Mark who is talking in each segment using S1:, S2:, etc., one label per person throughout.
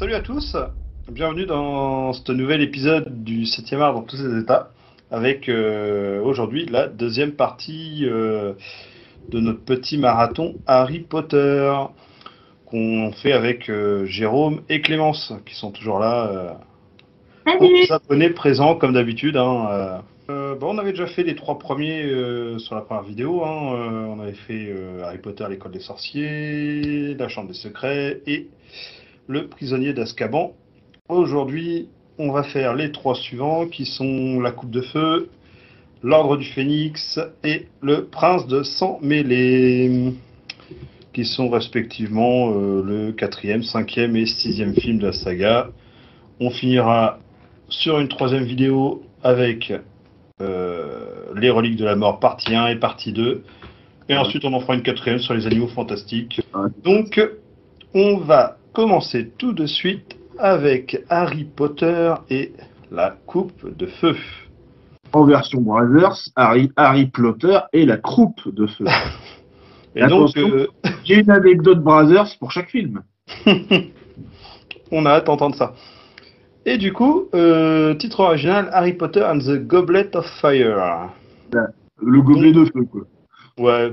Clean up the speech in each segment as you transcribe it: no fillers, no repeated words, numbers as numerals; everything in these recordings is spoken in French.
S1: Salut à tous, bienvenue dans ce nouvel épisode du 7e art dans tous ses états, avec aujourd'hui la deuxième partie de notre petit marathon Harry Potter, qu'on fait avec Jérôme et Clémence, qui sont toujours là, aux
S2: Salut!
S1: abonnés présents comme d'habitude. On avait déjà fait les trois premiers sur la première vidéo, on avait fait Harry Potter, l'école des sorciers, la chambre des secrets et le prisonnier d'Azkaban. Aujourd'hui, on va faire les trois suivants qui sont la coupe de feu, l'ordre du phénix et le prince de sang mêlé, qui sont respectivement le quatrième, cinquième et sixième film de la saga. On finira sur une troisième vidéo avec les reliques de la mort partie 1 et partie 2. Et ensuite, on en fera une quatrième sur les animaux fantastiques. Donc, on va commencer tout de suite avec Harry Potter et la coupe de feu.
S2: En version Brothers, Harry Potter et la croupe de feu.
S1: Et donc,
S2: j'ai une anecdote Brothers pour chaque film.
S1: on a hâte d'entendre ça. Et du coup, titre original, Harry Potter and the Goblet of Fire.
S2: Le gobelet de feu, quoi.
S1: Ouais,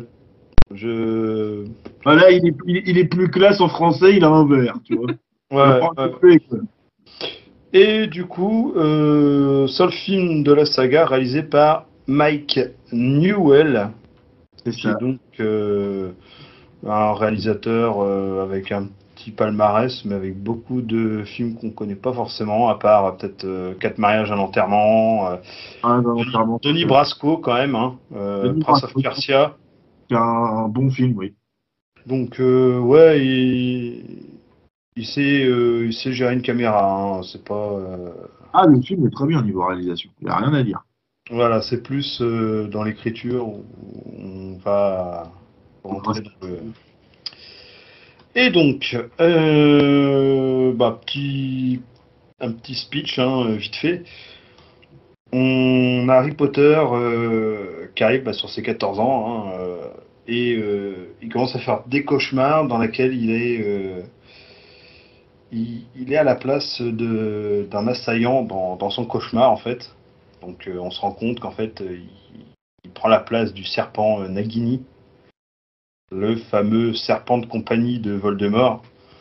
S2: Voilà, il est plus classe en français, il a un verre, tu vois.
S1: Ouais. Et du coup, seul film de la saga réalisé par Mike Newell, qui est donc un réalisateur avec un petit palmarès, mais avec beaucoup de films qu'on ne connaît pas forcément, à part peut-être 4 mariages, un enterrement. Denis Brasco, quand même, Prince of Persia.
S2: C'est un bon film, oui.
S1: Donc, ouais, il sait gérer une caméra, c'est pas...
S2: Ah, le film est très bien au niveau réalisation, il n'y a rien à dire.
S1: Voilà, c'est plus dans l'écriture où on va rentrer dans le... Et donc, un petit speech, vite fait. On a Harry Potter qui arrive sur ses 14 ans, et il commence à faire des cauchemars dans lesquels il est à la place d'un assaillant dans son cauchemar, en fait. Donc on se rend compte qu'en fait, il prend la place du serpent Nagini, le fameux serpent de compagnie de Voldemort.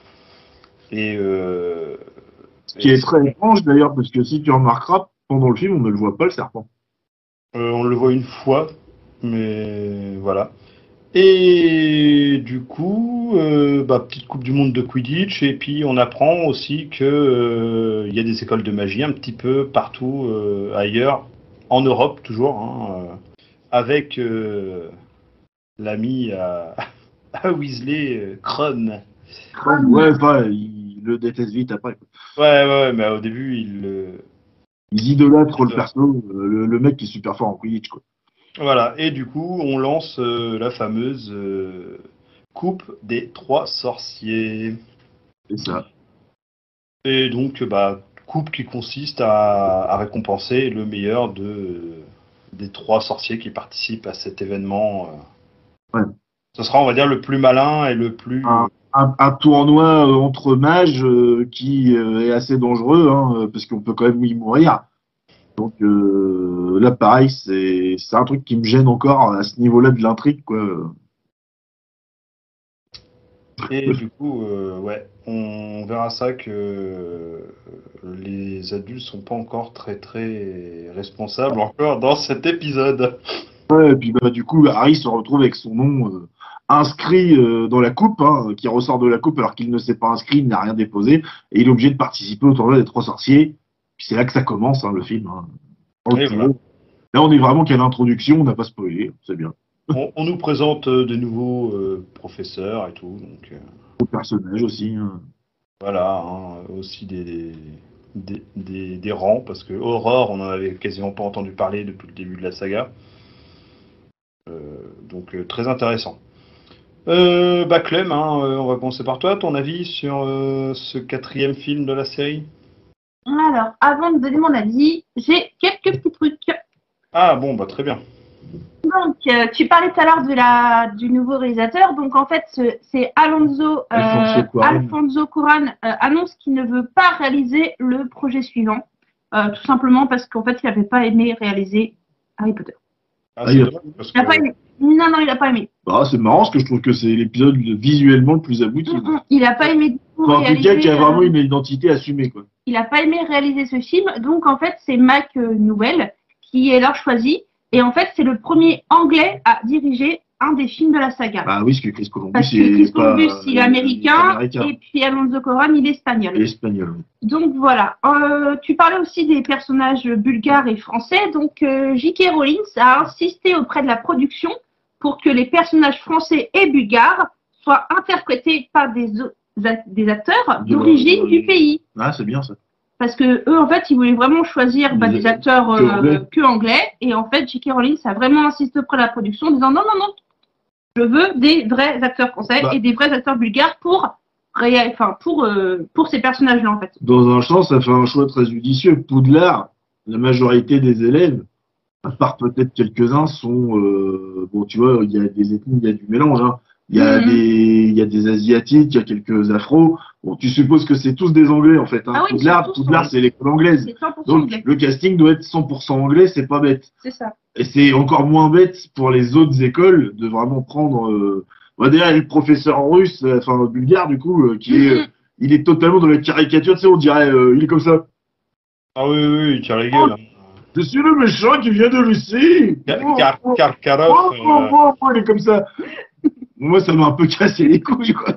S2: Ce qui est très étrange d'ailleurs, parce que si tu remarqueras, pendant le film, on ne le voit pas, le serpent.
S1: On le voit une fois, mais voilà. Et du coup, petite Coupe du Monde de Quidditch, et puis on apprend aussi que y a des écoles de magie un petit peu partout ailleurs, en Europe toujours, avec l'ami à Weasley, Kron.
S2: Ouais, il le déteste vite après.
S1: Ouais, mais au début,
S2: ils idolâtrent le perso, le mec qui est super fort en Quidditch, quoi.
S1: Voilà, et du coup, on lance la fameuse coupe des trois sorciers.
S2: C'est ça.
S1: Et donc, coupe qui consiste à récompenser le meilleur des trois sorciers qui participent à cet événement.
S2: Ouais.
S1: Ce sera, on va dire, le plus malin et le plus...
S2: Un tournoi entre mages qui est assez dangereux, parce qu'on peut quand même y mourir. Donc là, pareil, c'est un truc qui me gêne encore à ce niveau-là de l'intrigue, quoi.
S1: Et du coup, on verra ça que les adultes sont pas encore très très responsables encore dans cet épisode.
S2: Ouais, et puis du coup, Harry se retrouve avec son nom inscrit dans la coupe, qui ressort de la coupe alors qu'il ne s'est pas inscrit, il n'a rien déposé, et il est obligé de participer au tournoi des trois sorciers. Puis c'est là que ça commence, le film.
S1: Voilà.
S2: Là, on est vraiment qu'à l'introduction, on n'a pas spoilé, c'est bien.
S1: On nous présente de nouveaux professeurs et tout, donc...
S2: Au personnage aussi.
S1: Voilà, aussi des rangs, parce que Aurore, on n'en avait quasiment pas entendu parler depuis le début de la saga. Donc très intéressant. Clem, on va commencer par toi. Ton avis sur ce quatrième film de la série?
S3: Alors, avant de donner mon avis, j'ai quelques petits trucs.
S1: Ah bon, très bien.
S3: Donc, tu parlais tout à l'heure du nouveau réalisateur. Donc, en fait, c'est Alfonso Cuarón annonce qu'il ne veut pas réaliser le projet suivant, tout simplement parce qu'en fait, il n'avait pas aimé réaliser Harry Potter.
S1: Ah, c'est drôle, parce
S3: Il n'a
S1: que...
S3: pas aimé. Non, il n'a pas aimé.
S2: Bah, c'est marrant parce que je trouve que c'est l'épisode visuellement le plus abouti.
S3: Il n'a pas aimé du tout
S2: En tout cas, qui a vraiment une identité assumée, quoi.
S3: Il n'a pas aimé réaliser ce film. Donc, en fait, c'est Mac Newell qui est alors choisi. Et en fait, c'est le premier anglais à diriger un des films de la saga.
S2: Ah oui, parce que Chris Columbus,
S3: parce que Chris Columbus, il est américain, et puis Alfonso Cuarón, il est espagnol.
S2: Il est espagnol.
S3: Donc voilà. Tu parlais aussi des personnages bulgares et français. Donc J.K. Rowling a insisté auprès de la production pour que les personnages français et bulgares soient interprétés par des acteurs d'origine du pays.
S2: Ah, c'est bien ça.
S3: Parce que eux, en fait, ils voulaient vraiment choisir des acteurs que anglais. Et en fait, J.K. Rowling a vraiment insisté auprès de la production en disant non, je veux des vrais acteurs français et des vrais acteurs bulgares pour ces personnages-là, en fait.
S2: Dans un sens, ça fait un choix très judicieux. Poudlard, la majorité des élèves, à part peut-être quelques-uns, sont bon, tu vois, il y a des ethnies, il y a du mélange. Hein. Il y a des Asiatiques, il y a quelques Afros. Bon, tu supposes que c'est tous des Anglais, en fait. Hein.
S3: Ah oui,
S2: Poudlard, c'est l'école anglaise. Donc,
S3: anglais.
S2: le casting doit être 100% anglais, c'est pas bête.
S3: C'est ça.
S2: Et c'est encore moins bête pour les autres écoles de vraiment prendre... déjà, le professeur russe, enfin bulgare, du coup, il est totalement dans la caricature. Tu sais, on dirait, il est comme ça.
S1: Ah oui, il tire les gueules.
S2: Je suis le méchant qui vient de Russie.
S1: Karkaroff.
S2: Il est comme ça. Moi, ça m'a un peu cassé les couilles, quoi.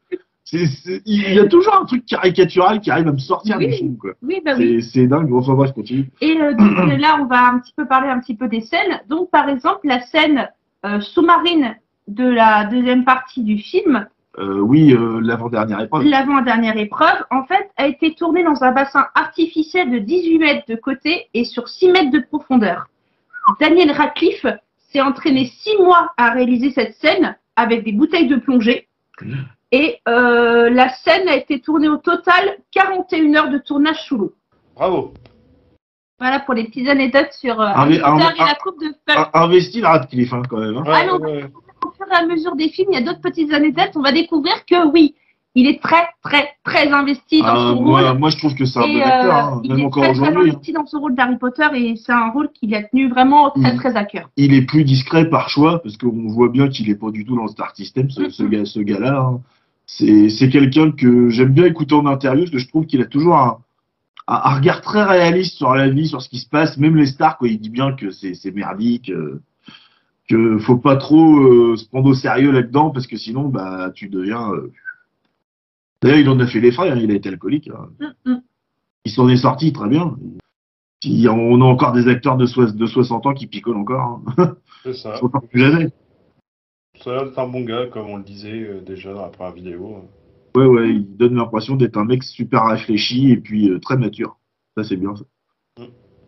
S2: Il y a toujours un truc caricatural qui arrive à me sortir du film, quoi.
S3: Oui, bah oui.
S2: C'est dingue. Enfin bref, continue.
S3: Et donc, là, on va parler un petit peu des scènes. Donc, par exemple, la scène sous-marine de la deuxième partie du film.
S2: Oui, l'avant-dernière épreuve.
S3: L'avant-dernière épreuve, en fait, a été tournée dans un bassin artificiel de 18 mètres de côté et sur 6 mètres de profondeur. Daniel Radcliffe s'est entraîné 6 mois à réaliser cette scène avec des bouteilles de plongée. Et la scène a été tournée au total 41 heures de tournage sous l'eau.
S1: Bravo.
S3: Voilà pour les petites anecdotes sur Harry Potter et la coupe de feu.
S2: Investi le Radcliffe, hein, quand même. Hein.
S3: Au fur et à mesure des films, il y a d'autres petites anecdotes. On va découvrir que oui, il est très, très, très investi dans son rôle.
S2: Moi, je trouve que c'est un bon acteur, hein, même encore aujourd'hui.
S3: Il est très investi dans son rôle d'Harry Potter et c'est un rôle qu'il a tenu vraiment très, très à cœur.
S2: Il est plus discret par choix parce qu'on voit bien qu'il est pas du tout dans le Star System, ce gars-là. Hein. C'est quelqu'un que j'aime bien écouter en interview parce que je trouve qu'il a toujours un regard très réaliste sur la vie, sur ce qui se passe. Même les stars, quoi, il dit bien que c'est merdique, que faut pas trop se prendre au sérieux là-dedans parce que sinon, bah, tu deviens. D'ailleurs, il en a fait les frais, hein, il a été alcoolique. Hein. Il s'en est sorti très bien. On a encore des acteurs de 60 ans qui picolent encore. Hein.
S1: C'est ça.
S2: Plus jamais.
S1: Ça a l'air d'être un bon gars, comme on le disait déjà dans la première vidéo.
S2: Ouais, il donne l'impression d'être un mec super réfléchi et puis très mature. Ça, c'est bien, ça.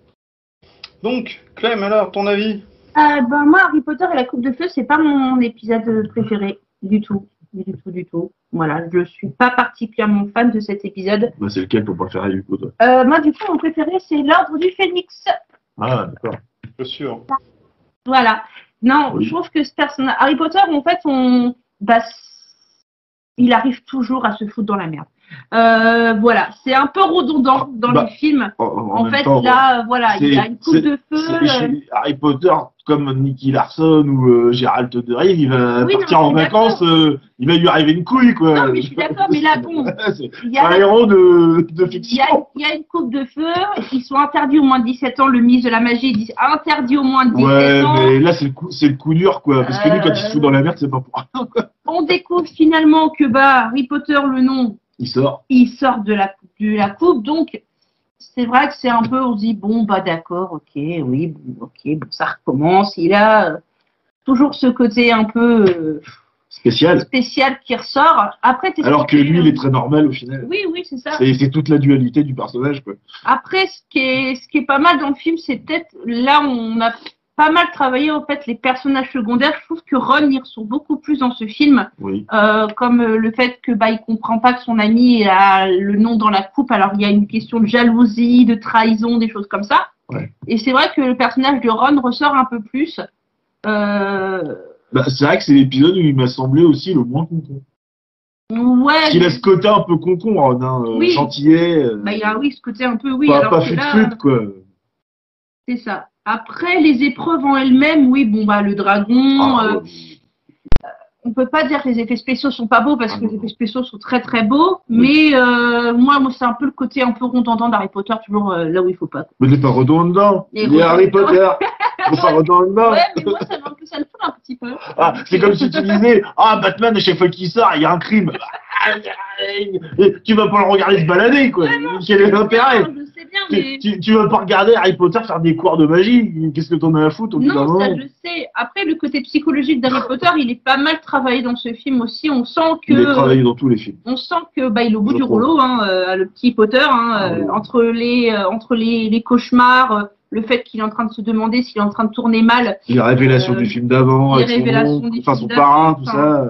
S1: Donc, Clem, alors, ton avis?
S3: Moi, Harry Potter et la coupe de feu, c'est pas mon épisode préféré du tout. Voilà, je suis pas particulièrement fan de cet épisode.
S2: Bah, c'est lequel pour préférer du coup, toi?
S3: Moi, du coup, mon préféré, c'est l'Ordre du Phénix.
S2: Ah, d'accord.
S1: Je suis sûr.
S3: Voilà. Non,
S2: oui.
S3: Je trouve que ce personnage, Harry Potter, en fait, il arrive toujours à se foutre dans la merde. Voilà, c'est un peu redondant dans les films. En fait, temps, là, voilà, il y a une coupe de feu.
S2: Harry Potter, comme Nicky Larson ou Gérald de Rive, il va partir en vacances, il va lui arriver une couille, quoi.
S3: Non, mais je suis d'accord, mais là, bon.
S2: C'est un héros de fiction.
S3: Il y a une coupe de feu, ils sont interdits au moins de 17 ans. Le ministre de la Magie dit interdit au moins de 17 ans.
S2: Ouais, mais là, c'est le coup dur, quoi. Parce que lui, quand il se fout dans la merde, c'est pas pour rien, quoi.
S3: On découvre finalement que, Harry Potter, le nom, il sort de la coupe, donc c'est vrai que c'est un peu, on se dit, bon, d'accord, ok, oui, bon, ça recommence. Il a toujours ce côté un peu spécial qui ressort. Après,
S2: alors que lui, il est très normal au final.
S3: Oui, c'est ça.
S2: C'est toute la dualité du personnage, quoi.
S3: Après, ce qui est pas mal dans le film, c'est peut-être, là, on a pas mal travaillé en fait les personnages secondaires. Je trouve que Ron y ressort beaucoup plus dans ce film,
S2: oui.
S3: Comme le fait que il comprend pas que son ami a le nom dans la coupe. Alors il y a une question de jalousie, de trahison, des choses comme ça.
S2: Ouais.
S3: Et c'est vrai que le personnage de Ron ressort un peu plus.
S2: Bah, c'est vrai que c'est l'épisode où il m'a semblé aussi le moins concon.
S3: Ouais.
S2: Parce qu'il a ce côté un peu concon, Ron, hein,
S3: Oui.
S2: gentillet.
S3: Bah, il y a, oui, ce côté un peu, oui.
S2: Pas,
S3: alors
S2: pas
S3: que là,
S2: fut-fut, quoi.
S3: c'est ça. Après, les épreuves en elles-mêmes, oui, bon, bah, le dragon,
S2: Ah,
S3: on peut pas dire que les effets spéciaux sont pas beaux parce
S2: Ah,
S3: que
S2: non,
S3: les
S2: non.
S3: effets spéciaux sont très très beaux,
S2: Oui.
S3: mais moi c'est un peu le côté un peu redondant d'Harry Potter, toujours là où il faut pas.
S2: Mais il n'est pas redondant dedans.
S3: Et
S2: Il est Harry
S3: redondant.
S2: Potter. Il n'est pas redondant dedans.
S3: Ouais, mais moi ça me saoule un petit peu.
S2: Ah, c'est comme si tu disais, ah, Batman, à chaque fois qu'il sort, il y a un crime. Tu vas pas le regarder se balader, quoi. Quel est l'intérêt?
S3: Je sais bien, mais
S2: Tu vas pas regarder Harry Potter faire des cours de magie. Qu'est-ce que t'en as à foutre au bout d'un
S3: non, ça
S2: moment?
S3: je sais. Après, le côté psychologique d'Harry Potter, il est pas mal travaillé dans ce film aussi. On sent
S2: Il est
S3: que
S2: travaillé dans tous les films.
S3: on sent que bah, il est au bout
S2: Je
S3: du
S2: trouve.
S3: rouleau, hein, le petit Potter, hein,
S2: Ah, oui.
S3: entre les cauchemars, le fait qu'il est en train de se demander s'il est en train de tourner mal.
S2: Les révélations du film d'avant,
S3: les
S2: avec son
S3: révélations
S2: oncle,
S3: du
S2: enfin
S3: film
S2: son parrain,
S3: d'avant,
S2: tout
S3: enfin,
S2: ça.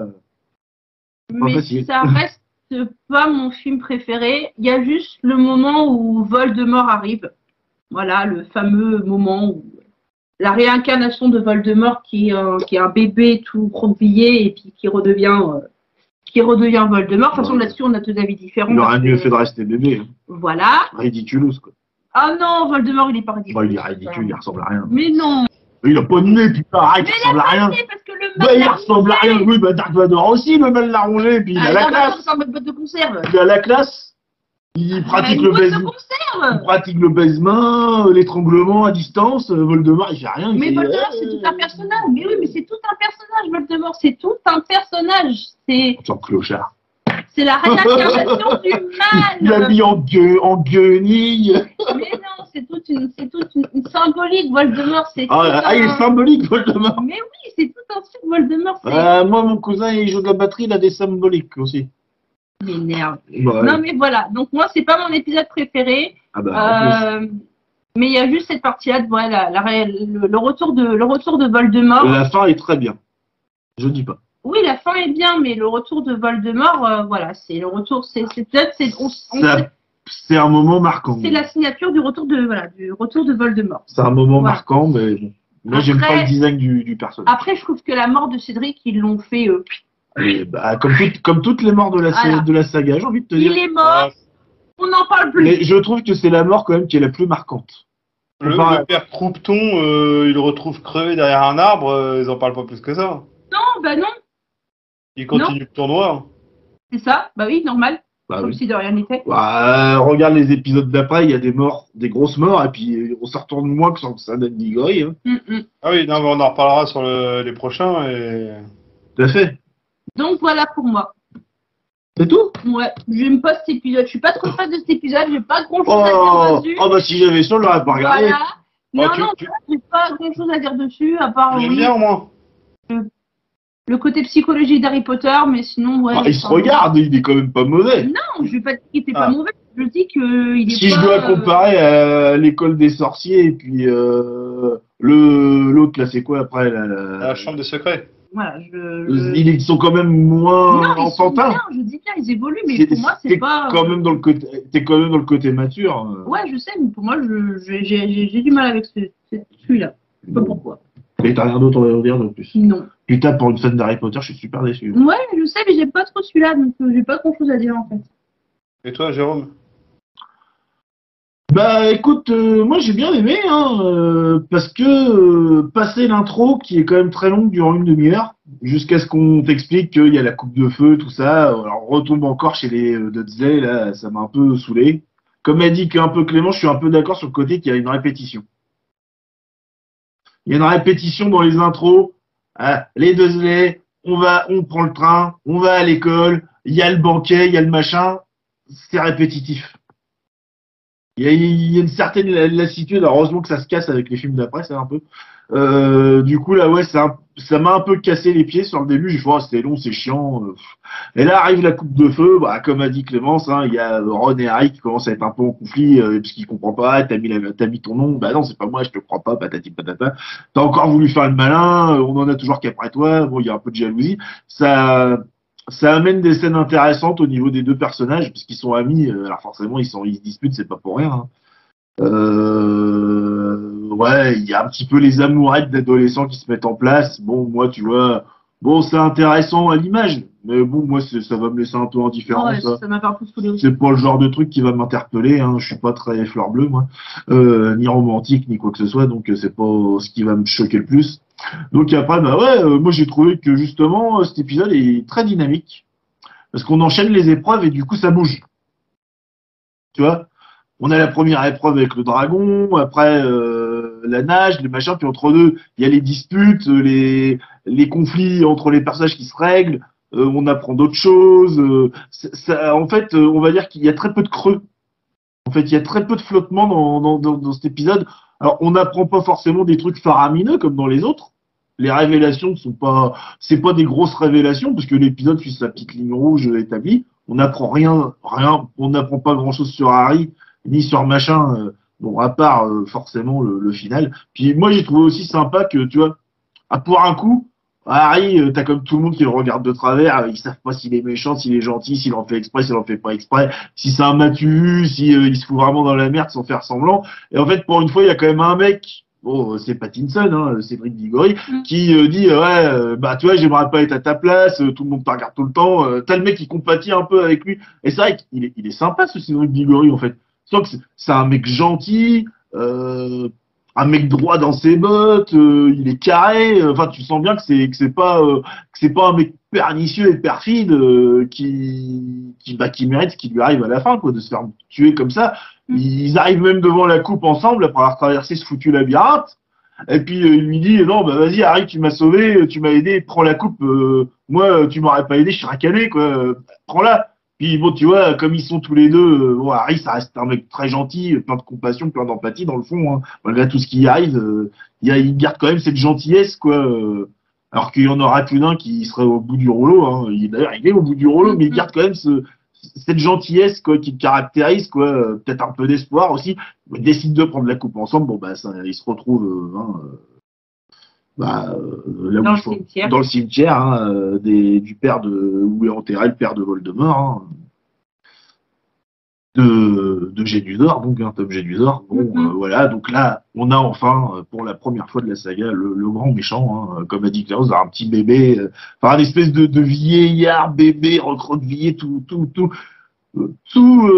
S3: Mais
S2: facile.
S3: ça reste pas mon film préféré. Il y a juste le moment où Voldemort arrive. Voilà, le fameux moment où la réincarnation de Voldemort qui est un bébé tout croquevillé et puis qui redevient Voldemort. De toute façon,
S2: Ouais.
S3: là-dessus, on a deux avis différents.
S2: Il aurait
S3: parce
S2: mieux
S3: que-
S2: fait de rester bébé. Hein.
S3: Voilà.
S2: Ridiculous, quoi.
S3: Ah non, Voldemort, il est pas ridicule.
S2: Bah, il est ridicule, il ressemble à rien.
S3: Mais non.
S2: Il a pas de nez, putain, arrête, il
S3: Mais
S2: ressemble à rien.
S3: C'est parce que le
S2: Bah,
S3: mal
S2: il
S3: l'a
S2: ressemble à
S3: rongé.
S2: rien. Oui, bah, Dark Vador aussi, le mal l'a rongé, puis il a la
S3: non,
S2: classe.
S3: c'est en mode boîte de conserve.
S2: Il a la classe. Il pratique
S3: Une
S2: le
S3: boîte de
S2: baise. Il
S3: conserve.
S2: pratique le baise-main, l'étranglement à distance. Voldemort, il fait rien. Il
S3: Mais
S2: fait,
S3: Voldemort, c'est tout un personnage. Mais oui, mais c'est tout un personnage, Voldemort. C'est tout un personnage.
S2: Sans clochard.
S3: C'est la réincarnation du
S2: Il
S3: mal.
S2: a mis en guenille.
S3: Mais non, c'est toute une symbolique, Voldemort. C'est tout
S2: Il est symbolique, Voldemort.
S3: Mais oui, c'est tout un truc, Voldemort. C'est
S2: Moi, mon cousin, il joue de la batterie, il a des symboliques aussi.
S3: m'énerve.
S2: Bah,
S3: Non, mais voilà. Donc, moi, c'est pas mon épisode préféré.
S2: Ah bah, en plus.
S3: Mais il y a juste cette partie-là, voilà, le retour de Voldemort.
S2: La fin est très bien. Je dis pas.
S3: Oui, la fin est bien, mais le retour de Voldemort, voilà, c'est le retour, c'est peut-être,
S2: C'est un moment marquant.
S3: c'est la signature du retour de Voldemort.
S2: C'est un moment
S3: Voilà.
S2: marquant, mais bon. Moi, j'aime
S3: Après-
S2: pas le design du personnage.
S3: Après, je trouve que la mort de Cédric, ils l'ont fait.
S2: Et bah, comme toutes les morts de
S3: Voilà.
S2: de la saga, j'ai envie de te dire.
S3: Il est mort, on n'en parle plus.
S2: Mais je trouve que c'est la mort quand même qui est la plus marquante.
S1: Le père Croupton, il le retrouve crevé derrière un arbre, ils en parlent pas plus que ça.
S3: Non, bah non,
S1: Il continue le tournoi.
S3: c'est ça, bah oui, normal,
S2: Bah,
S3: comme
S2: oui.
S3: si de rien n'était.
S2: Bah, regarde les épisodes d'après, il y a des morts, des grosses morts, et puis on s'en retourne moins que sur ça d'Anne-Digory. Hein.
S1: Ah oui, non, mais on en reparlera sur les prochains. Et...
S2: Tout à fait.
S3: Donc voilà pour moi.
S2: C'est tout?
S3: Ouais, j'aime pas cet épisode, je suis pas trop fan de cet épisode, j'ai pas grand chose à dire dessus.
S2: Bah si j'avais ça, je l'aurais pas regardé.
S3: Voilà. Non,
S1: Oh,
S3: non, j'ai pas grand chose à dire dessus, à part
S1: J'aime
S3: oui,
S1: bien au moins.
S3: le côté psychologique d'Harry Potter, mais sinon, ouais.
S2: Il se regarde, il est quand même pas mauvais.
S3: Non, je vais pas dire qu'il était
S1: Ah.
S3: pas mauvais, je dis qu'il est
S2: Si
S3: pas.
S2: je dois comparer à l'école des sorciers et puis l'autre là, c'est quoi après
S1: La chambre des secrets.
S3: Voilà,
S2: Ils sont quand même moins
S3: Non, ils sont
S2: enfantins.
S3: bien, je dis bien, ils évoluent, mais pour moi, c'est pas.
S2: Quand même dans le côté, t'es quand même dans le côté mature.
S3: Ouais, je sais, mais pour moi, j'ai du mal avec celui-là. Je sais pas pourquoi.
S2: Mais t'as rien d'autre à dire de plus.
S3: Non.
S2: Tu tapes pour une fan d'Harry Potter, je suis super déçu.
S3: Ouais, je sais, mais j'ai pas trop celui-là, donc j'ai pas grand chose à dire en fait.
S1: Et toi, Jérôme?
S2: Bah écoute, moi j'ai bien aimé, hein, parce que passer l'intro qui est quand même très longue durant une demi-heure, jusqu'à ce qu'on t'explique qu'il y a la coupe de feu, tout ça, alors on retombe encore chez les Dudley, là, ça m'a un peu saoulé. Comme a dit un peu Clément, je suis un peu d'accord sur le côté qu'il y a une répétition. Il y a une répétition dans les intros. Ah, les Dudley, on prend le train, on va à l'école, il y a le banquet, il y a le machin, c'est répétitif. Il y a une certaine lassitude, heureusement que ça se casse avec les films d'après, c'est un peu. Du coup, là, ouais, ça m'a un peu cassé les pieds sur le début. J'ai fait, oh, c'était long, c'est chiant. Et là arrive la coupe de feu, bah, comme a dit Clémence, hein, il y a Ron et Harry qui commencent à être un peu en conflit, parce qu'ils comprennent pas, t'as mis ton nom, bah non, c'est pas moi, je te crois pas, patati patata. T'as encore voulu faire le malin, on en a toujours qu'après toi, bon, il y a un peu de jalousie. Ça amène des scènes intéressantes au niveau des deux personnages, parce qu'ils sont amis, alors forcément, ils se disputent, c'est pas pour rien. Hein. Ouais, il y a un petit peu les amourettes d'adolescents qui se mettent en place. Bon, moi, tu vois, bon, c'est intéressant à l'image, mais bon, moi, ça va me laisser un peu indifférent,
S3: Ouais,
S2: ça.
S3: ça m'a fait un peu saoulé aussi.
S2: C'est pas le genre de truc qui va m'interpeller, hein. Je suis pas très fleur bleue, moi, ni romantique, ni quoi que ce soit, donc c'est pas ce qui va me choquer le plus. Donc après, bah ouais, moi j'ai trouvé que justement cet épisode est très dynamique parce qu'on enchaîne les épreuves et du coup ça bouge. Tu vois, on a la première épreuve avec le dragon, après la nage, les machins, puis entre deux, il y a les disputes, les conflits entre les personnages qui se règlent. On apprend d'autres choses. En fait, on va dire qu'il y a très peu de creux. En fait, il y a très peu de flottement dans cet épisode. Alors, on n'apprend pas forcément des trucs faramineux comme dans les autres. Les révélations sont pas, c'est pas des grosses révélations parce que l'épisode suit sa petite ligne rouge établie. On n'apprend rien, on n'apprend pas grand chose sur Harry ni sur machin. Bon, à part forcément le final. Puis moi, j'ai trouvé aussi sympa que tu vois, pour un coup, Harry, t'as comme tout le monde qui le regarde de travers, ils savent pas s'il est méchant, s'il est gentil, s'il en fait exprès, s'il en fait pas exprès, si c'est un matu, si il se fout vraiment dans la merde sans faire semblant. Et en fait, pour une fois, il y a quand même un mec, bon, c'est Pattinson, hein, Cédric Diggory, qui dit ouais, bah tu vois, j'aimerais pas être à ta place, tout le monde te regarde tout le temps. T'as le mec qui compatit un peu avec lui. Et c'est vrai qu'il est sympa ce Cédric Diggory en fait. Sauf que c'est un mec gentil. Un mec droit dans ses bottes, il est carré. Enfin, tu sens bien que c'est pas un mec pernicieux et perfide qui mérite ce qui lui arrive à la fin, quoi, de se faire tuer comme ça. Ils arrivent même devant la coupe ensemble après avoir traversé ce foutu labyrinthe. Et puis il lui dit non, bah vas-y Harry, tu m'as sauvé, tu m'as aidé, prends la coupe. Moi, tu m'aurais pas aidé, je suis racané, quoi. Prends-la. Puis bon, tu vois, comme ils sont tous les deux, bon, Harry, ça reste un mec très gentil, plein de compassion, plein d'empathie dans le fond, hein. Malgré tout ce qui arrive, il garde quand même cette gentillesse, quoi. Alors qu'il y en aura plus d'un qui serait au bout du rouleau, hein. D'ailleurs, il est au bout du rouleau, mais il garde quand même cette gentillesse, quoi, qui le caractérise, quoi. Peut-être un peu d'espoir aussi. Ils décident de prendre la coupe ensemble. Bon, bah, ça, ils se retrouvent, là
S3: Dans
S2: où
S3: le cimetière.
S2: dans le cimetière, hein, du père où est enterré le père de Voldemort, hein, de Gédusor, donc un Tom Gédusor. Bon, voilà, donc là, on a enfin, pour la première fois de la saga, le grand méchant, hein, comme a dit Klaus, un petit bébé, enfin, une espèce de vieillard bébé recroquevillé, tout,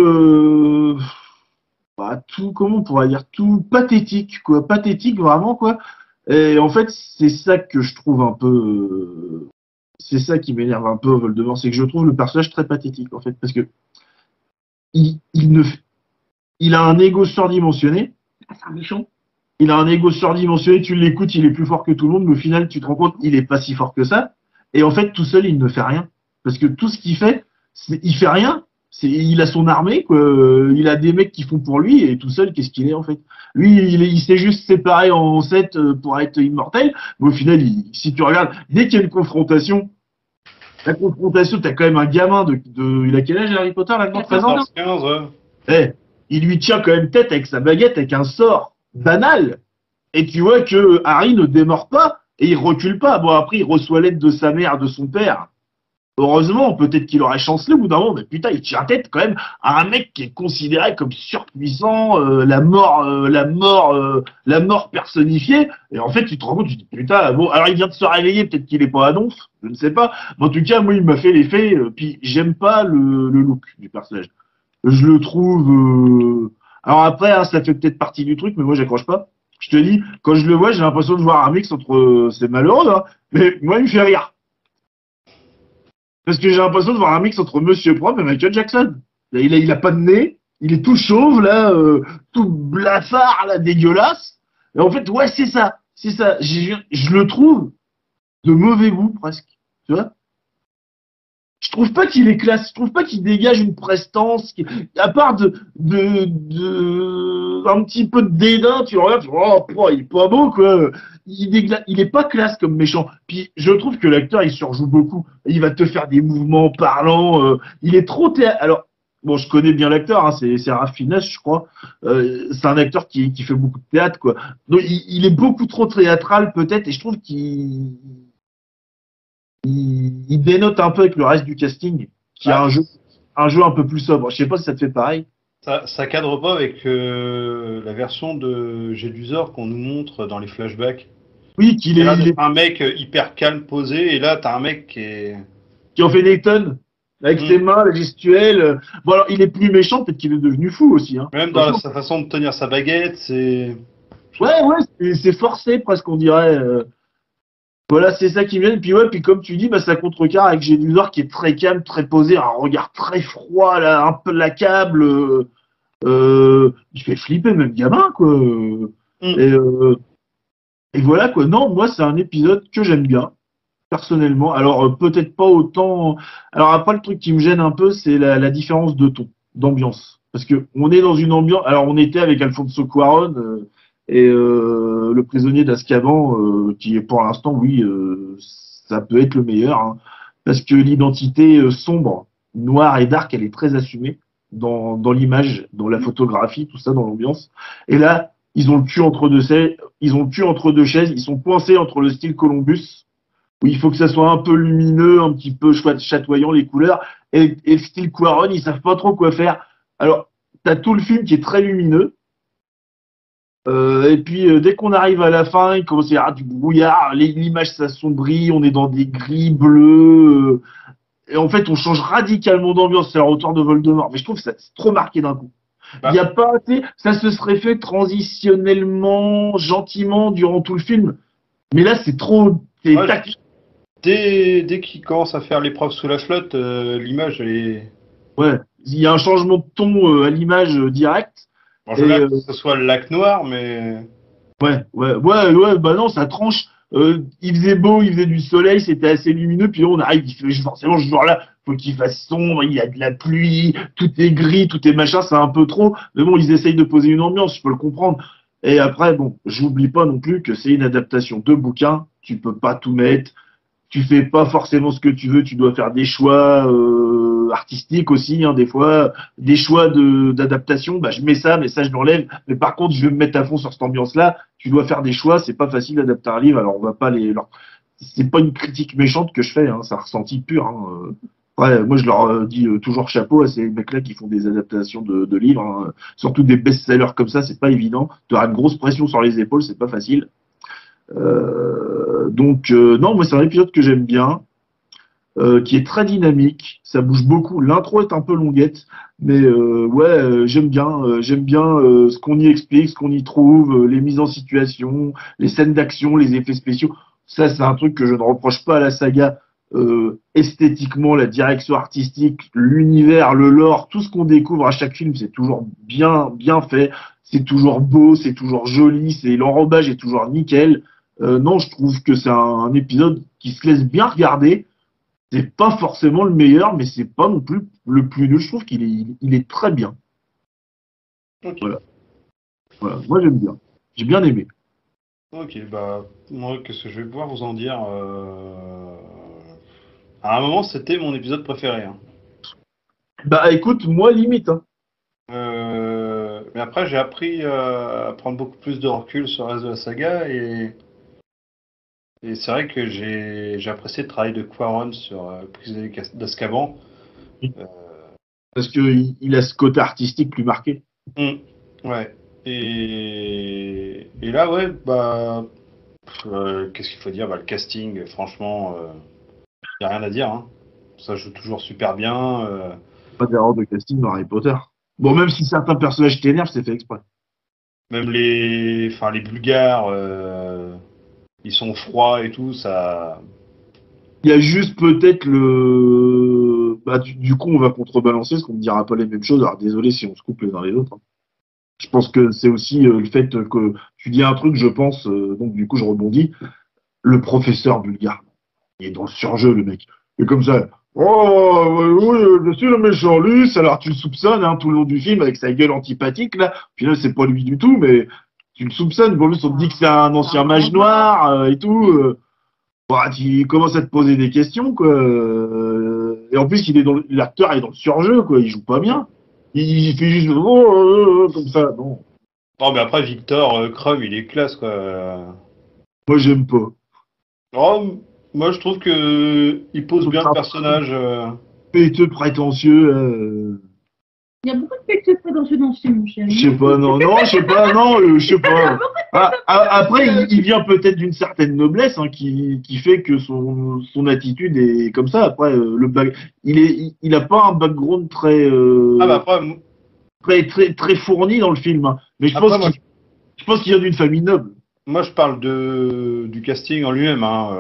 S2: comment on pourrait dire, tout pathétique, quoi, pathétique vraiment, quoi. Et en fait, c'est ça que je trouve un peu, c'est ça qui m'énerve un peu Voldemort, c'est que je trouve le personnage très pathétique, en fait, parce que il ne, il a un ego surdimensionné.
S3: Ah, c'est un méchant.
S2: Il a un ego surdimensionné, tu l'écoutes, il est plus fort que tout le monde, mais au final, tu te rends compte, il est pas si fort que ça. Et en fait, tout seul, il ne fait rien. Parce que tout ce qu'il fait, il fait rien. Il a son armée, quoi. Il a des mecs qui font pour lui, et tout seul, qu'est-ce qu'il est, en fait? Lui, il s'est juste séparé en 7 pour être immortel. Mais au final, si tu regardes, dès qu'il y a une confrontation, la confrontation, t'as quand même un gamin il a quel âge, Harry Potter, là-dedans? 13 ans?
S1: 15, ouais.
S2: Eh, il lui tient quand même tête avec sa baguette, avec un sort banal. Et tu vois que Harry ne démord pas et il recule pas. Bon, après, il reçoit l'aide de sa mère, de son père. Heureusement, peut-être qu'il aurait chancelé au bout d'un moment, mais putain, il tient tête quand même à un mec qui est considéré comme surpuissant, la mort personnifiée. Et en fait, tu te rends compte, tu te dis putain, bon, alors il vient de se réveiller, peut-être qu'il est pas à donf, je ne sais pas. Mais en tout cas, moi, il m'a fait l'effet. Puis j'aime pas le look du personnage. Je le trouve. Alors après, hein, ça fait peut-être partie du truc, mais moi, j'accroche pas. Je te dis, quand je le vois, j'ai l'impression de voir un mix entre. C'est malheureux, hein, mais moi, il me fait rire. Parce que j'ai l'impression de voir un mix entre Monsieur Propre et Michael Jackson. Il a pas de nez, il est tout chauve, là, tout blafard, là, dégueulasse. Et en fait, ouais, c'est ça. C'est ça. Je le trouve de mauvais goût, presque. Tu vois? Je trouve pas qu'il est classe, je trouve pas qu'il dégage une prestance, à part un petit peu de dédain, tu le regardes, tu dis, oh, il est pas beau, quoi. Il est pas classe comme méchant. Puis je trouve que l'acteur, il surjoue beaucoup. Il va te faire des mouvements parlants, il est trop Alors, bon, je connais bien l'acteur, hein, c'est Raph Fiennes, je crois. C'est un acteur qui fait beaucoup de théâtre, quoi. Donc, il est beaucoup trop théâtral, peut-être, et je trouve qu'il dénote un peu avec le reste du casting, qui a un jeu un peu plus sobre. Je sais pas si ça te fait pareil.
S1: Ça cadre pas avec la version de Jedusor qu'on nous montre dans les flashbacks.
S2: Oui, qu'il
S1: Et
S2: est,
S1: là,
S2: il est,
S1: un mec hyper calme, posé, et là, t'as un mec qui est.
S2: qui en fait des tonnes avec ses
S1: Hmm.
S2: mains, la gestuelle. Bon, alors, il est plus méchant, peut-être qu'il est devenu fou aussi. Hein.
S1: Même dans
S2: Attention.
S1: sa façon de tenir sa baguette, c'est. Je sais
S2: Ouais,
S1: pas.
S2: ouais, c'est forcé presque, on dirait. Voilà, c'est ça qui vient. Et puis, ouais, puis comme tu dis, bah, ça contrecarre avec Gédusor qui est très calme, très posé, un regard très froid, là, un peu l'accable. Il fait flipper, même gamin, quoi.
S1: Hmm.
S2: Et, euh, et voilà, quoi. Non, moi, c'est un épisode que j'aime bien, personnellement. Alors, peut-être pas autant. Alors, après, le truc qui me gêne un peu, c'est la différence de ton, d'ambiance. Parce que on est dans une ambiance. Alors, on était avec Alfonso Cuarón et le prisonnier d'Azkaban, qui est pour l'instant, oui, ça peut être le meilleur. Hein, parce que l'identité sombre, noire et dark, elle est très assumée dans l'image, dans la photographie, tout ça, dans l'ambiance. Et là, ils ont le cul entre deux chaises, ils ont le cul entre deux chaises, ils sont coincés entre le style Columbus où il faut que ça soit un peu lumineux, un petit peu chatoyant les couleurs, et le style Quaron, ils savent pas trop quoi faire. Alors, t'as tout le film qui est très lumineux, et puis dès qu'on arrive à la fin, il commence à y avoir du brouillard, l'image s'assombrit, on est dans des gris bleus, et en fait on change radicalement d'ambiance, c'est la retour de Voldemort, mais je trouve que c'est trop marqué d'un coup. Il n'y
S1: Bah,
S2: a pas assez, ça se serait fait transitionnellement, gentiment durant tout le film, mais là c'est trop, c'est
S1: moi,
S2: tac.
S1: dès qu'il commence à faire l'épreuve sous la flotte, l'image, elle est.
S2: Ouais, il y a un changement de ton à l'image direct.
S1: Bon, je veux
S2: Et
S1: bien que ce soit le lac noir, mais.
S2: ouais, bah non, ça tranche. Il faisait beau, il faisait du soleil, c'était assez lumineux. Puis là, on arrive, il fait forcément ce jour-là, faut qu'il fasse sombre, il y a de la pluie, tout est gris, tout est machin, c'est un peu trop. Mais bon, ils essayent de poser une ambiance, je peux le comprendre. Et après, bon, j'oublie pas non plus que c'est une adaptation de bouquin, tu peux pas tout mettre, tu fais pas forcément ce que tu veux, tu dois faire des choix artistiques aussi, hein, des fois, des choix d'adaptation. Bah, je mets ça, mais ça je l'enlève. Mais par contre, je vais me mettre à fond sur cette ambiance-là. Tu dois faire des choix, c'est pas facile d'adapter un livre. Alors on va pas c'est pas une critique méchante que je fais, hein, c'est un ressenti pur. Hein. Ouais, moi je leur dis toujours chapeau à ces mecs-là qui font des adaptations de livres, hein. Surtout des best-sellers comme ça, c'est pas évident. Tu auras une grosse pression sur les épaules, c'est pas facile. Non, moi c'est un épisode que j'aime bien, qui est très dynamique, ça bouge beaucoup. L'intro est un peu longuette, mais ouais, j'aime bien ce qu'on y explique, ce qu'on y trouve, les mises en situation, les scènes d'action, les effets spéciaux. Ça, c'est un truc que je ne reproche pas à la saga. Esthétiquement, la direction artistique, l'univers, le lore, tout ce qu'on découvre à chaque film, c'est toujours bien fait, c'est toujours beau, c'est toujours joli, c'est l'enrobage est toujours nickel. Non, je trouve que c'est un épisode qui se laisse bien regarder. C'est pas forcément le meilleur, mais c'est pas non plus le plus nul. Je trouve il est très bien.
S1: Ok.
S2: Voilà, voilà. Moi j'aime bien. J'ai bien aimé.
S1: Ok, bah, moi, qu'est-ce que je vais pouvoir vous en dire À un moment, c'était mon épisode préféré. Hein.
S2: Bah écoute, moi limite. Hein.
S1: Mais après, j'ai appris à prendre beaucoup plus de recul sur le reste de la saga et c'est vrai que j'ai apprécié le travail de Quaron sur Prisonnier d'Azkaban. Euh,
S2: Parce que il a ce côté artistique plus marqué.
S1: ouais. Et là, ouais, bah, qu'est-ce qu'il faut dire? Bah, le casting, franchement, y a rien à dire. Hein. Ça joue toujours super bien.
S2: Pas d'erreur de casting dans Harry Potter. Bon, même si certains personnages t'énervent, c'est fait exprès.
S1: Même les Bulgares, ils sont froids et tout, ça.
S2: Il y a juste peut-être bah, du coup, on va contrebalancer, parce qu'on ne dira pas les mêmes choses. Alors désolé si on se coupe les uns les autres. Hein. Je pense que c'est aussi le fait que tu dis un truc, je pense, donc du coup je rebondis. Le professeur bulgare. Il est dans le surjeu, le mec. Et comme ça, oh, oui, je suis le méchant Luce, alors tu le soupçonnes hein, tout le long du film avec sa gueule antipathique, là. Puis là, c'est pas lui du tout, mais tu le soupçonnes. Bon, plus, on te dit que c'est un ancien mage noir et tout. Bah, tu commences à te poser des questions, quoi. Et en plus, l'acteur est dans le surjeu, quoi. Il joue pas bien. Il fait juste comme ça. Non,
S1: Non, mais après, Victor Krum, il est classe, quoi.
S2: moi, j'aime pas.
S1: Oh, moi, je trouve que il pose bien le personnage.
S2: Péteux, prétentieux.
S3: Il y a beaucoup de faits secrets dans ce film, mon chéri.
S2: Je sais pas, je sais pas. Après, il vient peut-être d'une certaine noblesse hein, qui fait que son attitude est comme ça. Après, il a pas un background très,
S1: Ah bah après,
S2: très fourni dans le film. Hein. Mais
S1: après moi,
S2: je pense qu'il vient d'une famille noble.
S1: moi, je parle du casting en lui-même. Hein.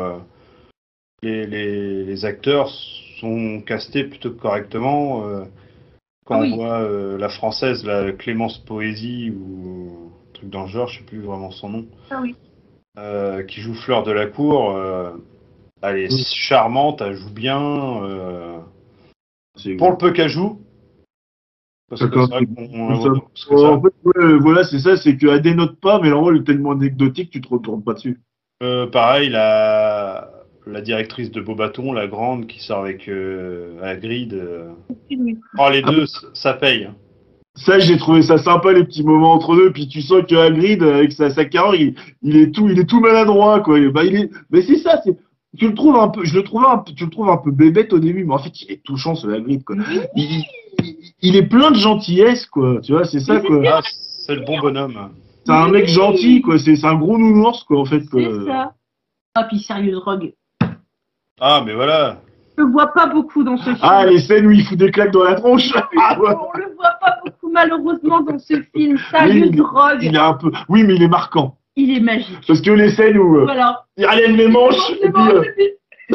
S1: Les acteurs sont castés plutôt correctement. Quand
S3: Ah oui.
S1: on voit la française, la Clémence Poésie ou un truc dans le genre, je sais plus vraiment son nom,
S3: Ah oui.
S1: qui joue Fleur de la Cour, elle est charmante, elle joue bien. Pour le peu qu'elle joue, parce que c'est vrai qu'on la voit pas plus que ça.
S2: En fait, ouais, voilà, c'est ça, c'est qu'elle dénote pas, mais le rôle est tellement anecdotique, tu te retournes pas dessus.
S1: Pareil, la directrice de Beaubaton, la grande, qui sort avec Hagrid. Oh, les deux, ça paye. Hein.
S2: Ça, j'ai trouvé ça sympa, les petits moments entre deux. Puis tu sens que Hagrid, avec sa carrure, il est tout maladroit, quoi. Mais c'est ça, tu le trouves un peu, tu le trouves un peu bébête au début, mais en fait, il est touchant, ce Hagrid, quoi. Il est plein de gentillesse, quoi. Tu vois, c'est ça, quoi.
S1: Ah, c'est le bon bonhomme.
S2: C'est un mec gentil, quoi. C'est un gros nounours, quoi, en fait. Quoi.
S3: C'est ça. Ah, puis sérieuse Rogue.
S1: Ah, mais voilà.
S3: Je le vois pas beaucoup dans ce film.
S2: Ah, les scènes où il fout des claques dans la tronche. Ah, ouais.
S3: On le voit pas beaucoup, malheureusement, dans ce film. Sérieuse Rogue.
S2: Il est un peu. Oui, mais il est marquant.
S3: Il est magique.
S2: Parce que les scènes où
S3: Voilà.
S2: il relève les manches, et puis.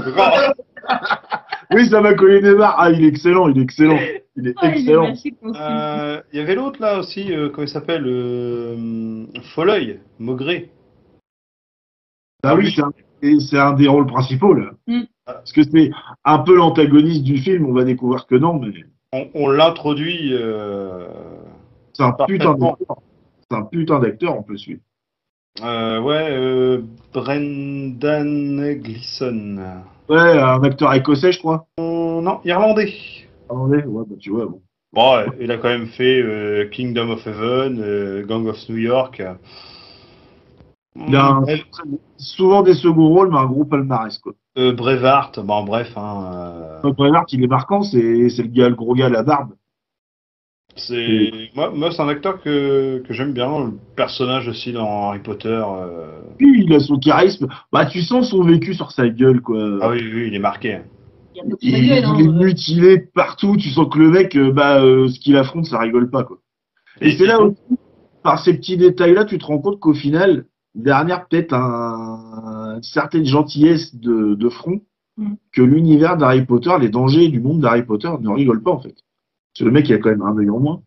S2: Oui, ça m'a collé des barres. Ah, il est excellent. Il est excellent.
S3: Il est magique, mon film.
S1: Il y avait l'autre là aussi, comment il s'appelle Folleuil, Maugré.
S2: Ah oui, c'est un des rôles principaux là.
S3: Mm.
S2: Parce que c'est un peu l'antagoniste du film, on va découvrir que non, mais.
S1: On l'introduit.
S2: C'est un putain d'acteur. C'est un putain d'acteur en plus, lui.
S1: Brendan Gleeson.
S2: Ouais, un acteur écossais, je crois.
S1: Non, irlandais.
S2: Irlandais, ouais, bah tu vois, bon.
S1: Bon, il a quand même fait Kingdom of Heaven, Gang of New York.
S2: Il a souvent des seconds rôles, mais un gros palmarès, quoi.
S1: Braveheart, bon bref. Hein,
S2: Braveheart, il est marquant, c'est le gros gars à la barbe.
S1: Moi c'est un acteur que j'aime bien, le personnage aussi dans Harry Potter.
S2: Puis il a son charisme, bah tu sens son vécu sur sa gueule, quoi.
S1: Ah oui, il est marqué.
S2: Il est mutilé partout, tu sens que le mec, ce qu'il affronte, ça rigole pas, quoi. Et c'est là aussi, par ces petits détails-là, tu te rends compte qu'au final, derrière peut-être une certaine gentillesse de front, que l'univers d'Harry Potter, les dangers du monde d'Harry Potter ne rigolent pas, en fait. Parce que le mec, il a quand même un œil en moins.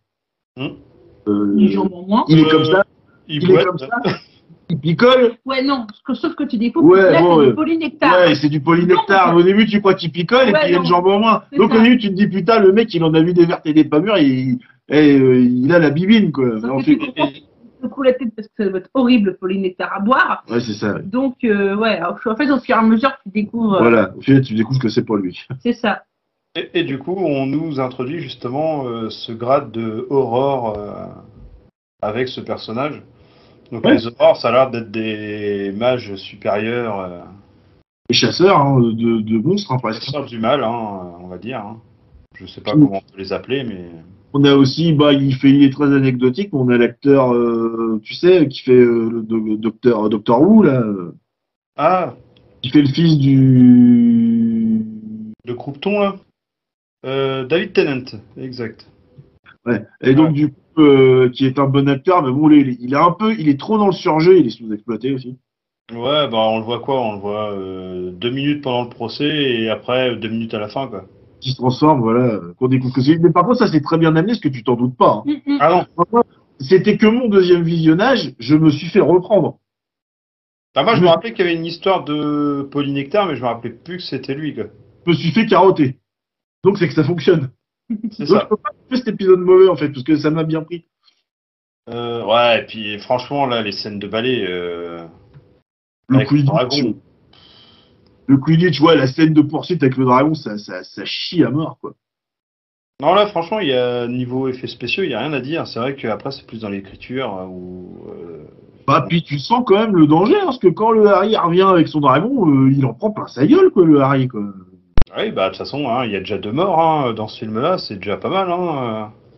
S2: Il est comme ça. Il est comme ça. Il picole.
S3: Ouais, non, sauf que tu découvres que c'est du polynectar.
S2: Ouais, c'est du polynectar. Au début, tu crois qu'il picole et puis il a une jambe en moins. Donc au début, tu te dis, putain, le mec, il en a vu des vertes et des pas mûres et il a la bibine, quoi.
S3: Tu te la tête parce que ça doit être horrible, le polynectar à boire.
S2: Ouais, c'est ça. Ouais.
S3: Donc, en fait, au fur et à mesure, tu découvres.
S2: Voilà, au final, tu découvres que c'est pas lui.
S3: C'est ça.
S1: Et du coup, on nous introduit justement ce grade de Aurore avec ce personnage. Donc les Aurores, ça a l'air d'être des mages supérieurs.
S2: Des chasseurs hein, de monstres, hein, presque.
S1: Chasseurs du mal, hein, on va dire. Hein. Je sais pas comment on peut les appeler, mais...
S2: On a aussi, il est très anecdotique, mais on a l'acteur, tu sais, qui fait le Docteur Who, là.
S1: Ah.
S2: Qui fait le fils du...
S1: Le Croupton, là. David Tennant, exact.
S2: Ouais. Et donc du coup, qui est un bon acteur, mais bon, il est trop dans le surjeu, il est sous-exploité aussi.
S1: Ouais, bah on le voit quoi? On le voit 2 minutes pendant le procès et après 2 minutes à la fin, quoi.
S2: Qui se transforme, voilà, qu'on découvre que c'est. Mais par contre, ça c'est très bien amené, parce que tu t'en doutes pas. Hein.
S1: Ah non.
S2: C'était que mon deuxième visionnage, je me suis fait reprendre.
S1: Ah, moi je me rappelais qu'il y avait une histoire de polynectar, mais je me rappelais plus que c'était lui, quoi.
S2: Je me suis fait carotter. Donc c'est que ça fonctionne.
S1: C'est
S2: donc
S1: ça.
S2: je peux pas faire cet épisode mauvais en fait, parce que ça m'a bien pris.
S1: Ouais, et puis franchement là, les scènes de ballet avec le dragon.
S2: Le Quidditch, ouais, la scène de poursuite avec le dragon, ça chie à mort, quoi.
S1: Non, là, franchement, il y a niveau effets spéciaux, il n'y a rien à dire. C'est vrai qu'après, c'est plus dans l'écriture où.
S2: Puis tu sens quand même le danger, hein, parce que quand le Harry revient avec son dragon, il en prend plein sa gueule, quoi, le Harry, quoi.
S1: Oui, bah, de toute façon, hein, il y a déjà 2 morts hein, dans ce film-là, c'est déjà pas mal, hein.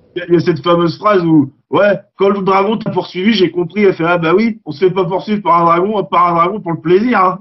S2: Il y a cette fameuse phrase où, ouais, quand le dragon t'a poursuivi, j'ai compris, elle fait, ah bah oui, on se fait pas poursuivre par un dragon pour le plaisir, hein.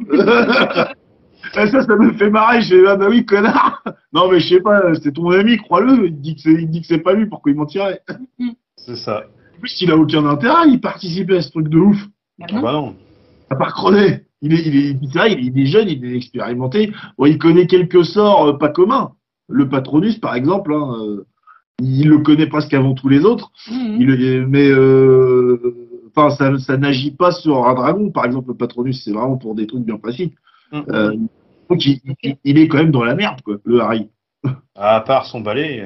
S2: Et ça me fait marrer, je fais, ah bah oui, connard. Non, mais je sais pas, c'est ton ami, crois-le, il dit que c'est pas lui, pourquoi il mentirait?
S1: C'est ça.
S2: En plus, il a aucun intérêt à y participer à ce truc de ouf.
S3: Bah
S1: Ah
S3: non.
S1: bah non.
S2: À part crever. C'est vrai, il est jeune, il est expérimenté. Bon, il connaît quelques sorts pas communs. Le Patronus, par exemple, hein, il le connaît presque avant tous les autres.
S3: Mhm.
S2: Mais enfin, ça n'agit pas sur un dragon, par exemple. Le Patronus, c'est vraiment pour des trucs bien précis.
S1: Mm.
S2: Euh, donc, il est quand même dans la merde, quoi, le Harry.
S1: À part son balai.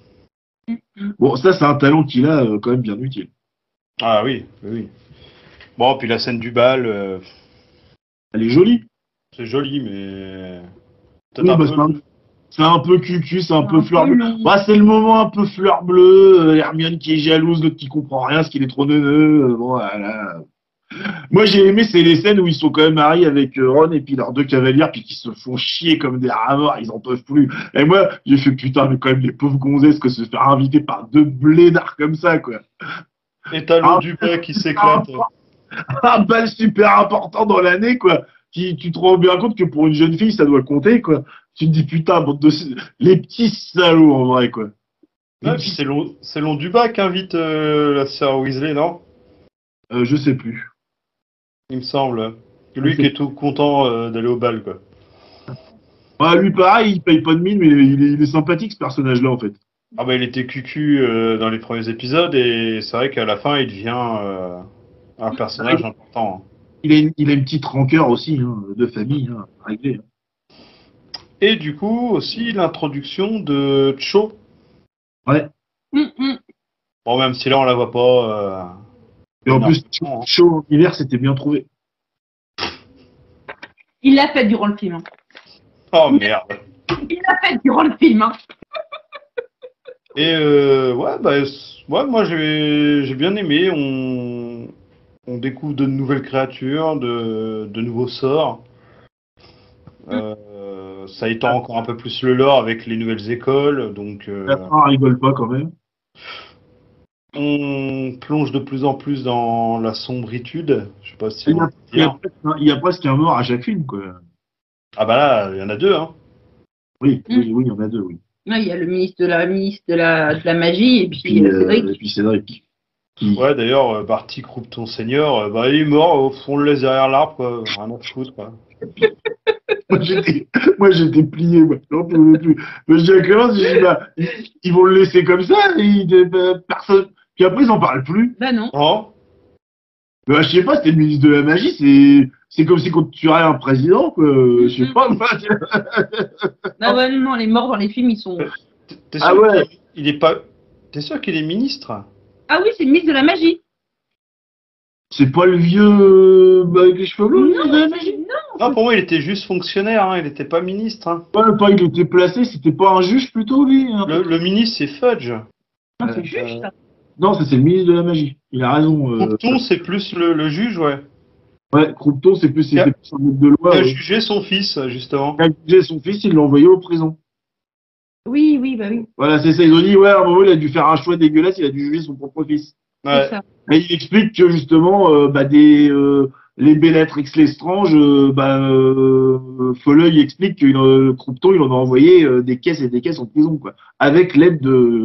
S2: Bon, ça, c'est un talent qu'il a quand même bien utile.
S1: Ah oui, oui, oui. Bon, puis la scène du bal,
S2: Elle est jolie.
S1: c'est joli, mais peut-être
S2: Oui,
S1: un
S2: bah,
S1: peu.
S2: c'est un peu cucu, c'est un peu
S3: Un
S2: fleur
S3: peu
S2: bleue.
S3: long.
S2: Bah, c'est le moment un peu fleur bleue, Hermione qui est jalouse, l'autre qui comprend rien, parce qu'il est trop neuneux. Bon, voilà. Moi, j'ai aimé, c'est les scènes où ils sont quand même mariés avec Ron et puis leurs deux cavalières, puis qui se font chier comme des rats morts, ils en peuvent plus. Et moi, j'ai fait putain, mais quand même, les pauvres gonzesses que se faire inviter par deux blédards comme ça, quoi.
S1: Et t'as l'eau du bas qui s'éclate.
S2: Un bal super important dans l'année, quoi. Tu te rends bien compte que pour une jeune fille, ça doit compter, quoi. Tu te dis putain, bande de... les petits salauds, en vrai, quoi. Les
S1: Ouais, puis
S2: petits...
S1: c'est long du bas qui invite la sœur Weasley, non?
S2: Je sais plus.
S1: Il me semble. Lui qui est tout content d'aller au bal, quoi.
S2: Ouais, lui, pareil, il paye pas de mine, mais il est sympathique, ce personnage-là, en fait.
S1: Ah bah il était cucu dans les premiers épisodes et c'est vrai qu'à la fin il devient un personnage important.
S2: Il a une petite rancœur aussi, hein, de famille, hein, à régler.
S1: Et du coup aussi l'introduction de Cho.
S2: Ouais.
S3: Mhm.
S1: Bon même si là on la voit pas.
S2: Et en plus,
S1: énormément, hein.
S2: chaud en hiver, c'était bien trouvé.
S3: Il l'a fait durant le film. Hein.
S1: Oh merde.
S3: Il l'a fait durant le film. Hein.
S1: Et ouais bah ouais moi j'ai bien aimé. On découvre de nouvelles créatures, de nouveaux sorts. Ça étend encore un peu plus le lore avec les nouvelles écoles, donc
S2: La fin, rigole pas quand même.
S1: on plonge de plus en plus dans la sombritude. Je sais pas si
S2: Il y
S1: on
S2: a,
S1: peut
S2: il y a
S1: dire.
S2: presque, il y a presque un mort à chaque film, quoi.
S1: Ah bah là, il y en a deux, hein.
S2: Oui, oui, oui, il y en a deux, oui.
S3: Ouais, il y a le ministre de la magie et puis Cédric.
S2: Et puis Cédric. Qui...
S1: Ouais, d'ailleurs, Barty Croupton Senior, bah il est mort, au fond on le laisse derrière l'arbre, quoi. Rien à foutre, quoi.
S2: Moi, j'étais plié, moi. J'en pouvais plus. Mais je dis à Clémence, je dis, bah, ils vont le laisser comme ça, personne. Puis après, ils en parlent plus.
S3: Bah non.
S1: Oh,
S2: Bah, je sais pas, c'était le ministre de la magie, c'est comme si on tuerait un président, quoi. Je sais pas, moi.
S3: Ah ouais, non, les morts dans les films, ils sont.
S1: t'es
S2: Ah
S1: sûr
S2: ouais.
S1: qu'il est pas. T'es sûr qu'il est ministre?
S3: Ah oui, c'est le ministre de la magie.
S2: C'est pas le vieux avec les cheveux bleus, le ministre de la magie?
S1: Non, pour moi, il était juste fonctionnaire, hein. Il était pas ministre, hein.
S2: Ouais, pas il était placé, c'était pas un juge plutôt, lui, hein.
S1: Le ministre, c'est Fudge.
S3: Non, c'est juste ça.
S2: Non, ça c'est le ministre de la magie. Il a raison.
S1: Croupton, c'est plus le juge, ouais.
S2: Ouais, Croupton, c'était plus un maître de loi.
S1: Il a jugé son fils, justement.
S2: Il a jugé son fils, il l'a envoyé au prison.
S3: Oui, oui, bah oui.
S2: Voilà, c'est ça. Ils ont dit, ouais, à un moment, il a dû faire un choix dégueulasse, il a dû juger son propre fils.
S1: Ouais.
S3: C'est ça.
S2: Et il explique que justement, les Bellatrix Lestrange, Folleuil explique que Croupton, il en a envoyé des caisses et des caisses en prison, quoi. Avec l'aide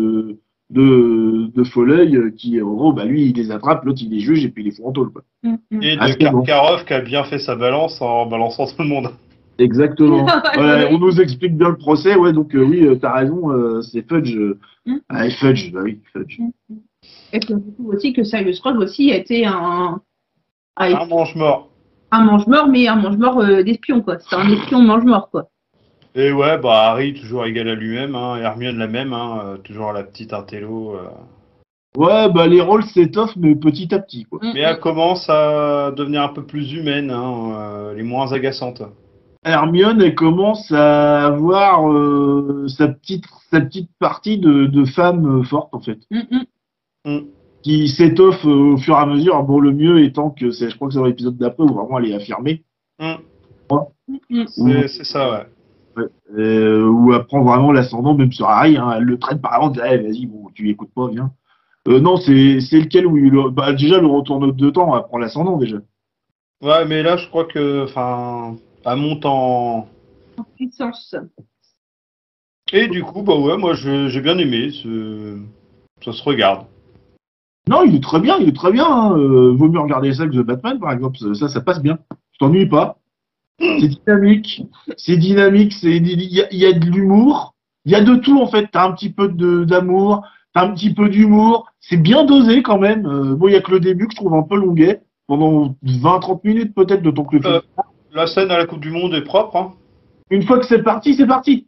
S2: de Folleuil, qui, en gros, bah, lui, il les attrape, l'autre, il les juge et puis il les fout en tôle, quoi.
S1: Et
S2: Ah,
S1: de
S2: c'est bon.
S1: Karkaroff qui a bien fait sa balance en balançant tout le monde.
S2: Exactement. Voilà,
S3: Oui.
S2: on nous explique bien le procès, ouais, donc oui, t'as raison, c'est Fudge. Ah, Fudge, bah oui, Fudge.
S3: Et puis on découvre aussi que Sirius Rogue aussi a été
S1: Un mange-mort.
S3: un mange-mort, mais un mange-mort d'espion, quoi. C'est un espion mange-mort, quoi.
S1: Et ouais, bah Harry toujours égal à lui-même, hein. Hermione la même, hein. Toujours la petite intello.
S2: Ouais, bah les rôles s'étoffent, mais petit à petit, quoi.
S1: Mais elle commence à devenir un peu plus humaine, hein. Les moins agaçantes.
S2: Hermione, elle commence à avoir sa petite partie de femme forte, en fait, qui s'étoffe au fur et à mesure. Bon, le mieux étant que je crois que c'est dans l'épisode d'après où vraiment elle est affirmée.
S1: C'est ça, ouais.
S2: Où elle prend vraiment l'ascendant même sur Harry, hein, elle le traîne par avant, elle dit vas-y, bon, tu écoutes pas, viens. Non, c'est lequel où bah, déjà le retourne de temps, elle prend l'ascendant déjà.
S1: Ouais, mais là, je crois que, enfin, elle monte en...
S3: En puissance.
S1: Et du coup, bah ouais, moi, j'ai bien aimé. Ça se regarde.
S2: Non, il est très bien, il est très bien. Hein. Vaut mieux regarder ça que The Batman, par exemple. Ça passe bien. Tu t'ennuies pas. C'est dynamique. C'est dynamique. Il y a de l'humour. Il y a de tout, en fait. T'as un petit peu d'amour. T'as un petit peu d'humour. C'est bien dosé, quand même. Bon, il y a que le début que je trouve un peu longuet. Pendant 20-30 minutes, peut-être, de temps que le film.
S1: La scène à la Coupe du Monde est propre, hein.
S2: Une fois que c'est parti, c'est parti.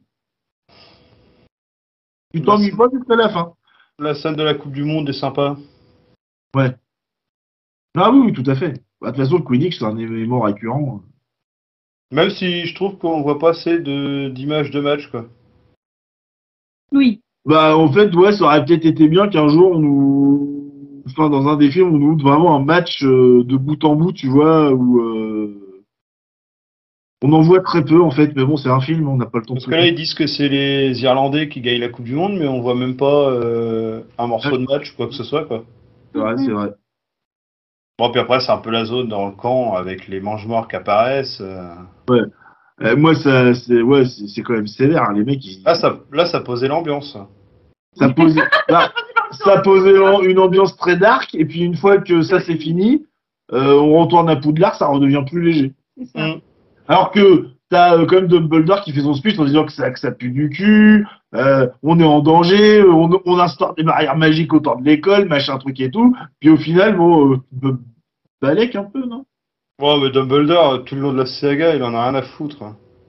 S2: Tu t'ennuies pas jusqu'à la fin.
S1: La scène de la Coupe du Monde est sympa.
S2: Ouais. Ah oui, oui, tout à fait. Bah, de toute façon, le Quidditch, c'est un élément récurrent.
S1: Même si je trouve qu'on voit pas assez d'images de match, quoi.
S3: Oui.
S2: Bah, en fait, ouais, ça aurait peut-être été bien qu'un jour, on nous. Enfin, dans un des films, on nous montre vraiment un match de bout en bout, tu vois, où. On en voit très peu, en fait, mais bon, c'est un film, on n'a pas le temps de
S1: Parce que là, ils disent que c'est les Irlandais qui gagnent la Coupe du Monde, mais on voit même pas un morceau de match ou quoi que ce soit, quoi.
S2: C'est vrai, c'est vrai.
S1: Bon, puis après, c'est un peu la zone dans le camp avec les mange-morts qui apparaissent.
S2: Ouais. Moi, ça, c'est quand même sévère, hein, les mecs, ils.
S1: Là, ça posait l'ambiance.
S2: Ça pose, bah, ça posait une ambiance très dark, et puis une fois que ça c'est fini, on retourne à Poudlard, ça redevient plus léger.
S3: C'est ça.
S2: Alors que t'as quand même Dumbledore qui fait son speech en disant que ça pue du cul, on est en danger, on instaure des barrières magiques autour de l'école, machin truc et tout. Puis au final, bon, balèque un peu, non?
S1: Ouais, mais Dumbledore, tout le long de la saga, il en a rien à foutre.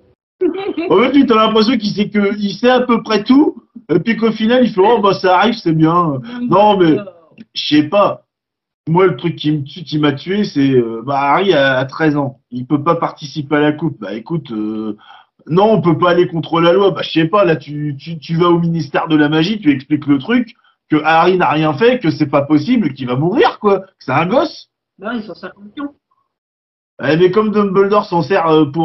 S2: En fait, tu as l'impression qu'il sait à peu près tout, et puis qu'au final, il fait oh bah ça arrive, c'est bien. Non mais je sais pas. Moi, le truc qui m'a tué, c'est bah, Harry a 13 ans. Il peut pas participer à la coupe. Bah écoute, non, on peut pas aller contre la loi. Bah je sais pas, là tu vas au ministère de la magie, tu expliques le truc, que Harry n'a rien fait, que c'est pas possible, qu'il va mourir, quoi. Que c'est un gosse.
S3: Non, ils sont 50 millions.
S2: Mais comme Dumbledore s'en sert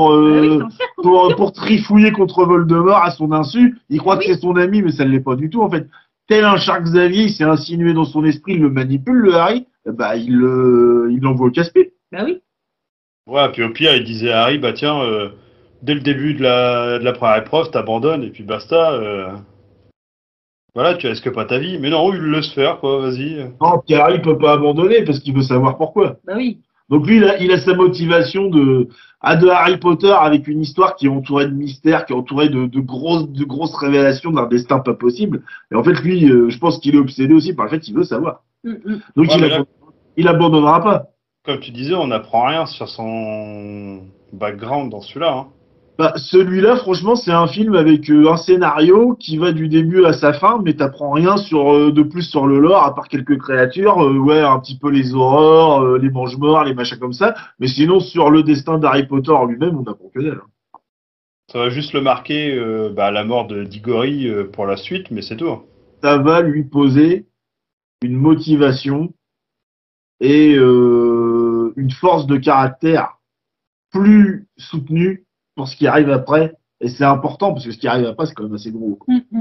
S2: pour trifouiller contre Voldemort à son insu, il croit que c'est son ami, mais ça ne l'est pas du tout en fait. Tel un Charles Xavier, il s'est insinué dans son esprit, il le manipule, le Harry, bah il l'envoie au casse-pied.
S3: Bah oui.
S1: Ouais, puis au pire, il disait à Harry, bah tiens, dès le début de la première épreuve, t'abandonnes et puis basta. Voilà, tu risques pas ta vie. Mais non, il le laisse faire, quoi, vas-y.
S2: Non, puis Harry peut pas abandonner parce qu'il veut savoir pourquoi.
S3: Bah oui.
S2: Donc lui, il a sa motivation de Harry Potter avec une histoire qui est entourée de mystères, qui est entourée de grosses révélations d'un destin pas possible. Et en fait, lui, je pense qu'il est obsédé aussi par le fait qu'il veut savoir. Donc
S1: Ouais,
S2: il abandonnera pas.
S1: comme tu disais, on n'apprend rien sur son background dans celui-là. Hein.
S2: Bah, celui-là, franchement, c'est un film avec un scénario qui va du début à sa fin, mais t'apprends rien de plus sur le lore, à part quelques créatures, ouais, un petit peu les horreurs, les mange-morts, les machins comme ça, mais sinon, sur le destin d'Harry Potter en lui-même, on n'apprend que dalle.
S1: Ça va juste le marquer la mort de Diggory pour la suite, mais c'est tout. Hein.
S2: Ça va lui poser une motivation et une force de caractère plus soutenue pour ce qui arrive après. Et c'est important parce que ce qui arrive après, c'est quand même assez gros.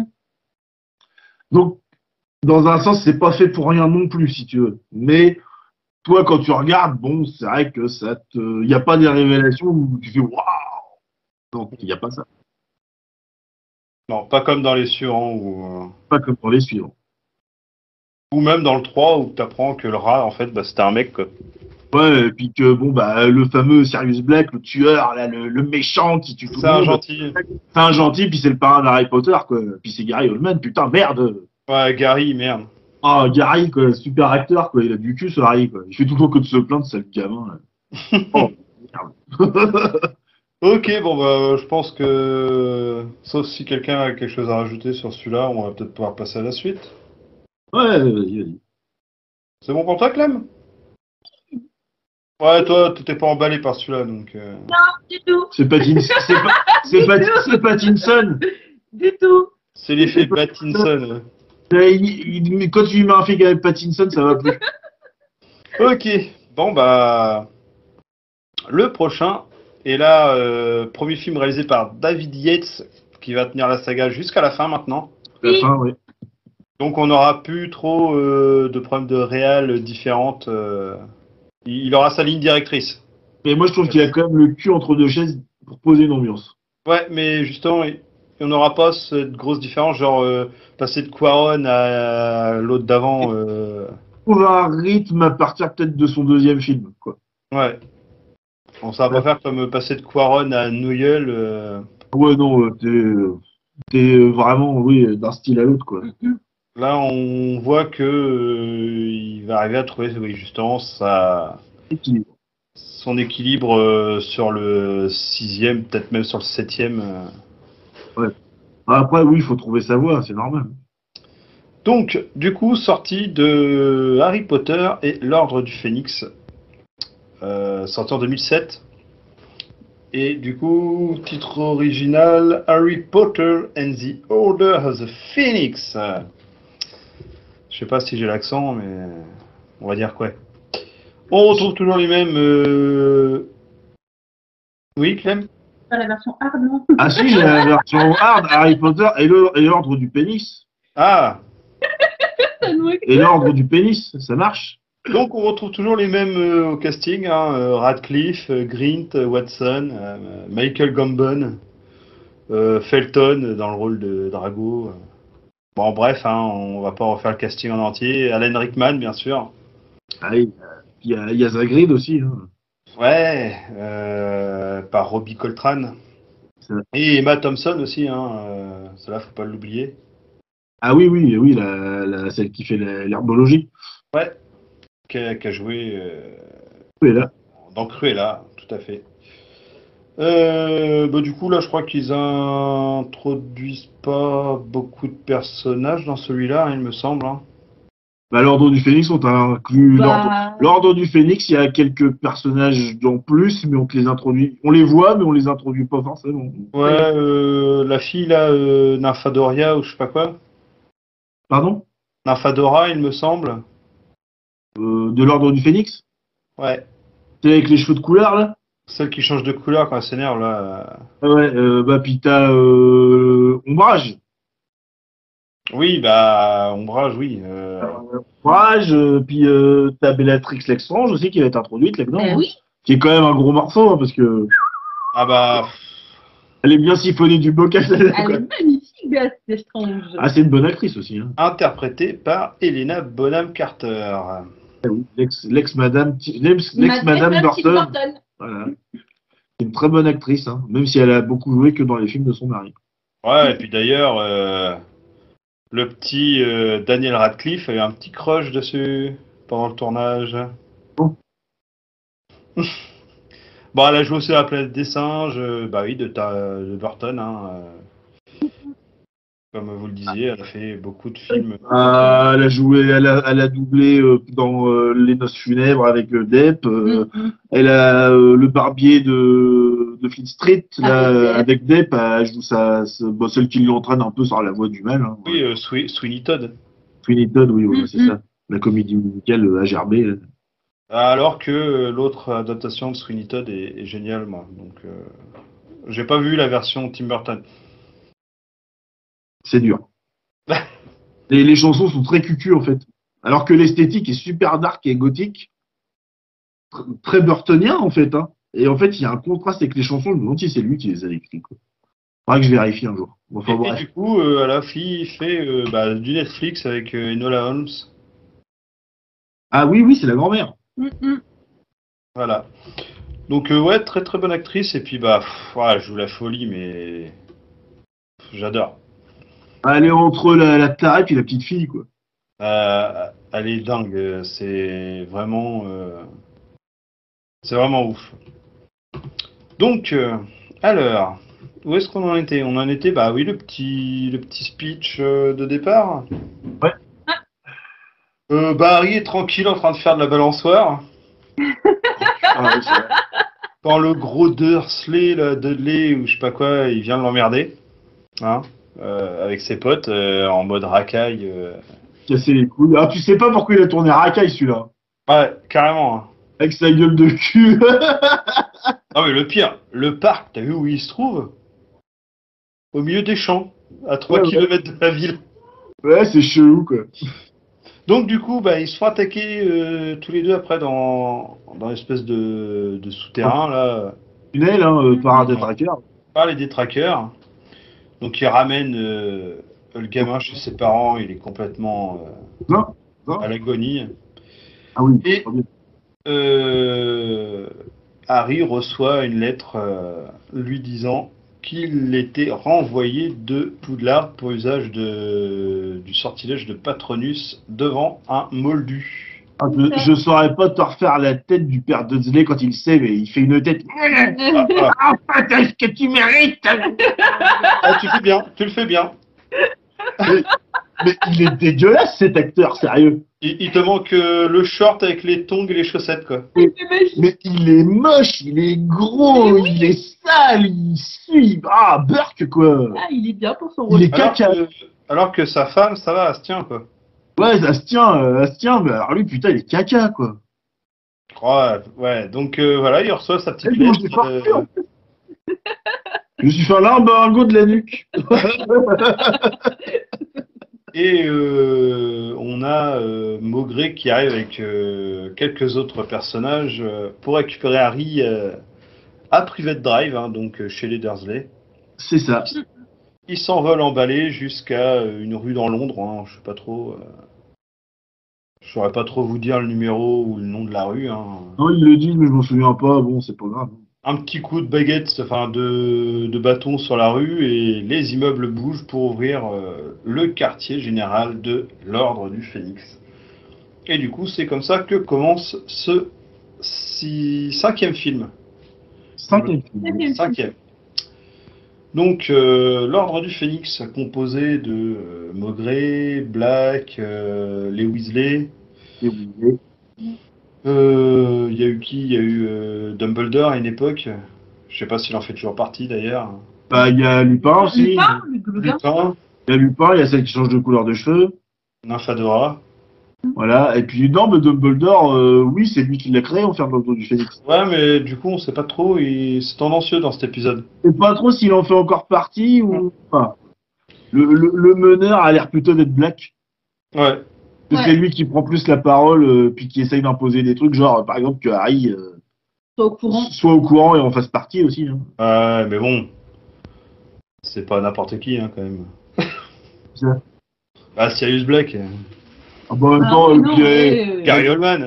S2: Donc, dans un sens, c'est pas fait pour rien non plus, si tu veux. Mais toi, quand tu regardes, bon, c'est vrai que il n'y a pas des révélations où tu fais waouh. Non, il n'y a pas ça.
S1: Non, pas comme dans les suivants
S2: Pas comme dans les suivants.
S1: Ou même dans le 3 où tu apprends que le rat, en fait, bah, c'était un mec, quoi.
S2: Ouais, et puis que bon bah le fameux Sirius Black, le tueur, là, le méchant qui tue tout le monde.
S1: C'est un gentil.
S2: C'est un gentil, puis c'est le parrain d'Harry Potter, quoi. Puis c'est Gary Oldman, putain, merde.
S1: Ouais, Gary, merde.
S2: Ah, Gary, quoi, super acteur, quoi. Il a du cul, ce Harry, quoi. Il fait tout le temps que de se plaindre, sale gamin. Là. Oh, merde.
S1: Ok, bon, bah, je pense que, sauf si quelqu'un a quelque chose à rajouter sur celui-là, on va peut-être pouvoir passer à la suite.
S2: Ouais, vas-y.
S1: C'est bon pour toi, Clem? Ouais, toi, t'étais pas emballé par celui-là, donc...
S3: Non, du tout.
S2: C'est Pattinson.
S3: Du tout.
S1: C'est l'effet Pattinson.
S2: Quand tu lui mets un flic avec Pattinson, ça va plus.
S1: Ok, bon, bah... Le prochain Et là, premier film réalisé par David Yates, qui va tenir la saga jusqu'à la fin maintenant.
S2: La fin, oui.
S1: Donc on n'aura plus trop de problèmes de réal différentes. Il aura sa ligne directrice.
S2: Mais moi, je trouve qu'il a quand même le cul entre deux chaises pour poser une ambiance.
S1: Ouais, mais justement, on n'aura pas cette grosse différence, genre passer de Quaron à l'autre d'avant.
S2: Trouve un rythme à partir peut-être de son deuxième film, quoi.
S1: Ouais. Bon, ça va pas faire comme passer de Quaron à Noyeul.
S2: Ouais, non, t'es vraiment, oui, d'un style à l'autre, quoi.
S1: Là, on voit que il va arriver à trouver, oui, justement,
S2: Équilibre.
S1: son équilibre sur le 6e, peut-être même sur le 7e.
S2: Ouais. Après, oui, il faut trouver sa voie, c'est normal.
S1: Donc, du coup, sortie de Harry Potter et l'Ordre du Phénix, sorti en 2007. Et du coup, titre original, Harry Potter and the Order of the Phoenix. Je sais pas si j'ai l'accent, mais on va dire quoi. On retrouve toujours les mêmes. Oui, Clem?
S3: Pas la version hard, non?
S2: Ah si, j'ai la version hard, Harry Potter et l'ordre du pénis.
S1: Ah!
S2: Et l'ordre du pénis, ça marche.
S1: Donc on retrouve toujours les mêmes au casting, hein, Radcliffe, Grint, Watson, Michael Gambon, Felton dans le rôle de Drago. Bon bref, hein, on va pas refaire le casting en entier. Alan Rickman bien sûr.
S2: Ah, il y a Zagrid aussi. Hein.
S1: Ouais, par Robbie Coltrane. Et Emma Thompson aussi, hein, celle-là faut pas l'oublier.
S2: Ah oui, celle qui fait l'herbologie.
S1: Ouais, qui a joué
S2: Cruella.
S1: dans Cruella, tout à fait. Du coup, là, je crois qu'ils introduisent pas beaucoup de personnages dans celui-là, hein, il me semble. Hein.
S2: Bah, l'ordre du Phénix, on t'a inclus. L'ordre du Phénix, il y a quelques personnages en plus, mais on te les introduit. On les voit, mais on les introduit pas forcément.
S1: Ouais, la fille là, Nymphadoria ou je sais pas quoi.
S2: Pardon?
S1: Nymphadora, il me semble.
S2: De l'ordre du Phénix?
S1: Ouais.
S2: C'est avec les cheveux de couleur, là?
S1: Celle qui change de couleur quand elle s'énerve, là.
S2: Ouais, puis t'as Ombrage.
S1: Oui, bah, Ombrage, oui.
S2: Ombrage, puis t'as Bellatrix Lestrange aussi qui va être introduite là-dedans.
S3: Oui.
S2: Qui est quand même un gros morceau, hein, parce que.
S1: Ah bah.
S2: Elle est bien siphonnée du bocal.
S3: Elle est magnifique, c'est étrange.
S2: Ah, c'est une bonne actrice aussi. Hein.
S1: Interprétée par Helena Bonham Carter.
S2: Ah oui, l'ex-madame Burton. Voilà. C'est une très bonne actrice, hein, même si elle a beaucoup joué que dans les films de son mari.
S1: Ouais, et puis d'ailleurs, le petit Daniel Radcliffe a eu un petit crush dessus pendant le tournage.
S2: Bon.
S1: Bon, elle a joué aussi à la planète des singes, bah oui, de Burton, hein. Comme vous le disiez, elle a fait beaucoup de films.
S2: Elle a joué, elle a doublé dans Les Noces funèbres avec Depp. Elle a le barbier de Fleet Street là, avec Depp. Elle joue celle qui l'entraîne un peu sur la voie du mal. Hein.
S1: Oui, Sweeney Todd.
S2: Sweeney Todd, oui, voilà, c'est ça. La comédie musicale à gerber.
S1: Alors que l'autre adaptation de Sweeney Todd est géniale, moi. Donc, j'ai pas vu la version Tim Burton.
S2: C'est dur. Les chansons sont très cucu en fait. Alors que l'esthétique est super dark et gothique. Très burtonien en fait. Hein. Et en fait, il y a un contraste avec les chansons. Je me demande si c'est lui qui les a écrites. Faudra que je vérifie un jour. Enfin,
S1: et du coup, à la fille fait du Netflix avec Enola Holmes.
S2: Ah oui, c'est la grand-mère.
S1: Voilà. Donc ouais, très très bonne actrice. Et puis elle joue la folie, mais j'adore.
S2: Elle est entre la tarée et la petite fille, quoi.
S1: Elle est dingue. C'est vraiment ouf. Donc, alors, où est-ce qu'on en était? On en était, bah oui, le petit speech de départ.
S2: Ouais.
S1: Harry est tranquille en train de faire de la balançoire. Quand le gros Dursley, là, Dudley ou je sais pas quoi, il vient l'emmerder. Hein, avec ses potes en mode racaille.
S2: Casser les couilles. Ah, tu sais pas pourquoi il a tourné racaille celui-là.
S1: Ouais, carrément. Hein.
S2: Avec sa gueule de cul.
S1: Non mais le pire, le parc, t'as vu où il se trouve? Au milieu des champs, à 3
S2: Ouais, ouais.
S1: kilomètres de la ville.
S2: Ouais, c'est chelou, quoi.
S1: Donc du coup, bah, ils se font attaquer tous les deux après dans l'espèce de souterrain là,
S2: Tunnel, hein, par un détraqueur.
S1: par les détraqueurs. Donc ils ramènent le gamin chez ses parents, il est complètement
S2: Non,
S1: à
S2: non.
S1: l'agonie.
S2: Ah oui,
S1: Et
S2: très bien.
S1: Harry reçoit une lettre lui disant qu'il était renvoyé de Poudlard pour usage du sortilège de Patronus devant un moldu.
S2: Ah, je saurais pas te refaire la tête du père Dudley quand il sait, mais il fait une tête.
S1: Ah, voilà.
S2: Enfin, t'as ce que tu mérites.
S1: Ah, tu fais bien, tu le fais bien.
S2: Mais il est dégueulasse cet acteur, sérieux.
S1: Il te manque le short avec les tongs et les chaussettes, quoi.
S2: Mais il est moche, il est gros, il est sale, il sue. Ah, Burke, quoi.
S3: Ah, il est bien pour son
S2: Il
S3: rôle.
S2: est caca.
S1: Alors que sa femme, ça va, elle se tient, quoi.
S2: Ouais, ça se tient, mais alors lui, putain, il est caca, quoi.
S1: Ouais, ouais. Donc voilà, il reçoit sa petite
S2: Et moi,
S1: lettre.
S2: je l'ai pas refait, en fait. Je me suis fait un limbago de la nuque.
S1: Et on a Maugrey qui arrive avec quelques autres personnages pour récupérer Harry à Private Drive, hein, donc chez les Dursley.
S2: C'est ça.
S1: Ils s'envolent emballés jusqu'à une rue dans Londres, hein, je sais pas trop. Je saurais pas trop vous dire le numéro ou le nom de la rue. Hein.
S2: Non, ils le disent, mais je m'en souviens pas. Bon, c'est pas grave.
S1: Un petit coup de baguette, enfin de bâton sur la rue et les immeubles bougent pour ouvrir le quartier général de l'Ordre du Phénix. Et du coup, c'est comme ça que commence ce cinquième film.
S2: Cinquième film.
S1: Cinquième. Donc, l'Ordre du Phénix, composé de Maugrey, Black, les Weasley.
S2: Et oui.
S1: Il y a eu qui? Il y a eu Dumbledore à une époque. Je sais pas s'il en fait toujours partie d'ailleurs.
S2: Bah, il y a Lupin aussi.
S3: Lupin, le gars.
S1: Lupin,
S2: Il y a Lupin, il y a celle qui change de couleur de cheveux.
S1: Nymphadora.
S2: Voilà. Et puis, non, mais Dumbledore, oui, c'est lui qui l'a créé, en fait, l'Ordre du Phénix.
S1: Ouais, mais du coup, on sait pas trop. C'est tendancieux dans cet épisode.
S2: Et pas trop s'il en fait encore partie ou pas. Le meneur a l'air plutôt d'être Black.
S1: Ouais.
S2: Que
S3: Ouais.
S2: c'est lui qui prend plus la parole, puis qui essaye d'imposer des trucs, genre, par exemple, que Harry
S3: Soit au courant.
S2: soit au courant et en fasse partie aussi. Hein.
S1: Ouais, mais bon. C'est pas n'importe qui, hein, quand même.
S2: C'est ça.
S1: Ah, Sirius Black.
S2: Ah bah, en même
S3: Ah,
S2: temps,
S3: non,
S2: puis,
S3: ouais,
S1: Gary Oldman.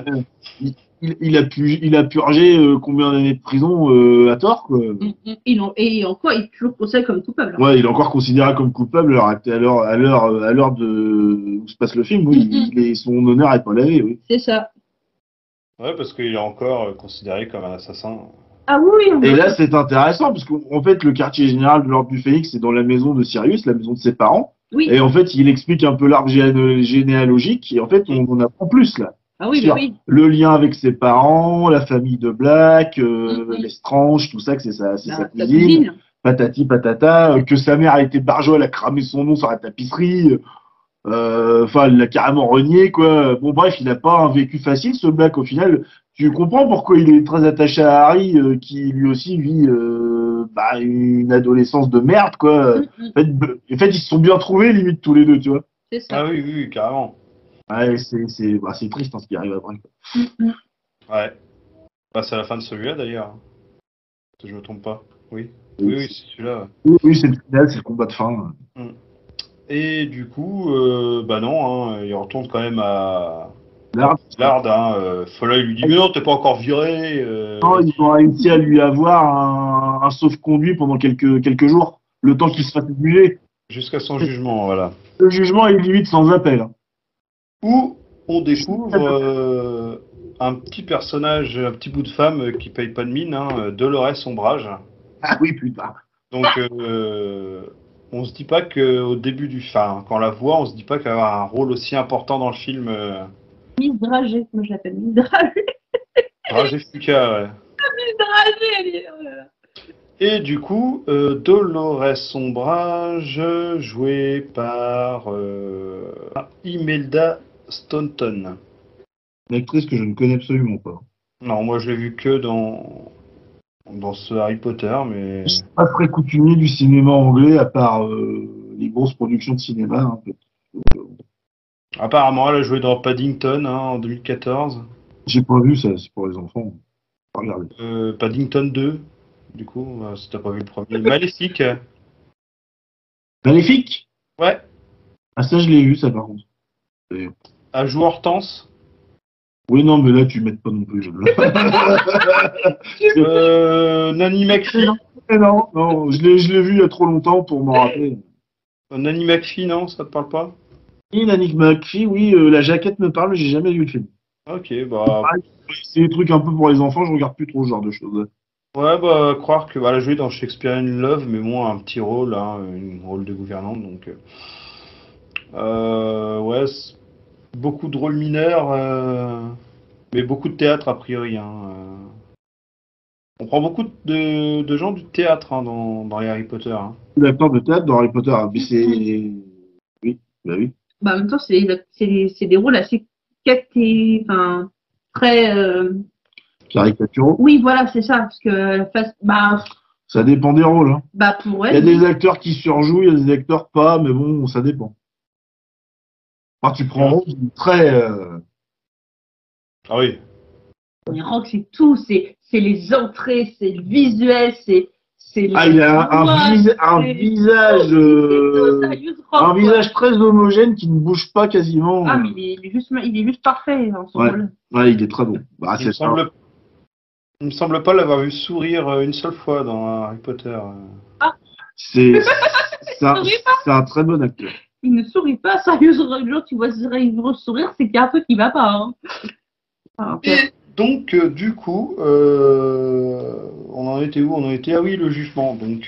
S2: il a purgé combien d'années de prison à tort, quoi.
S3: Et encore, il est toujours considéré comme coupable.
S2: Ouais, il est encore considéré comme coupable alors, à l'heure de où se passe le film. Oui, son honneur est pas lavé. Oui.
S3: C'est ça.
S1: Ouais, parce qu'il est encore considéré comme un assassin.
S3: Ah oui, oui.
S2: Et là, c'est intéressant parce qu'en fait, le quartier général de l'Ordre du Phénix, c'est dans la maison de Sirius, la maison de ses parents.
S3: Oui.
S2: Et en fait, il explique un peu l'arbre généalogique. Et en fait, on en apprend plus là.
S3: Ah oui,
S2: Sur
S3: mais oui.
S2: le lien avec ses parents, la famille de Black, Lestrange, tout ça, que c'est sa
S3: La
S2: cousine, patati patata, que sa mère a été barjo, elle a cramé son nom sur la tapisserie, enfin, elle l'a carrément renié, quoi. Bon, bref, il n'a pas un vécu facile, ce Black, au final. Tu comprends pourquoi il est très attaché à Harry, qui lui aussi vit une adolescence de merde, quoi. En fait, ils se sont bien trouvés, limite, tous les deux, tu vois.
S3: C'est ça.
S1: Ah oui, oui, carrément.
S2: Ouais, c'est triste, hein, ce qui arrive après.
S1: Ouais. Bah, c'est la fin de celui-là d'ailleurs. Si je me trompe pas. Oui. Oui, oui, c'est celui-là.
S2: Oui, c'est le final, c'est le combat de fin.
S1: Et du coup, bah non, hein, il retourne quand même à
S2: Là,
S1: Folleuil lui dit mais non, t'es pas encore viré.
S2: ils ont réussi à lui avoir un sauf-conduit pendant quelques jours, le temps qu'il se fasse juger.
S1: Jusqu'à son jugement, voilà.
S2: Le jugement est limite sans appel. Hein.
S1: Où on découvre un petit personnage, un petit bout de femme qui paye pas de mine, hein, Dolores Ombrage.
S2: Ah oui, putain.
S1: Donc on se dit pas qu'au début quand on la voit, on se dit pas qu'elle va avoir un rôle aussi important dans le film.
S3: Miss Dragé, moi je l'appelle Miss Dragé.
S1: Dragé Fuka, ouais.
S3: Miss Dragé, elle est. Oh là là.
S1: Et du coup, Dolores Ombrage, jouée par Imelda Staunton.
S2: Une actrice que je ne connais absolument pas.
S1: Non, moi je l'ai vu que dans ce Harry Potter, mais
S2: Je suis pas très coutumier du cinéma anglais, à part les grosses productions de cinéma. Un peu.
S1: apparemment elle a joué dans Paddington en 2014.
S2: J'ai pas vu ça, c'est pour les enfants. Pas regarder.
S1: Paddington 2, du coup, si t'as pas vu le premier. Maléfique,
S2: Maléfique?
S1: ouais,
S2: Ah, ça, je l'ai vu, ça, par contre. Et-
S1: a joué Hortense.
S2: Oui, non, mais là, tu m'aides pas non plus.
S1: Nanny McPhee.
S2: Non, non, je l'ai vu il y a trop longtemps pour m'en rappeler.
S1: Nanny McPhee, non, ça te parle pas?
S2: Et Nanik McPhee, oui, la jaquette me parle, mais j'ai jamais vu le film.
S1: Ok, bah,
S2: Pareil, c'est des trucs un peu pour les enfants, je regarde plus trop ce genre de choses.
S1: ouais, bah, croire que, bah, elle a joué dans Shakespeare in Love, mais moins un petit rôle, un rôle de gouvernante, donc, ouais, beaucoup de rôles mineurs, mais beaucoup de théâtre a priori, On prend beaucoup de gens du théâtre dans les Harry Potter, hein.
S2: L'acteur de théâtre dans Harry Potter, mais c'est. Oui, bah oui.
S3: Bah, en même temps, c'est des rôles assez enfin, très.
S2: Caricaturaux.
S3: Oui, voilà, c'est ça. Parce que, bah,
S2: Ça dépend des rôles. Hein.
S3: bah, pour
S2: Il y a
S3: elle,
S2: des acteurs qui surjouent, il y a des acteurs pas, mais bon, ça dépend. Enfin, tu prends Rose, très.
S1: Ah oui.
S3: les rock, c'est tout. C'est les entrées, c'est le visuel, c'est
S2: Ah,
S3: les
S2: il a
S3: voix,
S2: un
S3: c'est
S2: visage,
S3: tout, sérieux rock,
S2: un
S3: quoi.
S2: visage très homogène qui ne bouge pas quasiment.
S3: Ah, mais il est juste parfait dans ce
S2: Ouais,
S3: rôle.
S2: ouais, il est très bon. Bah,
S1: Il me
S2: c'est ça.
S1: semble, il me semble pas l'avoir vu sourire une seule fois dans Harry Potter.
S3: Ah,
S2: C'est c'est un,
S3: souris pas.
S2: c'est un très bon acteur.
S3: Il ne sourit pas, sérieusement. Le jour où tu vois Cyril sourire, c'est qu'il y a un truc qui va pas. Hein. Ah, ok.
S1: Et donc, du coup, on en était où? On en était, ah oui, le jugement. Donc,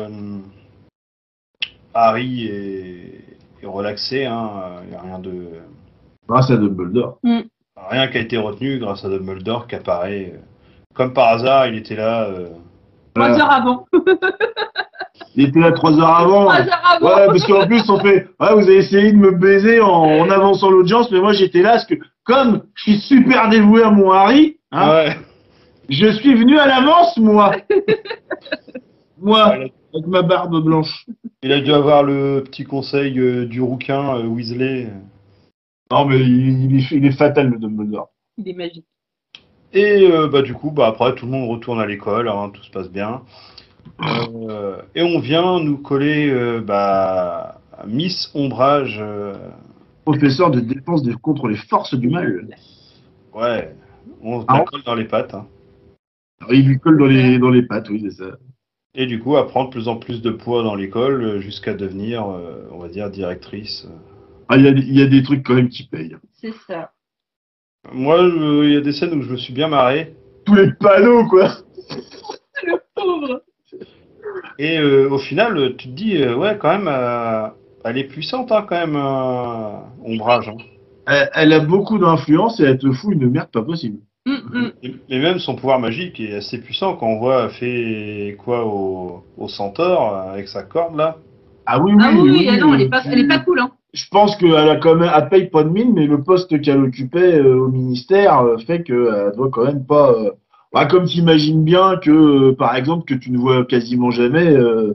S1: Harry est relaxé, il n'y a
S2: Grâce à Dumbledore.
S1: rien qui a été retenu grâce à Dumbledore qui apparaît. Comme par hasard, il était là.
S3: 3 heures avant.
S2: Il était là 3 heures avant.
S3: 3 heures avant.
S2: Ouais, parce qu'en plus, on fait, ouais, vous avez essayé de me baiser en avançant l'audience, mais moi j'étais là parce que, comme je suis super dévoué à mon Harry, hein,
S1: Ouais.
S2: je suis venu à l'avance, moi. Moi,
S1: Ouais,
S2: avec ma barbe blanche.
S1: il a dû avoir le petit conseil du rouquin Weasley.
S2: Non, mais il est fatal, le Dumbledore.
S3: Il est magique.
S1: Et bah, du coup, bah, après, tout le monde retourne à l'école, tout se passe bien. Et on vient nous coller Miss Ombrage.
S2: Professeur de défense contre les forces du mal.
S1: Ouais, on se
S2: Ah,
S1: la colle dans les pattes.
S2: alors, il lui colle dans les pattes, oui, c'est ça.
S1: Et du coup, à prendre de plus en plus de poids dans l'école jusqu'à devenir, on va dire, directrice.
S2: Ah, il y a des trucs quand même qui payent.
S3: C'est ça.
S1: Moi, il y a des scènes où je me suis bien marré.
S2: Tous les panneaux, quoi.
S3: Le pauvre.
S1: Et au final, tu te dis, ouais, quand même, elle est puissante, quand même, Ombrage.
S2: Elle a beaucoup d'influence et elle te fout une merde pas possible.
S1: Et même son pouvoir magique est assez puissant quand on voit elle fait quoi au centaure avec sa corde là.
S2: Ah oui,
S3: Ah oui,
S2: oui,
S3: non, elle est pas cool. Hein.
S2: Je pense qu'elle a quand même, elle paye pas de mine, mais le poste qu'elle occupait au ministère fait qu'elle doit quand même pas. Bah, comme tu imagines bien que, par exemple, que tu ne vois quasiment jamais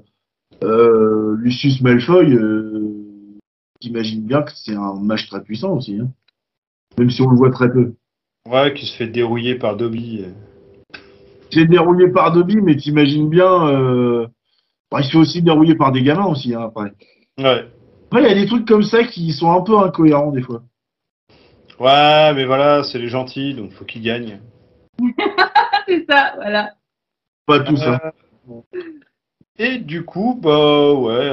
S2: Lucius Malfoy, t'imagines bien que c'est un mage très puissant aussi, hein, même si on le voit très peu.
S1: Ouais, qui se fait dérouiller par Dobby.
S2: C'est dérouillé par Dobby, mais t'imagines bien, bah, il se fait aussi dérouiller par des gamins aussi, hein, après.
S1: Ouais.
S2: Après, il y a des trucs comme ça qui sont un peu incohérents des fois.
S1: Ouais, mais voilà, c'est les gentils, donc faut qu'ils gagnent.
S3: C'est ça, voilà.
S2: Pas tout ça.
S1: Et du coup, bah ouais.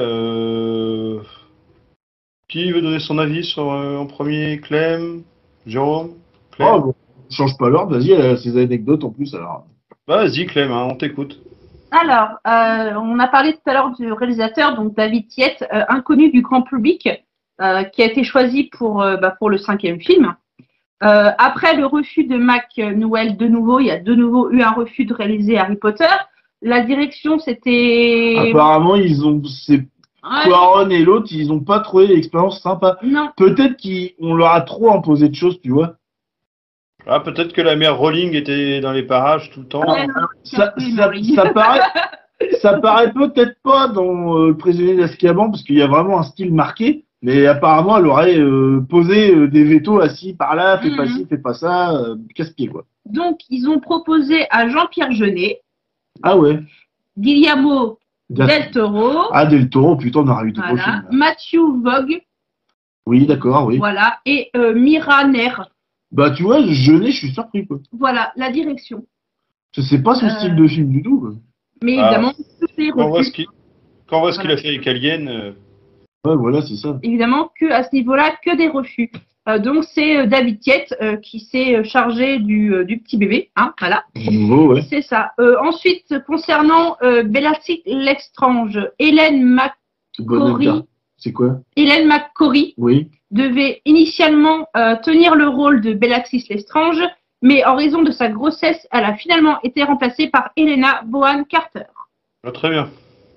S1: Qui veut donner son avis sur en premier, Clem, Jérôme, Clem?
S2: Oh, bon, on change pas l'ordre, vas-y, elle a ses anecdotes en plus alors.
S1: Bah, vas-y, Clem, on t'écoute.
S3: Alors, on a parlé tout à l'heure du réalisateur, donc David Yates, inconnu du grand public, qui a été choisi pour le 5e film. Après le refus de Mac Newell, de nouveau, il y a de nouveau eu un refus de réaliser Harry Potter. La direction, c'était...
S2: Apparemment, Quaron et l'autre, ils ont pas trouvé l'expérience sympa.
S3: Non.
S2: Peut-être qu'on leur a trop imposé de choses, tu vois.
S1: Ah, peut-être que la mère Rowling était dans les parages tout le temps.
S3: Ouais,
S2: Ça,
S3: oui,
S2: ça,
S3: Marie.
S2: ça paraît peut-être pas dans Le Prisonnier d'Azkaban, parce qu'il y a vraiment un style marqué, mais apparemment, elle aurait posé des vétos assis par là, fais pas ci, fais pas ça, casse-pied, quoi.
S3: Donc, ils ont proposé à Jean-Pierre Jeunet,
S2: Ah ouais.
S3: Guillermo del Toro,
S2: Ah, Del Toro, putain, on aurait eu de beaux
S3: voilà,
S2: films. Là.
S3: Matthew Vogue,
S2: Oui, d'accord, oui.
S3: voilà, et Mira Ner.
S2: Bah, tu vois, je suis surpris, quoi.
S3: Voilà, la direction.
S2: C'est pas son style de film du tout, quoi.
S3: Mais
S1: Ah,
S3: évidemment, que des
S1: quand on voit
S3: refus.
S1: ce qu'il a fait avec Alien,
S2: Ouais, voilà, c'est ça.
S3: Évidemment, que à ce niveau-là, que des refus. Donc, c'est David Tiet qui s'est chargé du petit bébé. Hein, voilà.
S2: Nouveau, ouais.
S3: C'est ça. Ensuite, concernant Bellatrix Lestrange, Hélène
S2: Bonne
S3: McCory,
S2: C'est quoi?
S3: Hélène McCory
S2: Oui.
S3: devait initialement tenir le rôle de Bellatrix Lestrange, mais en raison de sa grossesse, elle a finalement été remplacée par Helena Bonham Carter.
S1: ah, très bien.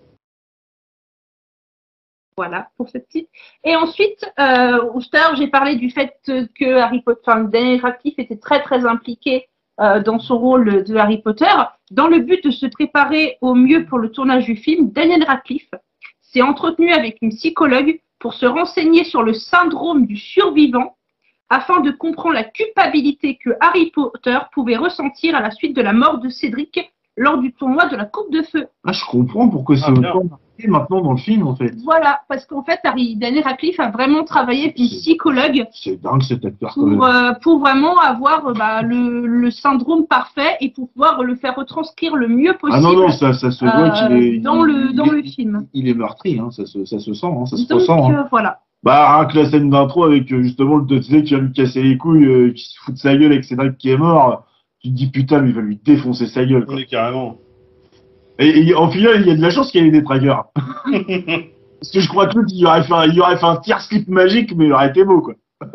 S3: Voilà pour cette petite. Et ensuite, tout à l'heure, j'ai parlé du fait que Harry Potter, enfin, Daniel Radcliffe était très très impliqué dans son rôle de Harry Potter. Dans le but de se préparer au mieux pour le tournage du film, Daniel Radcliffe s'est entretenu avec une psychologue pour se renseigner sur le syndrome du survivant afin de comprendre la culpabilité que Harry Potter pouvait ressentir à la suite de la mort de Cédric lors du tournoi de la Coupe de Feu.
S2: Ah, je comprends pourquoi c'est
S1: bien.
S2: autant marqué maintenant dans le film, en fait.
S3: Voilà, parce qu'en fait, Daniel Radcliffe a vraiment travaillé avec une psychologue
S2: C'est dingue cet acteur, quand même.
S3: pour vraiment avoir le syndrome parfait et pour pouvoir le faire retranscrire le mieux possible.
S2: Ah non, non, ça se voit qu'il est.
S3: Dans le film.
S2: Il est meurtri, hein, ça se sent, hein, ça se
S3: Donc,
S2: ressent. Hein.
S3: voilà.
S2: Bah, rien que la scène d'intro avec justement le Dudley qui va lui casser les couilles, qui se fout de sa gueule avec Cédric qui est mort, tu te dis putain, mais il va lui défoncer sa gueule. Quoi.
S1: On est carrément.
S2: Et en final, il y a de la chance qu'il y ait des trackers. Parce que je crois que l'autre, il aurait fait un tiers slip magique, mais il aurait été beau, quoi.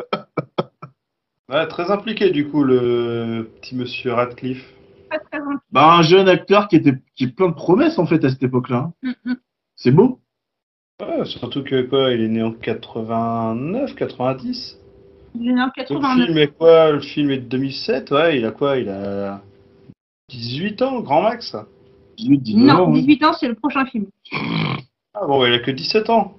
S1: Ouais, très impliqué du coup, le petit monsieur Radcliffe.
S3: Très, très gentil.
S2: Bah, un jeune acteur qui est plein de promesses, en fait, à cette époque-là. Hein. C'est beau.
S1: Ouais, surtout que quoi, il est né en 89, 90.
S3: Il est né en
S1: Le
S3: 89.
S1: film est quoi? Le film est de 2007, ouais, il a quoi? Il a 18 ans, grand max.
S2: 18, 19
S3: Non,
S2: ans.
S3: 18 ans, c'est le prochain film.
S1: Ah bon, il a que 17 ans.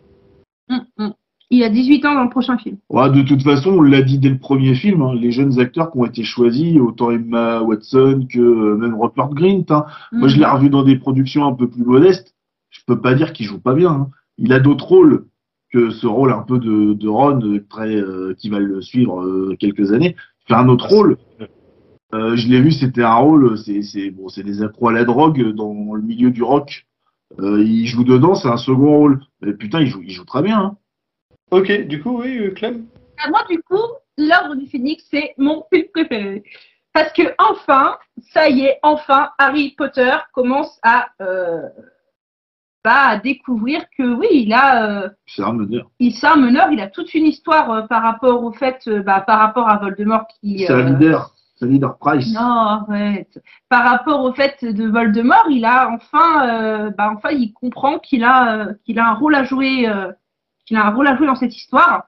S3: Il a 18 ans dans le prochain film.
S2: Ouais, de toute façon, on l'a dit dès le premier film, hein, les jeunes acteurs qui ont été choisis, autant Emma Watson que même Rupert Grint. Hein. Moi, je l'ai revu dans des productions un peu plus modestes. Je peux pas dire qu'il joue pas bien. Hein. Il a d'autres rôles que ce rôle un peu de Ron, qui va le suivre quelques années. Il fait un autre rôle. Je l'ai vu, c'était un rôle, c'est des accros à la drogue dans le milieu du rock. Il joue dedans, c'est un second rôle. Mais putain, il joue très bien. Hein.
S1: Ok, du coup, oui, Clem.
S3: Moi, du coup, L'Ordre du Phénix, c'est mon film préféré. Parce que enfin, ça y est, enfin, Harry Potter commence à découvrir que oui, il a.
S2: C'est un meneur.
S3: C'est un meneur, il a toute une histoire par rapport au fait, par rapport à Voldemort qui.
S2: C'est un leader. C'est un leader Price.
S3: Non, arrête. Par rapport au fait de Voldemort, il a enfin, il comprend qu'il a un rôle à jouer, dans cette histoire.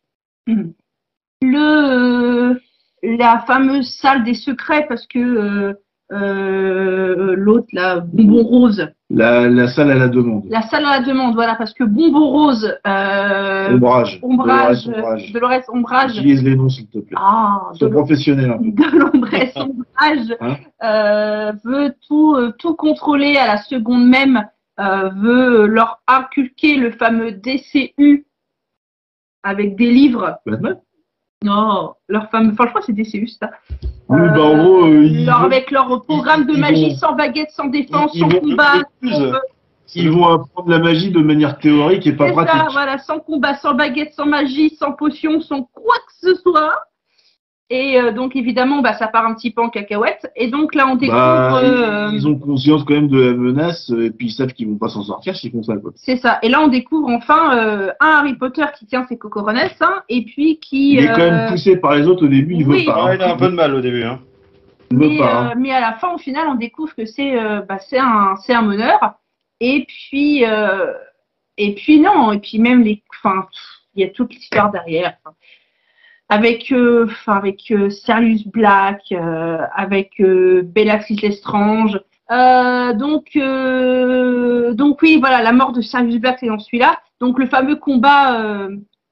S3: La fameuse salle des secrets, parce que l'autre, la Bonbon Rose.
S2: La salle à la demande.
S3: La salle à la demande, voilà, parce que Bonbon Rose.
S2: Ombrage.
S3: Dolores Ombrage.
S2: Utilise les noms, s'il te plaît.
S3: Ah,
S2: Sois professionnel un peu.
S3: Dolores Ombrage veut tout contrôler à la seconde même, veut leur inculquer le fameux DCU avec des livres.
S2: Batman?
S3: Non, leur fameux. Enfin, je crois que c'est DCU, ça.
S2: Oui, en gros,
S3: avec leur programme de magie sans baguette, sans défense, sans combat.
S2: Ils vont apprendre la magie de manière théorique et pas pratique.
S3: Ça, voilà, sans combat, sans baguette, sans magie, sans potion, sans quoi que ce soit. Et donc, évidemment, ça part un petit peu en cacahuète. Et donc, là, on découvre.
S2: Ils ont conscience quand même de la menace et puis ils savent qu'ils vont pas s'en sortir s'ils font ça. Quoi.
S3: C'est ça. Et là, on découvre enfin un Harry Potter qui tient ses cocoronets, et puis qui.
S2: Il est quand même poussé par les autres au début, il veut pas.
S1: Il a un peu de mal au début. Hein.
S3: Mais à la fin, au final, on découvre que c'est un meneur. Et puis non. Et puis même il y a toute l'histoire derrière. Sirius Black, avec Bellatrix Lestrange. Donc oui, voilà, la mort de Sirius Black, c'est dans celui-là. Donc le fameux combat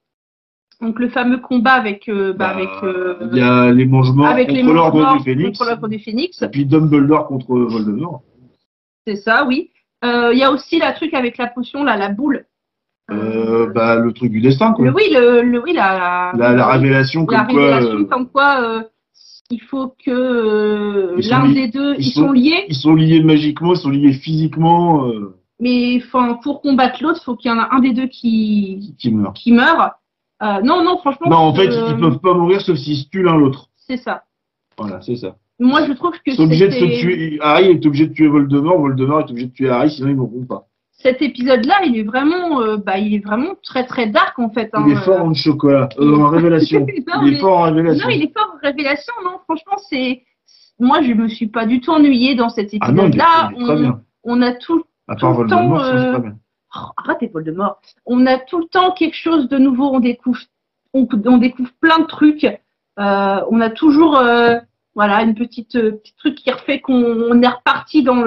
S3: avec
S2: il y a les Mangemorts contre l'Ordre du Phénix. Et puis Dumbledore contre Voldemort.
S3: C'est ça, oui. Il y a aussi la truc avec la potion, là, la boule.
S2: Le truc du destin, quoi.
S3: La
S2: révélation
S3: comme quoi il faut que l'un des deux, ils sont liés.
S2: Ils sont liés magiquement, ils sont liés physiquement.
S3: Mais pour combattre l'autre, il faut qu'il y en a un des deux qui meurt. Non, franchement.
S2: Non, en fait, ils peuvent pas mourir sauf s'ils se tuent l'un l'autre.
S3: C'est ça.
S2: Voilà, c'est ça.
S3: Moi, je trouve que
S2: Harry est obligé de tuer Voldemort, Voldemort est obligé de tuer Harry, sinon ils mourront pas.
S3: Cet épisode-là, il est vraiment très très dark en fait.
S2: Il est fort en chocolat, en révélation. Il est fort en révélation.
S3: Non, il est fort en révélation, non. Franchement, moi, je me suis pas du tout ennuyée dans cet épisode-là. On a tout.
S2: À part Voldemort, c'est pas bien.
S3: Arrêtez Voldemort. On a tout le temps quelque chose de nouveau. On découvre plein de trucs. On a toujours une petite truc qui refait qu'on est reparti dans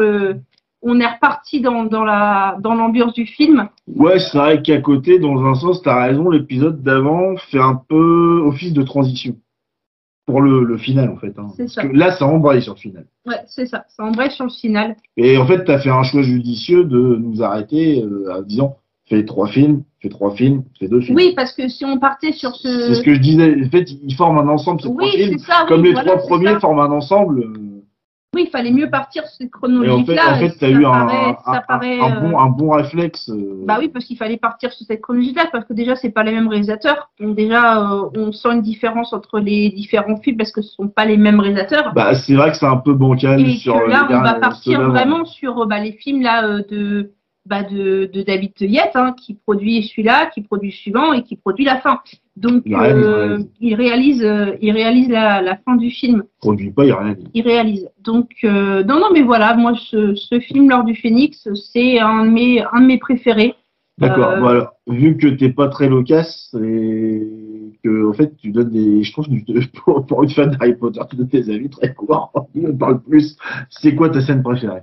S3: l'ambiance du film.
S2: Ouais, c'est vrai qu'à côté, dans un sens, t'as raison, l'épisode d'avant fait un peu office de transition pour le final, en fait.
S3: C'est ça.
S2: Parce que là, ça embraye sur le final.
S3: Ouais, c'est ça. Ça embraye sur le final.
S2: Et en fait, t'as fait un choix judicieux de nous arrêter en disant fais 3 films, fais 2 films.
S3: Oui, parce que si on partait sur
S2: C'est ce que je disais. En fait, ils forment un ensemble, ces 3 films. Comme les 3 premiers forment un ensemble.
S3: Oui, il fallait mieux partir sur cette chronologie-là.
S2: En fait, tu as eu un bon réflexe.
S3: Bah oui, parce qu'il fallait partir sur cette chronologie-là, parce que déjà, c'est pas les mêmes réalisateurs. Donc déjà, on sent une différence entre les différents films, parce que ce sont pas les mêmes réalisateurs.
S2: Bah, c'est vrai que c'est un peu bancal.
S3: Et sur que là, on va partir vraiment sur les films là de David Yates, qui produit celui-là, qui produit le suivant et qui produit la fin. Donc, il réalise la fin du film.
S2: Il produit pas, il réalise.
S3: Il réalise. Donc, non, mais voilà, moi, ce film, L'Ordre du Phénix, c'est un de mes préférés.
S2: D'accord. Voilà. Vu que t'es pas très loquace et que, en fait, tu donnes je trouve que pour une fan d'Harry Potter, tu donnes tes avis très courts. Il me parle plus. C'est quoi ta scène préférée?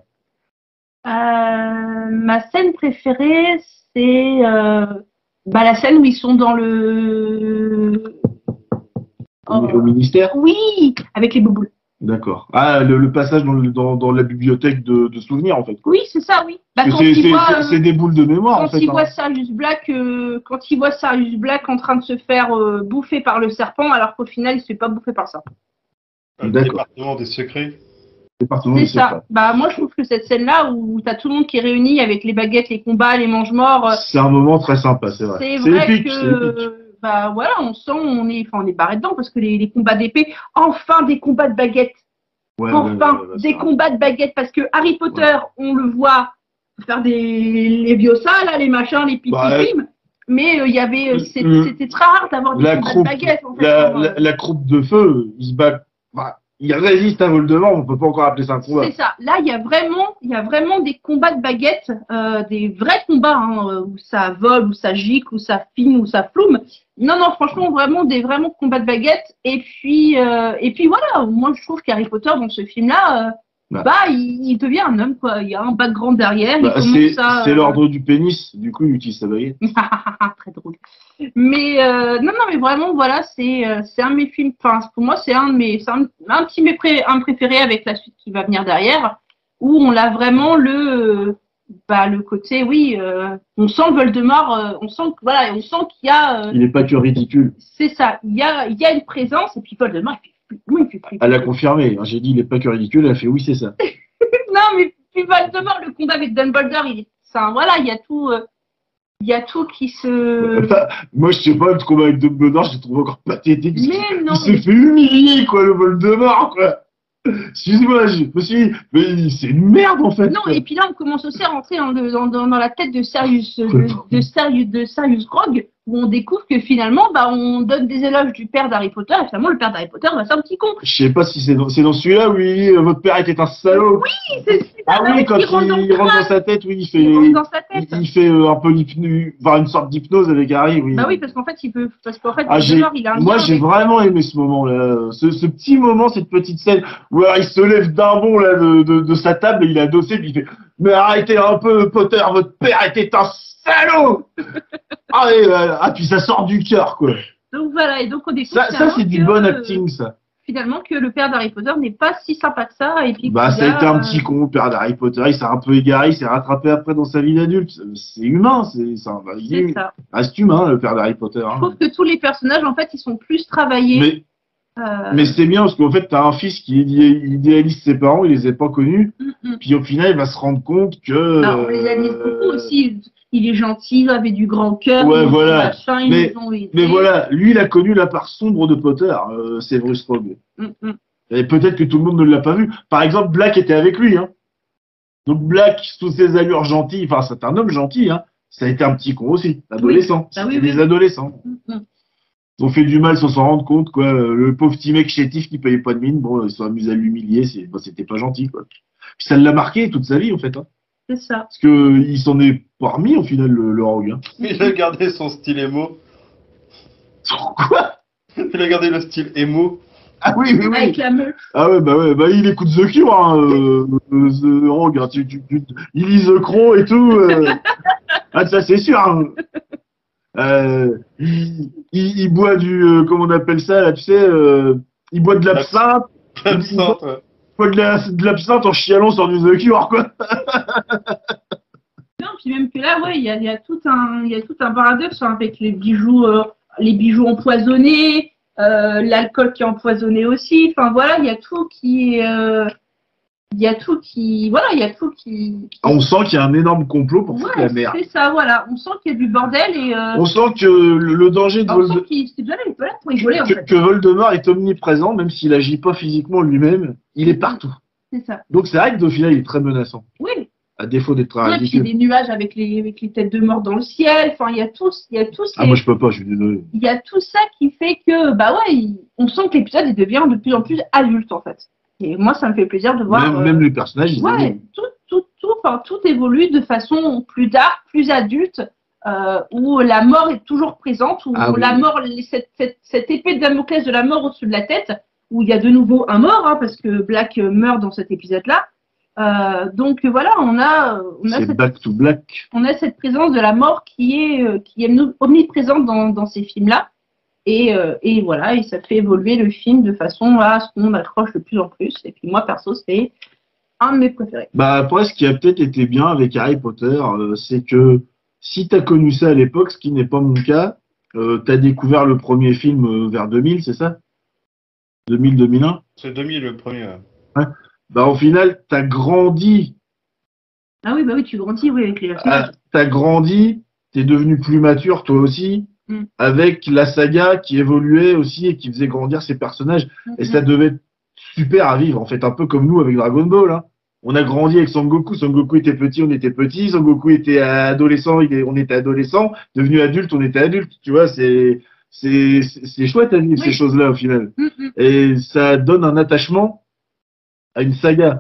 S3: Ma scène préférée, c'est la scène où ils sont dans
S2: au ministère.
S3: Oui, avec les bouboules.
S2: D'accord. Ah, le passage dans la bibliothèque de souvenirs, en fait.
S3: Oui, c'est ça, oui.
S2: C'est des boules de mémoire, en fait.
S3: Quand il voit Sirius Black en train de se faire bouffer par le serpent, alors qu'au final, il se fait pas bouffer par ça.
S1: Le département des secrets.
S3: C'est ça. Moi, je trouve que cette scène-là où tu as tout le monde qui est réuni avec les baguettes, les combats, les mange-morts.
S2: C'est un moment très sympa, c'est vrai.
S3: C'est vrai épique, que, on sent, on est barré dedans parce que les combats d'épée, enfin des combats de baguettes. Des combats de baguettes parce que Harry Potter, on le voit faire les Viosa, là, les machins, les pipi-pimes. Mais il y avait, c'était très rare d'avoir des combats de baguettes. En fait,
S2: la croupe de feu, il se bat. Il résiste à Voldemort, on peut pas encore appeler ça un combat.
S3: C'est ça. Là, il y a vraiment des combats de baguettes, des vrais combats, où ça vole, où ça gicle, où ça fine, où ça floume. Non, franchement, vraiment combats de baguettes. Et puis voilà. Moi, je trouve qu'Harry Potter dans ce film-là, il devient un homme, quoi. Il y a un background derrière.
S2: C'est l'ordre du pénis. Du coup, il utilise sa baguette.
S3: Très drôle. Mais mais vraiment, voilà, c'est un de mes films. Enfin, pour moi, c'est un préféré avec la suite qui va venir derrière, où on a vraiment le côté, oui, on sent le Voldemort, on sent qu'il y a.
S2: Il n'est pas que ridicule.
S3: C'est ça. Il y a une présence et puis Voldemort, il fait flipper.
S2: Elle a confirmé. J'ai dit, il n'est pas que ridicule. Elle a fait oui, c'est ça.
S3: Non, mais puis Voldemort, le combat avec Dumbledore, il y a tout. Il y a tout qui se.
S2: Moi, je sais pas, le combat avec Dumbledore, je le trouve encore pathétique.
S3: Mais non.
S2: Il se fait humilier, quoi, le Voldemort, quoi. Excuse-moi, je me suis dit, mais c'est une merde, en fait.
S3: Non, quoi. Et puis là, on commence aussi à rentrer dans la tête de Sirius Grog, où on découvre que finalement, on donne des éloges du père d'Harry Potter, et finalement, le père d'Harry Potter, c'est un petit con.
S2: Je sais pas si c'est dans celui-là où il dit, votre père était un salaud.
S3: Oui, c'est celui-là.
S2: Ah oui, quand
S3: il rentre dans le
S2: il rentre
S3: crâne.
S2: dans sa tête, oui,
S3: Il rentre dans sa tête.
S2: il fait un peu l'hypnose, enfin une sorte d'hypnose avec Harry, oui.
S3: Bah oui, parce qu'en fait,
S2: Ah,
S3: Voldemort, il a un
S2: moi
S3: lien
S2: j'ai
S3: avec-
S2: vraiment aimé ce moment-là, ce petit moment, cette petite scène où alors, il se lève d'un bond là de sa table et il est adossé puis il fait mais arrêtez un peu Potter, votre père était un salaud. Ah, puis ça sort du cœur quoi.
S3: Donc voilà, et donc on découvre
S2: Ça c'est du bon acting ça.
S3: finalement que le père d'Harry Potter n'est pas si sympa que ça, et puis
S2: Bah
S3: qu'il
S2: ça a été un
S3: a,
S2: petit con, le père d'Harry Potter, il s'est un peu égaré, il s'est rattrapé après dans sa vie d'adulte. C'est humain, il
S3: c'est ça.
S2: reste humain le père d'Harry Potter.
S3: Je
S2: Hein.
S3: trouve que tous les personnages, en fait, ils sont plus travaillés.
S2: Mais c'est bien parce qu'en fait, t'as un fils qui idéalise ses parents, il les a pas connus, puis au final, il va se rendre compte que.
S3: Alors, on les analyse beaucoup aussi. Il est gentil, il avait du grand cœur,
S2: Ouais,
S3: il
S2: voilà.
S3: machin, ils nous ont aidés.
S2: Mais voilà, lui, il a connu la part sombre de Potter, Severus Rogue. Et peut-être que tout le monde ne l'a pas vu. Par exemple, Black était avec lui. Hein. Donc Black, sous ses allures gentilles, enfin, c'est un homme gentil, hein. Ça a été un petit con aussi, adolescent.
S3: Ah oui,
S2: des adolescents. Ils ont fait du mal sans s'en rendre compte, quoi. Le pauvre petit mec chétif qui payait pas de mine, bon, ils se sont amusés à l'humilier, c'était pas gentil, quoi. Puis ça l'a marqué toute sa vie, en fait. Hein.
S3: C'est ça.
S2: Parce que il s'en est pas remis, au final, le Rogue. Hein.
S1: Il a gardé son style émo.
S2: Quoi?
S1: Il a gardé le style émo.
S2: Ah oui, oui, oui.
S3: Avec la meuf.
S2: Ah ouais, bah il écoute The Cure, hein, The Rogue. Hein, il lit The Crow et tout. Ah, ça, c'est sûr. Hein. Il boit comment on appelle ça, là, tu sais, il boit de l'absinthe.
S1: L'absinthe, ouais.
S2: Il boit de l'absinthe en chialant sur du The Cure, quoi.
S3: Non, puis même que là, ouais, il y a tout un paradoxe avec les bijoux empoisonnés, l'alcool qui est empoisonné aussi. Enfin voilà, il y a tout qui
S2: On sent qu'il y a un énorme complot pour foutre
S3: ouais,
S2: la merde.
S3: c'est ça, voilà. On sent qu'il y a du bordel et
S2: On sent que le danger de
S3: on sent qu'il est déjà là pour rigoler en fait.
S2: que Voldemort est omniprésent, même s'il agit pas physiquement lui-même, il est partout.
S3: C'est ça.
S2: Donc c'est vrai que au final, il est très menaçant.
S3: Oui.
S2: À défaut d'être très
S3: Ouais, puis il y a
S2: ridicule.
S3: des nuages avec les têtes de mort dans le ciel. Enfin, il y a tout
S2: Ah, moi je peux pas, je suis désolé.
S3: il y a tout ça qui fait que, bah ouais, on sent que l'épisode il devient de plus en plus adulte en fait. Et moi, ça me fait plaisir de voir.
S2: Même les personnages, ils
S3: Ouais,
S2: évoluent.
S3: tout évolue de façon plus dark, plus adulte, où la mort est toujours présente, où
S2: Ah oui.
S3: la mort, cette épée de Damoclès de la mort au-dessus de la tête, où il y a de nouveau un mort, hein, parce que Black meurt dans cet épisode-là. Donc voilà, on a
S2: C'est Back to Black.
S3: cette présence de la mort qui est omniprésente dans ces films-là. Et voilà, et ça fait évoluer le film de façon à ce qu'on accroche de plus en plus. Et puis moi, perso, c'est un de mes préférés.
S2: Bah après, ce qui a peut-être été bien avec Harry Potter, c'est que si tu as connu ça à l'époque, ce qui n'est pas mon cas, tu as découvert le premier film vers 2000, c'est ça 2000-2001
S1: C'est 2000 le premier.
S2: Ouais. Bah au final, tu as grandi.
S3: Ah oui, bah oui, tu grandis, oui, avec les personnages.
S2: Tu as grandi, tu es devenu plus mature toi aussi, avec la saga qui évoluait aussi et qui faisait grandir ses personnages. Et ça devait être super à vivre, en fait, un peu comme nous avec Dragon Ball. Hein. On a grandi avec Son Goku. Son Goku était petit, on était petit. Son Goku était adolescent, on était adolescent. Devenu adulte, on était adulte. Tu vois, c'est chouette à vivre ces choses-là au final. Et ça donne un attachement à une saga.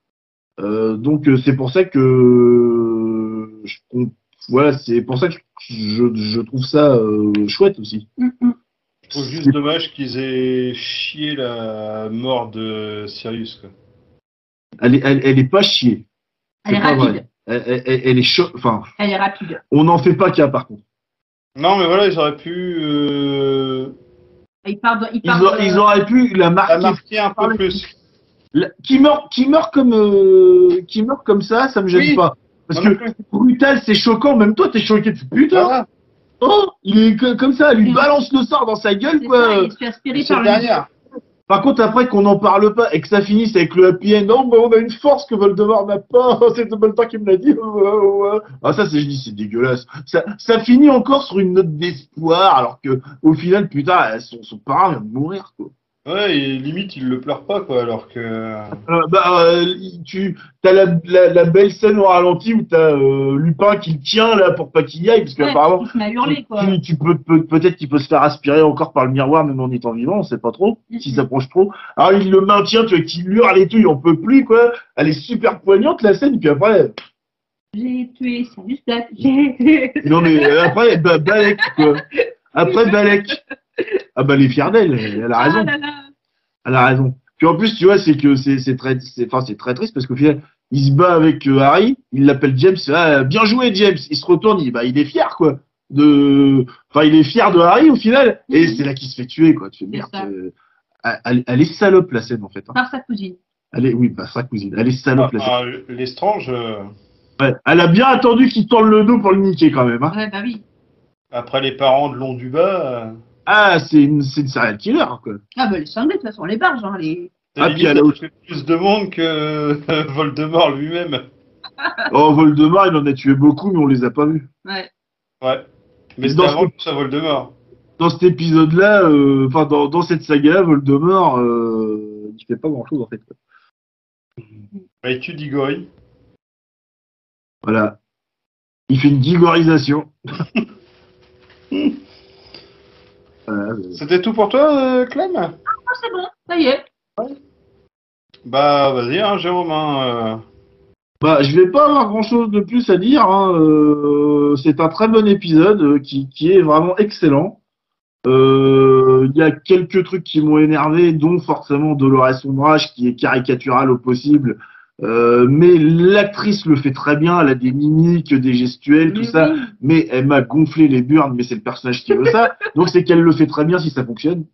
S2: Donc c'est pour ça que voilà, c'est pour ça que je trouve ça chouette aussi.
S1: Je trouve juste dommage qu'ils aient chié la mort de Sirius, quoi.
S2: Elle est pas chiée.
S3: Elle est
S2: pas
S3: rapide.
S2: vrai. Elle est enfin.
S3: Elle est rapide.
S2: On n'en fait pas cas par contre.
S1: Non, mais voilà, ils auraient pu
S2: Ils auraient pu la marquer
S1: un peu plus.
S2: Qui meurt comme ça me gêne
S1: Oui.
S2: pas. Parce que brutal, c'est choquant. Même toi, t'es choqué. Putain.
S1: Voilà.
S2: Oh, il est comme ça, lui balance le sort dans sa gueule,
S3: C'est
S2: quoi.
S3: ça, il se fait aspirer
S1: C'est
S3: par
S1: le dernier.
S2: Par contre, après qu'on n'en parle pas et que ça finisse avec le happy end, non, bah, on a une force que Voldemort n'a pas. C'est Dumbledore qui me l'a dit. Ah, ça, je dis, c'est dégueulasse. Ça finit encore sur une note d'espoir, alors que, au final, putain, son parent vient de mourir, quoi.
S1: Ouais, et limite, il le pleure pas, quoi, alors que.
S2: Tu as la belle scène au ralenti où tu as Lupin qui le tient là pour pas qu'il y aille, parce
S3: Ouais,
S2: qu'apparemment,
S3: il se met à hurler, quoi.
S2: peut-être qu'il peut se faire aspirer encore par le miroir même en étant vivant, on sait pas trop, s'il
S3: Mhm.
S2: s'approche trop. Alors il le maintient, tu vois, qu'il hurle et tout, il en peut plus, quoi. Elle est super poignante la scène, puis après,
S3: J'ai tué Sirius Black. J'ai tué.
S2: non mais après, Balek, quoi. Après Balek. Ah bah, elle est fière d'elle, elle a
S3: Ah
S2: raison.
S3: là là.
S2: Elle a raison. Puis en plus, tu vois, c'est que c'est très triste parce qu'au final, il se bat avec Harry, il l'appelle James, ah, bien joué James. Il se retourne, il est fier quoi. Enfin, il est fier de Harry au final, et c'est là qu'il se fait tuer quoi. Tu fais
S3: C'est
S2: merde.
S3: ça.
S2: Elle est salope la scène en fait, hein.
S3: Par sa cousine.
S2: Oui, bah, sa cousine. Elle est salope la scène.
S1: Lestrange,
S2: Ouais. Elle a bien attendu qu'il tourne le dos pour le niquer quand même, hein.
S3: Ouais, bah oui.
S1: après les parents de Long du Bas,
S2: Ah, c'est une serial killer quoi.
S3: Ah bah les cinglés, de toute façon, les barges, hein, les.
S1: c'est
S2: Puis
S1: limite,
S2: elle a
S1: elle fait plus de monde que Voldemort lui-même.
S2: Oh, Voldemort, il en a tué beaucoup, mais on les a pas vus.
S3: Ouais.
S1: Ouais. Mais c'était
S2: Dans
S1: avant
S2: ce-
S1: que ça Voldemort.
S2: Dans cet épisode-là, enfin dans cette saga, Voldemort, il fait pas grand-chose en fait, quoi.
S1: Bah, il tue Diggory.
S2: Voilà, il fait une gigorisation. Voilà,
S1: C'était tout pour toi, Clem?
S3: Ah, c'est bon, ça y est.
S1: Bah, vas-y, hein, Jérôme.
S2: Bah, je vais pas avoir grand-chose de plus à dire, hein. C'est un très bon épisode qui est vraiment excellent. Il y a quelques trucs qui m'ont énervé, dont forcément Dolores Ombrage qui est caricatural au possible. Mais l'actrice le fait très bien, elle a des mimiques, des gestuels, tout
S3: Mais
S2: ça.
S3: oui.
S2: Mais elle m'a gonflé les burnes, mais c'est le personnage qui veut ça. Donc c'est qu'elle le fait très bien si ça fonctionne.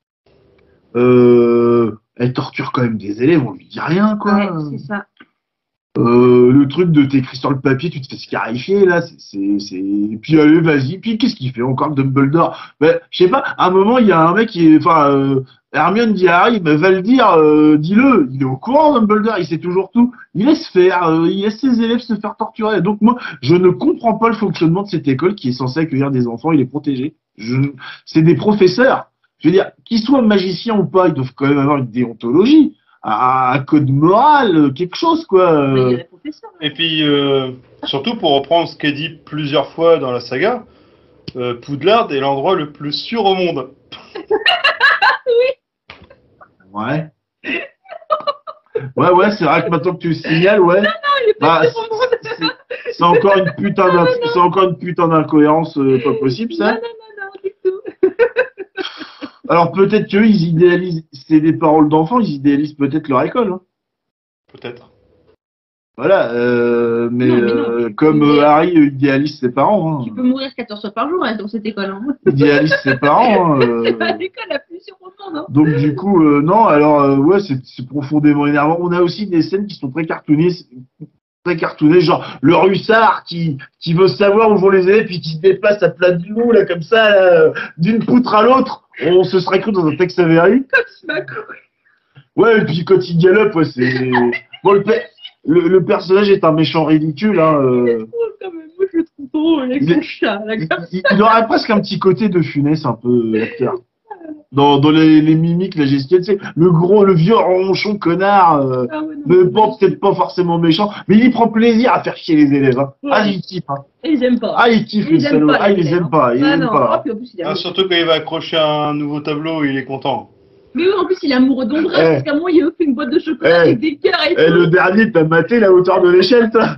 S2: Elle torture quand même des élèves, on lui dit rien, quoi.
S3: Ouais, c'est ça.
S2: Le truc de t'écris sur le papier, tu te fais scarifier là, et puis allez, vas-y, puis qu'est-ce qu'il fait encore Dumbledore? Ben, je sais pas, à un moment il y a un mec Hermione dit à Harry, ben, va le dire, dis-le, il est au courant Dumbledore, il sait toujours tout, il laisse faire, il laisse ses élèves se faire torturer, donc moi je ne comprends pas le fonctionnement de cette école qui est censée accueillir des enfants et les protéger. C'est des professeurs, je veux dire, qu'ils soient magiciens ou pas, ils doivent quand même avoir une déontologie. Un code moral, quelque chose, quoi.
S3: Mais il y a les professeurs.
S1: Et puis, surtout pour reprendre ce qu'est dit plusieurs fois dans la saga, Poudlard est l'endroit le plus sûr au monde.
S2: Ouais. Ouais, c'est vrai que maintenant que tu le signales, ouais.
S3: Non, il est pas
S2: Bah,
S3: sûr au monde.
S2: c'est encore une putain d'incohérence pas possible, ça.
S3: Non, du tout.
S2: Alors peut-être qu'ils idéalisent, c'est des paroles d'enfants, ils idéalisent peut-être leur école, hein.
S1: Peut-être.
S2: Voilà, mais
S3: Non.
S2: comme Harry idéalise ses parents, hein.
S3: Tu peux mourir 14 fois par jour hein, dans cette école. Hein.
S2: Idéalise ses parents, hein.
S3: C'est pas l'école la plus sûre au monde. Hein.
S2: Donc du coup, non, alors ouais, c'est profondément énervant. On a aussi des scènes qui sont très cartoonées, genre le russard qui veut savoir où vont les élèves, puis qui se déplace à plat de loup, là, comme ça, là, d'une poutre à l'autre. On se serait cru dans un Tex Avery.
S3: Comme ce Macron.
S2: Ouais, et puis quand il galope, ouais, c'est... Bon, le personnage est un méchant ridicule, hein.
S3: Quand même, moi je le trouve drôle avec son chat. Là, comme
S2: Il aurait presque un petit côté de Funès, un peu, l'acteur. Dans les mimiques, la gestuelle, tu sais, le vieux ronchon connard,
S3: Ah ouais, non,
S2: mais bon, peut-être pas forcément méchant, mais il y prend plaisir à faire chier les élèves, hein.
S3: Ouais.
S2: Ah, il kiffe, hein.
S3: Et ils aiment pas.
S2: Ah, il kiffe,
S3: Ils
S2: les
S3: aiment
S2: salauds.
S3: pas,
S2: Ah, il les
S3: élèves,
S2: aime
S3: hein.
S2: pas, il
S3: Ah
S2: les aime
S3: non.
S2: pas.
S3: Ah, puis en plus, il a...
S1: Surtout quand il va accrocher un nouveau tableau, il est content.
S3: Mais oui, en plus, il est amoureux d'Ombrage,
S2: Eh.
S3: parce qu'à un moment, il a fait une boîte de chocolat
S2: Eh.
S3: avec des cœurs et
S2: Eh,
S3: tout.
S2: le dernier, t'as maté la hauteur de l'échelle, toi.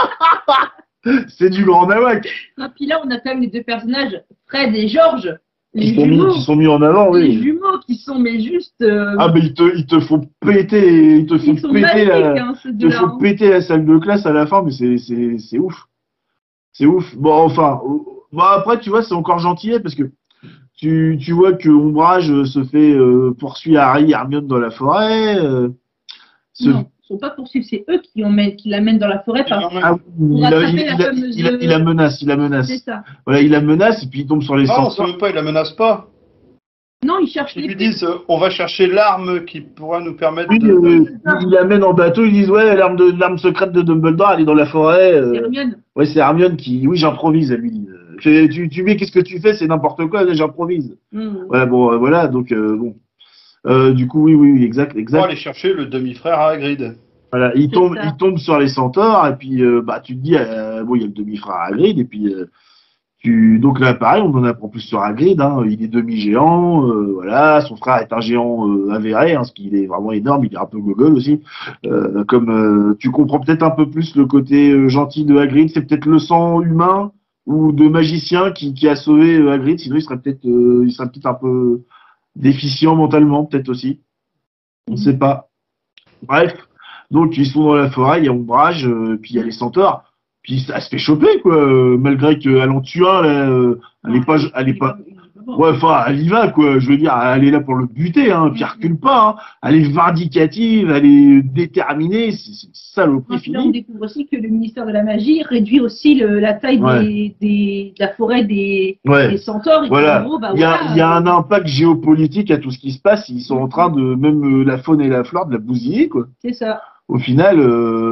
S2: C'est du grand nawak.
S3: Ah, puis là, on a quand même les deux personnages, Fred et Georges. Les
S2: Qui sont mis en avant,
S3: Les
S2: oui.
S3: jumeaux qui sont, mais juste...
S2: Ah, mais ils te font péter, ils te font
S3: ils sont
S2: péter
S3: magnifiques, hein, ces
S2: ils te
S3: deux-là.
S2: font
S3: Hein.
S2: péter la salle de classe à la fin, mais c'est ouf. C'est ouf. Bon, enfin, bon, après, tu vois, c'est encore gentillet parce que tu vois que Ombrage se fait poursuivre Harry et Hermione dans la forêt.
S3: Non, ils sont pas poursuivre, c'est eux qui l'amènent dans la forêt. Parce...
S2: Ah oui,
S3: rattraper la fameuse-
S2: il la menace.
S3: C'est ça.
S2: Voilà, il la menace et puis il tombe sur les
S1: Non,
S2: censeurs.
S1: c'est même pas, il la menace pas.
S3: Non, ils cherchent
S1: Ils
S3: les
S1: lui disent on va chercher l'arme qui pourra nous permettre
S2: Oui,
S1: de.
S2: il l'amène en bateau, ils disent ouais, l'arme secrète de Dumbledore, elle est dans la forêt.
S3: C'est Hermione.
S2: Ouais, c'est Hermione qui. Oui, j'improvise, elle lui dit. Tu qu'est-ce que tu fais? C'est n'importe quoi, là, j'improvise.
S3: Mmh.
S2: Voilà, bon, voilà, donc bon. Du coup, oui, exact,
S1: Pour
S2: exact.
S1: aller chercher le demi-frère à Hagrid.
S2: Voilà,
S3: C'est ça.
S2: il tombe sur les centaures, et puis bah tu te dis, bon, il y a le demi-frère Hagrid, et puis donc là, pareil, on en apprend plus sur Hagrid, hein, il est demi-géant, voilà, son frère est un géant avéré, hein, parce qu'il est vraiment énorme, il est un peu gogol aussi. Comme tu comprends peut-être un peu plus le côté gentil de Hagrid, c'est peut-être le sang humain ou de magicien qui a sauvé Hagrid, sinon il serait peut-être un peu déficient mentalement, peut-être aussi, on ne sait pas. Bref, donc ils sont dans la forêt, il y a Ombrage, puis il y a les centaures, puis ça se fait choper, quoi, malgré qu'elle en tue un, là, elle est pas, ouais, enfin, elle y va, quoi, je veux dire, elle est là pour le buter, hein, puis elle recule pas, hein, elle est vindicative, elle est déterminée, c'est une saloperie
S3: Puis là, on
S2: finie.
S3: découvre aussi que le ministère de la Magie réduit aussi la taille
S2: Ouais.
S3: de la forêt des
S2: Ouais.
S3: centaures. Et
S2: Voilà,
S3: en gros, bah,
S2: il y a un impact géopolitique à tout ce qui se passe, ils sont en train de, même la faune et la flore, de la bousiller, quoi.
S3: c'est ça.
S2: Au final,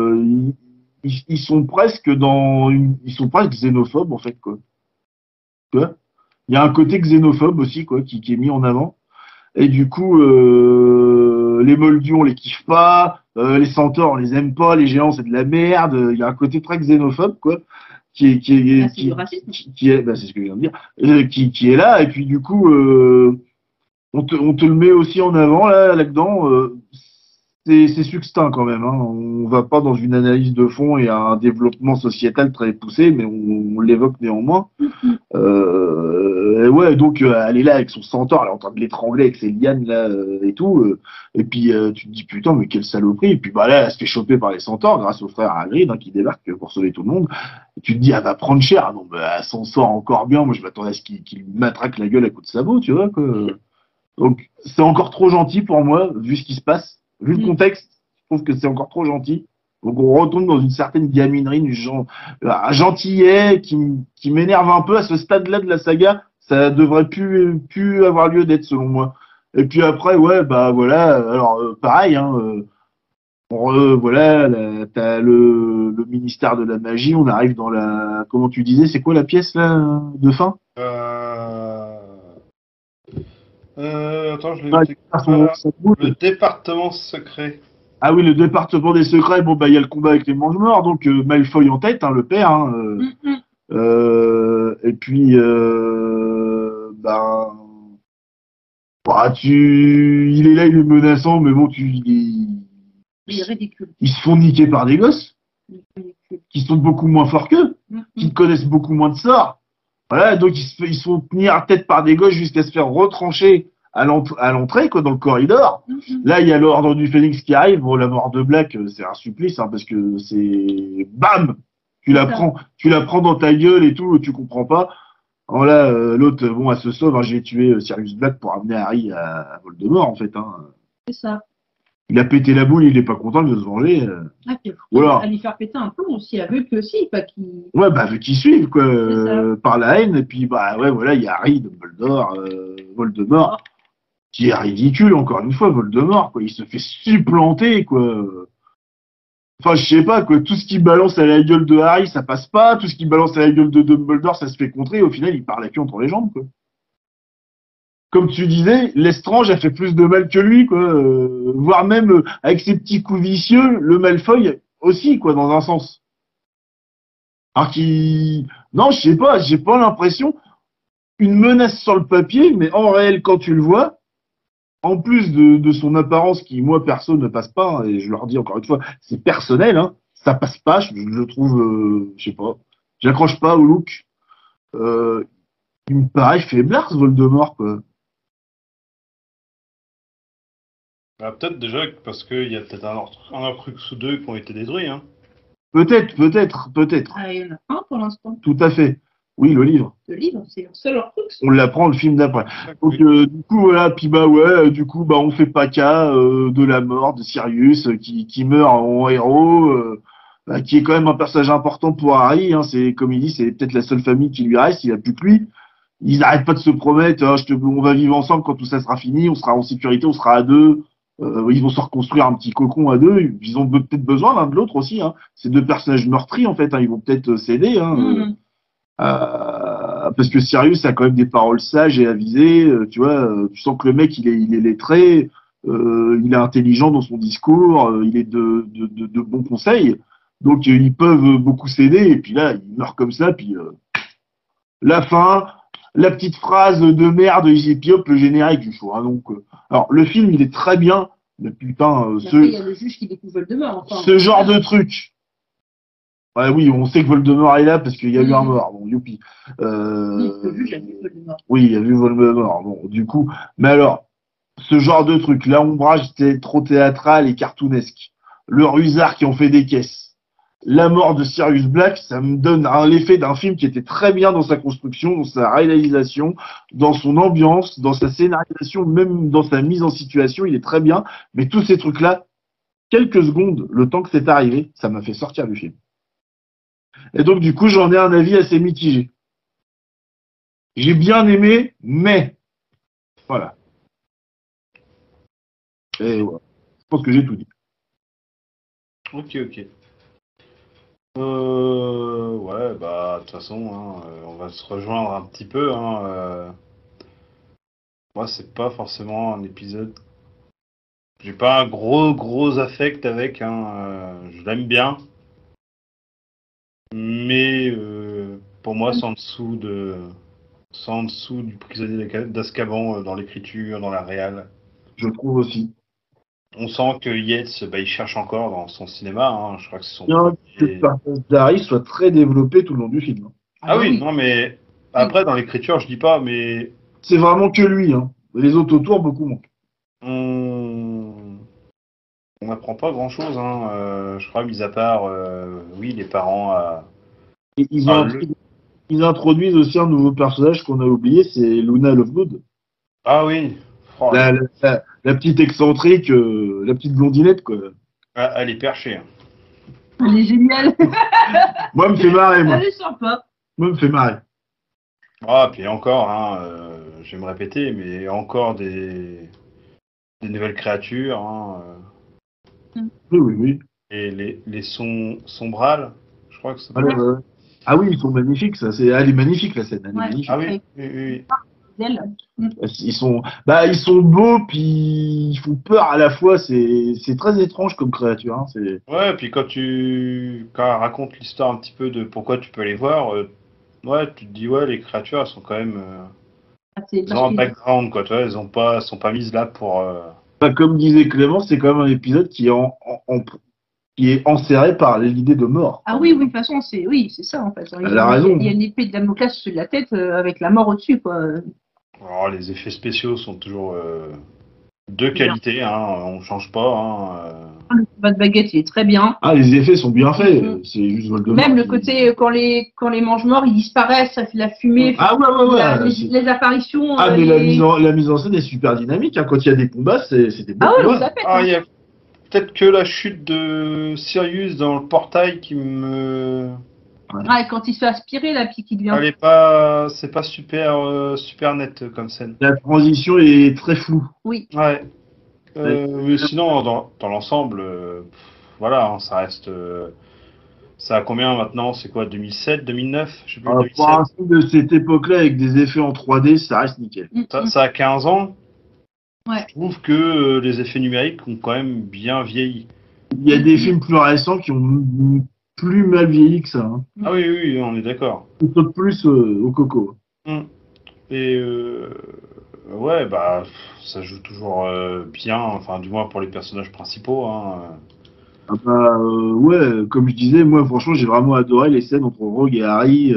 S2: ils sont presque ils sont presque xénophobes en fait, quoi. Tu vois, il y a un côté xénophobe aussi, quoi, qui est mis en avant. Et du coup, les moldus on les kiffe pas, les centaures on les aime pas, les géants c'est de la merde. Il y a un côté très xénophobe, quoi,
S3: Ah, c'est du racisme.
S2: qui est, bah, c'est ce que je viens de dire, qui est là. Et puis du coup, on te le met aussi en avant là-dedans. C'est succinct quand même, hein. On va pas dans une analyse de fond et un développement sociétal très poussé, mais on l'évoque néanmoins. Ouais, donc elle est là avec son centaure, elle est en train de l'étrangler avec ses lianes là et tout. Et puis tu te dis putain, mais quelle saloperie. Et puis bah là, elle se fait choper par les centaures grâce au frère Hagrid, hein, qui débarque pour sauver tout le monde. Et tu te dis, elle va prendre cher. Ah non, bah, elle s'en sort encore bien. Moi, je m'attendais à ce qu'il matraque la gueule à coups de sabot, tu vois, quoi. Donc c'est encore trop gentil pour moi, vu ce qui se passe, vu le contexte, je trouve que c'est encore trop gentil. Donc on retombe dans une certaine gaminerie, un gentillet qui m'énerve un peu à ce stade-là de la saga. Ça devrait plus avoir lieu d'être selon moi. Et puis après, ouais, bah voilà. Alors pareil, hein. Voilà, t'as le ministère de la magie. On arrive dans la, comment tu disais, c'est quoi la pièce là de fin?
S1: Attends, je l'ai
S2: Ah,
S1: noté.
S2: son boule.
S1: Le département secret.
S2: Ah oui, le département des secrets, bon bah il y a le combat avec les mange-morts, donc Malfoy en tête, hein, le père, hein, et puis ben bah, il est là, il est menaçant, mais bon
S3: Il est ridicule.
S2: ils se font niquer par des gosses qui sont beaucoup moins forts qu'eux, qui connaissent beaucoup moins de sorts. Voilà, donc ils se font tenir à tête par des gosses jusqu'à se faire retrancher à l'entrée, quoi, dans le corridor. Là, il y a l'ordre du Phénix qui arrive. Bon, la mort de Black, c'est un supplice, hein, parce que c'est bam, tu la prends dans ta gueule et tout, tu comprends pas. Voilà, l'autre, bon, elle se sauve. Hein, je vais tuer Sirius Black pour amener Harry à Voldemort, en fait. Hein.
S3: C'est ça.
S2: Il a pété la boule, il est pas content, il veut se venger.
S3: Ah, puis,
S2: Voilà.
S3: à lui faire péter un plomb aussi, aveugle aussi, pas qu'il.
S2: Ouais, bah, veut qu'ils suivent, quoi,
S3: ça.
S2: par la haine. Et puis, bah, ouais, voilà, il y a Harry, Dumbledore, Voldemort, qui est ridicule, encore une fois, Voldemort, quoi. Il se fait supplanter, quoi. Enfin, je sais pas, quoi. Tout ce qui balance à la gueule de Harry, ça passe pas. Tout ce qui balance à la gueule de Dumbledore, ça se fait contrer. Au final, il part la queue entre les jambes, quoi. Comme tu disais, Lestrange a fait plus de mal que lui, quoi. Voire même, avec ses petits coups vicieux, le Malfoy aussi, quoi, dans un sens. Alors non, je sais pas, j'ai pas l'impression. Une menace sur le papier, mais en réel, quand tu le vois, en plus de son apparence qui, moi, perso, ne passe pas, hein, et je leur dis encore une fois, c'est personnel, hein, ça passe pas, je le trouve, je sais pas, j'accroche pas au look. Il me paraît faiblard, ce Voldemort, quoi.
S1: Ah, peut-être déjà parce qu'il y a peut-être un Horcrux ou deux qui ont été détruits. Hein.
S2: Peut-être.
S3: Ah, il y en a un pour l'instant.
S2: Tout à fait. Oui, le livre.
S3: Le livre, c'est le seul Horcrux.
S2: On l'apprend le film d'après. Donc, du coup, voilà, puis bah ouais, du coup, bah on fait pas cas de la mort de Sirius qui meurt en héros, bah, qui est quand même un personnage important pour Harry. Hein, c'est comme il dit, c'est peut-être la seule famille qui lui reste. Il a plus que lui. Ils n'arrêtent pas de se promettre, on va vivre ensemble quand tout ça sera fini, on sera en sécurité, on sera à deux. Ils vont se reconstruire un petit cocon à deux. Ils ont peut-être besoin l'un de l'autre aussi. Hein. Ces deux personnages meurtris, en fait, hein, ils vont peut-être s'aider. Hein, parce que Sirius a quand même des paroles sages et avisées, tu vois, tu sens que le mec il est lettré, il est intelligent dans son discours, il est de bons conseils, donc ils peuvent beaucoup s'aider, et puis là, il meurt comme ça, puis la fin, la petite phrase de merde, et puis hop, le générique du show. Hein, donc, alors, le film, il est très bien, mais putain,
S3: Après, il y a le juge qui découvre Voldemort. Enfin,
S2: ce genre de truc. Ouais, oui, on sait que Voldemort est là parce qu'il y a eu un mort. Bon, youpi.
S3: le juge a vu Voldemort.
S2: Oui, il y a eu Voldemort. Bon, du coup, mais alors, ce genre de truc, là, Ombrage était trop théâtral et cartoonesque. Le Rusard qui en fait des caisses. La mort de Sirius Black, ça me donne l'effet d'un film qui était très bien dans sa construction, dans sa réalisation, dans son ambiance, dans sa scénarisation, même dans sa mise en situation, il est très bien. Mais tous ces trucs-là, quelques secondes, le temps que c'est arrivé, ça m'a fait sortir du film. Et donc, du coup, j'en ai un avis assez mitigé. J'ai bien aimé, mais voilà. Et voilà. Je pense que j'ai tout dit.
S1: Ok. Ouais, bah, de toute façon, hein, on va se rejoindre un petit peu. Hein, moi, c'est pas forcément un épisode. J'ai pas un gros affect avec. Hein, je l'aime bien. Mais pour moi, c'est en dessous du prisonnier d'Azkaban dans l'écriture, dans la réal.
S2: Je trouve aussi.
S1: On sent que Yates, bah, il cherche encore dans son cinéma. Hein, je crois que c'est son.
S2: Bien que le personnage d'Harry soit très développé tout le long du film.
S1: Ah oui, non, mais après, dans l'écriture, je dis pas, mais
S2: C'est vraiment que lui. Hein. Les autres autour, beaucoup moins.
S1: on n'apprend pas grand-chose. Hein. Je crois, mis à part, oui, les parents.
S2: Et
S1: Ah,
S2: ils introduisent aussi un nouveau personnage qu'on a oublié, c'est Luna Lovegood.
S1: Ah oui. Oh,
S2: La petite excentrique, la petite blondinette, quoi.
S1: elle est perchée. Hein.
S3: Elle est géniale.
S2: Moi, elle me fait marrer, moi.
S3: Elle est sympa.
S2: Moi, elle me fait marrer.
S1: Ah, puis encore, hein, je vais me répéter, mais encore des nouvelles créatures. Hein,
S2: Oui.
S1: et les sombrales, je crois que ça
S2: Ouais. Ah oui, ils sont magnifiques, ça. Elle est magnifique, la scène. Elle est
S3: Ouais.
S2: magnifique.
S1: Ah oui.
S2: Ils sont beaux, puis ils font peur à la fois. C'est très étrange comme créature. Hein.
S1: Ouais, puis quand elle raconte l'histoire un petit peu de pourquoi tu peux les voir, ouais, tu te dis, ouais, les créatures, elles sont quand même. Elles ont un background, quoi, tu vois, elles sont pas mises là pour.
S2: Comme disait Clément, c'est quand même un épisode qui est enserré par l'idée de mort.
S3: Ah oui, de toute façon, c'est ça en fait.
S2: Elle a raison.
S3: Il y a une épée de Damoclès sur la tête avec la mort au-dessus, quoi.
S1: Alors, les effets spéciaux sont toujours de qualité, hein, on change pas. Hein,
S3: Le combat de baguette, il est très bien.
S2: Ah, les effets sont bien faits. C'est juste Voldemort.
S3: Même le côté, quand les mange-morts, ils disparaissent, ça fait la fumée.
S2: Ah ouais.
S3: Les apparitions.
S2: Ah, mais la mise en scène est super dynamique. Hein. Quand il y a des combats, c'est des beaux combats.
S3: Ça pète.
S1: Ah, il y a peut-être que la chute de Sirius dans le portail qui me.
S3: Ah, et quand il se fait aspirer, là, puis qu'il devient.
S1: C'est pas super net comme scène.
S2: La transition est très floue.
S3: Oui.
S1: Ouais. Mais sinon, dans l'ensemble, voilà, hein, ça reste. Ça a combien maintenant? C'est quoi, 2007, 2009? Je sais plus, 2007.
S2: Pour un film de cette époque-là, avec des effets en 3D, ça reste nickel.
S1: Ça a 15 ans.
S3: Ouais.
S1: Je trouve que les effets numériques ont quand même bien vieilli.
S2: Il y a des films plus récents qui ont plus mal vieilli que ça. Hein.
S1: Ah oui, on est d'accord.
S2: Ils sautent plus au coco.
S1: Et ouais, bah, ça joue toujours bien, enfin, du moins pour les personnages principaux. Hein.
S2: Ouais, comme je disais, moi, franchement, j'ai vraiment adoré les scènes entre Rogue et Harry,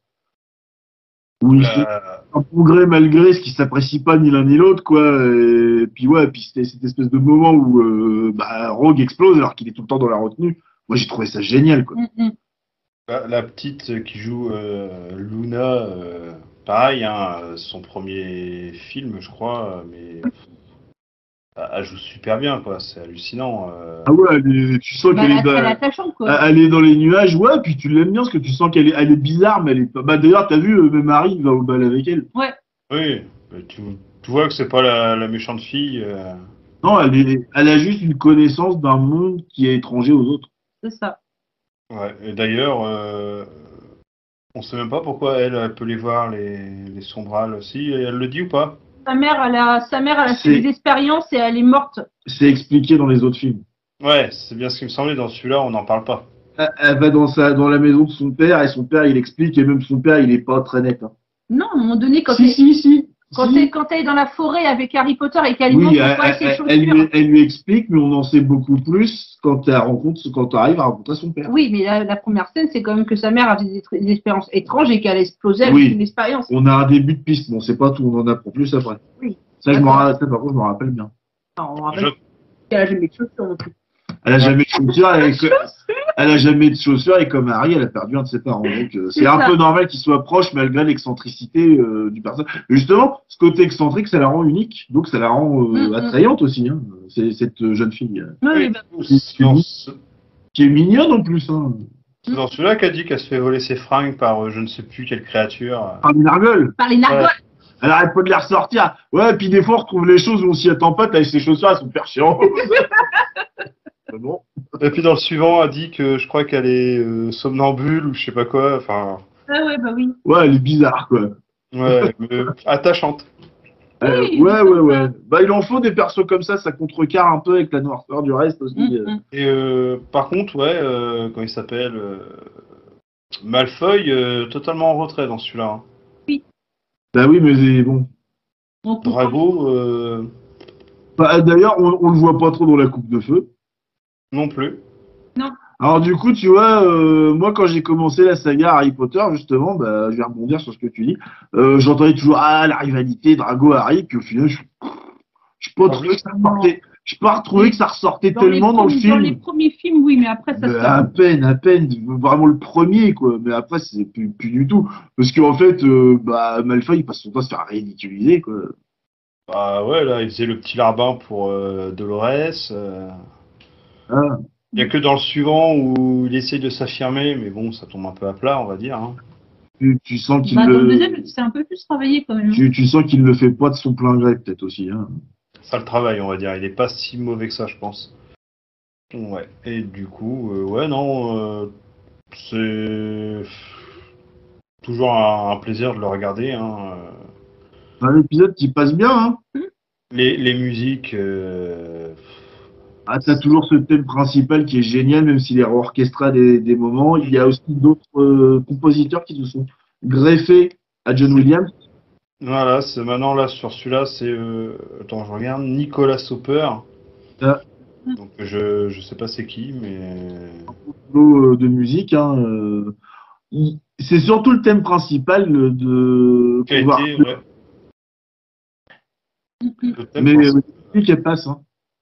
S2: où ils font un progrès malgré ce qui s'apprécie pas ni l'un ni l'autre, quoi. Et puis c'était cette espèce de moment où Rogue explose alors qu'il est tout le temps dans la retenue. Moi, j'ai trouvé ça génial, quoi.
S1: La petite qui joue Luna, pareil, hein, son premier film, je crois, mais elle joue super bien, quoi. C'est hallucinant.
S2: Ah ouais, tu sens qu'elle est
S3: attachante, quoi.
S2: Elle est dans les nuages, ouais, puis tu l'aimes bien parce que tu sens qu'elle est bizarre, mais elle est pas. Bah d'ailleurs, t'as vu, même Harry il va au bal avec elle.
S3: Ouais.
S1: Oui, mais tu vois que c'est pas la méchante fille.
S2: Non, elle a juste une connaissance d'un monde qui est étranger aux autres.
S3: C'est ça.
S1: Ouais, et d'ailleurs, On sait même pas pourquoi elle peut les voir, les sombrales aussi. Elle le dit ou pas?
S3: Sa mère, elle a fait
S2: C'est
S3: des expériences et elle est morte.
S2: c'est expliqué dans les autres films.
S1: Ouais, c'est bien ce qui me semblait. Dans celui-là, on n'en parle pas.
S2: Elle va dans la maison de son père et son père il explique et même son père il est pas très net. Hein.
S3: Non, à un moment donné, quand
S2: Si.
S3: elle est dans la forêt avec Harry Potter et qu'elle lui
S2: Oui,
S3: montre pourquoi ses chaussures.
S2: elle lui explique, mais on en sait beaucoup plus quand elle arrive à rencontrer son père.
S3: Oui, mais la première scène, c'est quand même que sa mère a fait des expériences étranges et qu'elle a explosé avec
S2: Oui.
S3: une expérience.
S2: On a un début de piste, mais on sait pas tout, on en apprend plus après.
S3: Oui.
S2: Ça,
S3: D'accord.
S2: ça, par contre, je me rappelle bien.
S3: Non, on rappelle
S1: Je-
S3: qu'elle a jamais de chaussures non plus.
S2: Elle a jamais de chaussures, elle a jamais de chaussures et comme Harry, elle a perdu un de ses parents. Donc, c'est un
S3: ça.
S2: peu normal qu'ils soient proches malgré l'excentricité du personnage. Justement, ce côté excentrique, ça la rend unique, donc ça la rend attrayante aussi. Hein. C'est cette jeune fille
S3: Oui, bah,
S1: C'est dans
S2: qui est mignonne en plus. Hein.
S1: c'est dans celui-là qu'elle dit qu'elle se fait voler ses fringues par je ne sais plus quelle créature.
S2: Par des nargueules.
S3: par les nargoles.
S2: Elle arrête pas de les ressortir. Ouais, puis des fois, on retrouve les choses où on s'y attend pas. T'as ses chaussures, elles sont super chiantes. Bon.
S1: Et puis dans le suivant, elle dit que je crois qu'elle est somnambule ou je sais pas quoi. Enfin,
S3: Ah ouais, bah oui.
S2: Ouais, elle est bizarre, quoi.
S1: ouais, attachante.
S3: Oui,
S2: Ouais. Bah, il en faut des persos comme ça contrecarre un peu avec la noirceur du reste aussi.
S1: Et par contre, ouais, quand il s'appelle Malfoy, totalement en retrait dans celui-là. Hein.
S2: Bah oui, mais bon.
S3: Donc,
S1: Drago,
S2: Bah, d'ailleurs, on le voit pas trop dans la coupe de feu.
S1: non plus.
S2: Alors du coup, tu vois, moi quand j'ai commencé la saga Harry Potter, justement, bah, je vais rebondir sur ce que tu dis. J'entendais toujours la rivalité Drago-Harry, puis au final, je pas trouvé que ça ressortait. Je pas retrouvé que ça ressortait tellement dans le film.
S3: Dans les premiers films, oui, mais après, ça se
S2: À peine, vraiment le premier, quoi. Mais après, c'est plus du tout. Parce qu'en fait, bah, Malfoy, il passe son temps à se faire ridiculiser, quoi.
S1: Bah ouais, là, il faisait le petit larbin pour Dolores.
S2: Ah.
S1: Il n'y a que dans le suivant où il essaye de s'affirmer, mais bon, ça tombe un peu à plat, on va dire. Hein.
S2: Tu sens qu'il
S3: Bah, dans le deuxième, c'est un peu plus travaillé quand même.
S2: tu sens qu'il le fait pas de son plein gré, peut-être aussi. Hein.
S1: Ça le travail, on va dire. Il n'est pas si mauvais que ça, je pense. Ouais. Et du coup, ouais, non, c'est toujours un plaisir de le regarder. Hein.
S2: Un épisode qui passe bien, hein.
S1: Les musiques,
S2: Ah, t'as toujours ce thème principal qui est génial, même s'il est orchestré à des moments. Il y a aussi d'autres compositeurs qui se sont greffés à John Williams.
S1: voilà, c'est maintenant là sur celui-là, c'est attends, je regarde Nicolas Soper.
S2: Ah.
S1: Donc je sais pas c'est qui, mais
S2: De musique. Hein, c'est surtout le thème principal de.
S1: qui a
S2: qu'on va-
S1: été, ouais. Le thème
S2: Mais
S1: principal.
S2: musique, elle passe. Hein.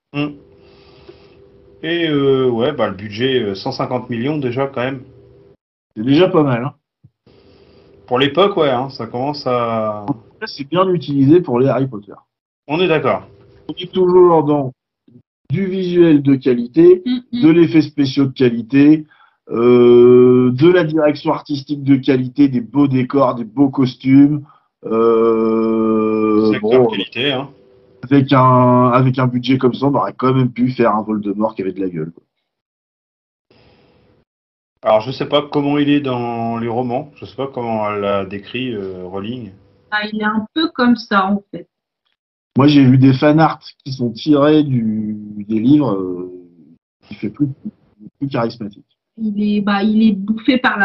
S1: Et ouais, bah le budget 150 millions déjà quand même.
S2: C'est déjà pas mal. Hein.
S1: Pour l'époque, ouais, hein, ça commence à.
S2: C'est bien utilisé pour les Harry Potter.
S1: On est d'accord.
S2: On est toujours dans du visuel de qualité, de l'effet spéciaux de qualité, de la direction artistique de qualité, des beaux décors, des beaux costumes.
S1: C'est acteur de qualité, hein.
S2: Avec un budget comme ça, on aurait quand même pu faire un Voldemort qui avait de la gueule. Quoi.
S1: Alors je sais pas comment il est dans les romans, je sais pas comment elle l'a décrit Rowling.
S3: Ah, il est un peu comme ça, en fait.
S2: Moi, j'ai vu des fanarts qui sont tirés des livres, qui fait plus charismatique.
S3: Il est bouffé par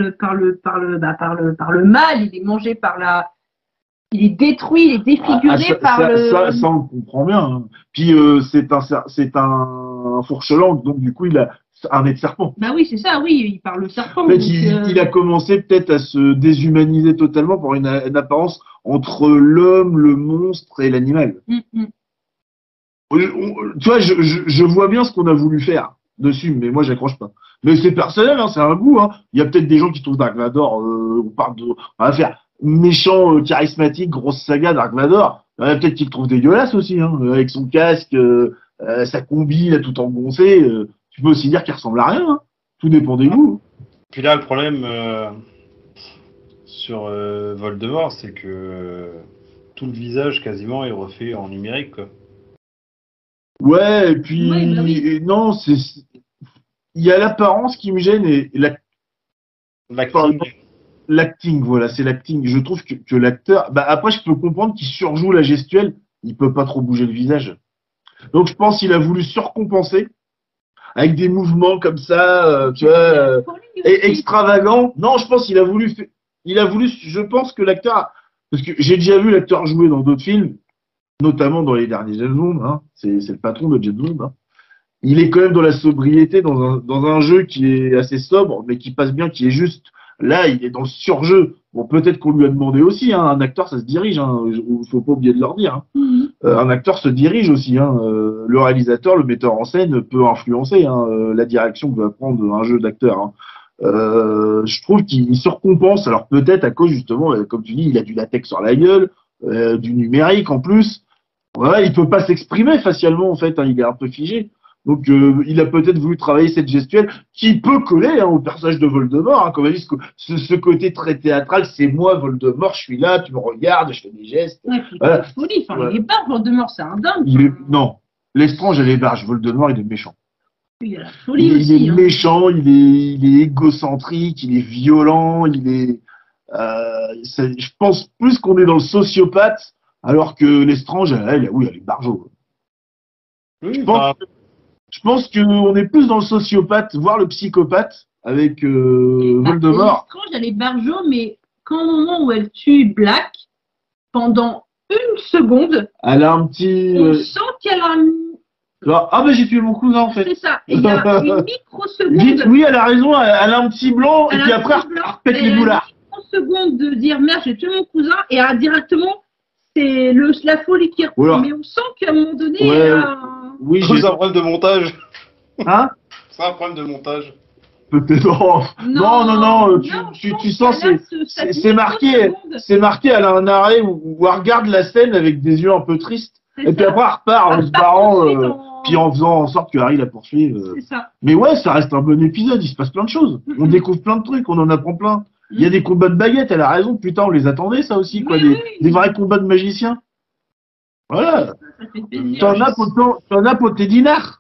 S3: le mal, il est mangé il est détruit, il est défiguré
S2: Ça, on le comprend bien. Hein. Puis c'est un fourche-langue, donc du coup il a un nez de serpent.
S3: Bah oui, c'est ça, oui, il parle le serpent.
S2: En fait, il a commencé peut-être à se déshumaniser totalement pour une apparence entre l'homme, le monstre et l'animal. Tu vois, je vois bien ce qu'on a voulu faire dessus, mais moi j'accroche pas. Mais c'est personnel, hein, c'est un goût. Hein. Il y a peut-être des gens qui trouvent Dark Vador, on va faire méchant, charismatique, grosse saga Dark Vador. Il y en a peut-être qui le trouvent dégueulasse aussi, hein, avec son casque, sa combi, là, tout engoncé. Tu peux aussi dire qu'il ressemble à rien. Hein. Tout dépend des goûts.
S1: Puis là, le problème sur Voldemort, c'est que tout le visage quasiment est refait en numérique, quoi.
S2: Ouais, et puis
S3: Ouais, bah oui.
S2: non, il y a l'apparence qui me gêne et
S1: L'acting.
S2: l'acting, voilà, c'est l'acting. Je trouve que l'acteur. Bah, après, je peux comprendre qu'il surjoue la gestuelle. Il peut pas trop bouger le visage. Donc, je pense qu'il a voulu surcompenser avec des mouvements comme ça, tu vois, extravagants. Non, je pense qu'il a voulu. Je pense que l'acteur. Parce que j'ai déjà vu l'acteur jouer dans d'autres films, notamment dans les derniers James Bond. Hein. C'est le patron de James Bond. Hein. Il est quand même dans la sobriété, dans un jeu qui est assez sobre, mais qui passe bien, qui est juste. Là, il est dans le surjeu. Bon, peut-être qu'on lui a demandé aussi. Hein, un acteur, ça se dirige. Hein, faut pas oublier de leur dire. Hein. Un acteur se dirige aussi. Hein, le réalisateur, le metteur en scène peut influencer la direction que va prendre un jeu d'acteur. Hein. Je trouve qu'il surcompense. Alors peut-être à cause justement, comme tu dis, il a du latex sur la gueule, du numérique en plus. Voilà, il peut pas s'exprimer facialement en fait. Hein, il est un peu figé. Donc, il a peut-être voulu travailler cette gestuelle qui peut coller au personnage de Voldemort. Hein, comme elle dit, ce côté très théâtral, c'est moi, Voldemort, je suis là, tu me regardes, je fais des gestes.
S3: Ouais, puis
S2: voilà.
S3: folie. Enfin, il est pas Voldemort, c'est un dingue.
S2: Non, Lestrange, elle est barge. Voldemort, il est méchant.
S3: Il a la folie
S2: il
S3: aussi.
S2: est méchant, il est égocentrique, il est violent, je pense plus qu'on est dans le sociopathe, alors que Lestrange, elle est barjo.
S1: Oui,
S2: Je pense qu'on est plus dans le sociopathe, voire le psychopathe, avec Voldemort.
S3: Lestrange, elle est barjo, mais quand au moment où elle tue Black, pendant une seconde,
S2: elle a un petit.
S3: On sent qu'elle a un.
S2: Ah, j'ai tué mon cousin en fait.
S3: C'est ça. Et il y a une microseconde.
S2: Vite, oui, elle a raison, elle a un petit blanc, et puis après, elle repète les boulards.
S3: Une microseconde de dire merde, j'ai tué mon cousin, et directement, c'est la folie qui reprend.
S2: Voilà.
S3: Mais on sent qu'à un moment donné.
S1: Oui, c'est un problème de montage.
S2: Hein?
S1: C'est un problème de montage.
S2: Peut-être. Non. Tu sens, c'est marqué. C'est marqué, elle a un arrêt où elle regarde la scène avec des yeux un peu tristes. Et puis après, elle repart en se barrant, puis en faisant en sorte que Harry la poursuive.
S3: C'est ça.
S2: Mais ouais, ça reste un bon épisode, il se passe plein de choses. On découvre plein de trucs, on en apprend plein. Il y a des combats de baguettes, elle a raison, putain, on les attendait, ça aussi, quoi. Des vrais combats de magiciens. Voilà. T'en as pour tes dinars.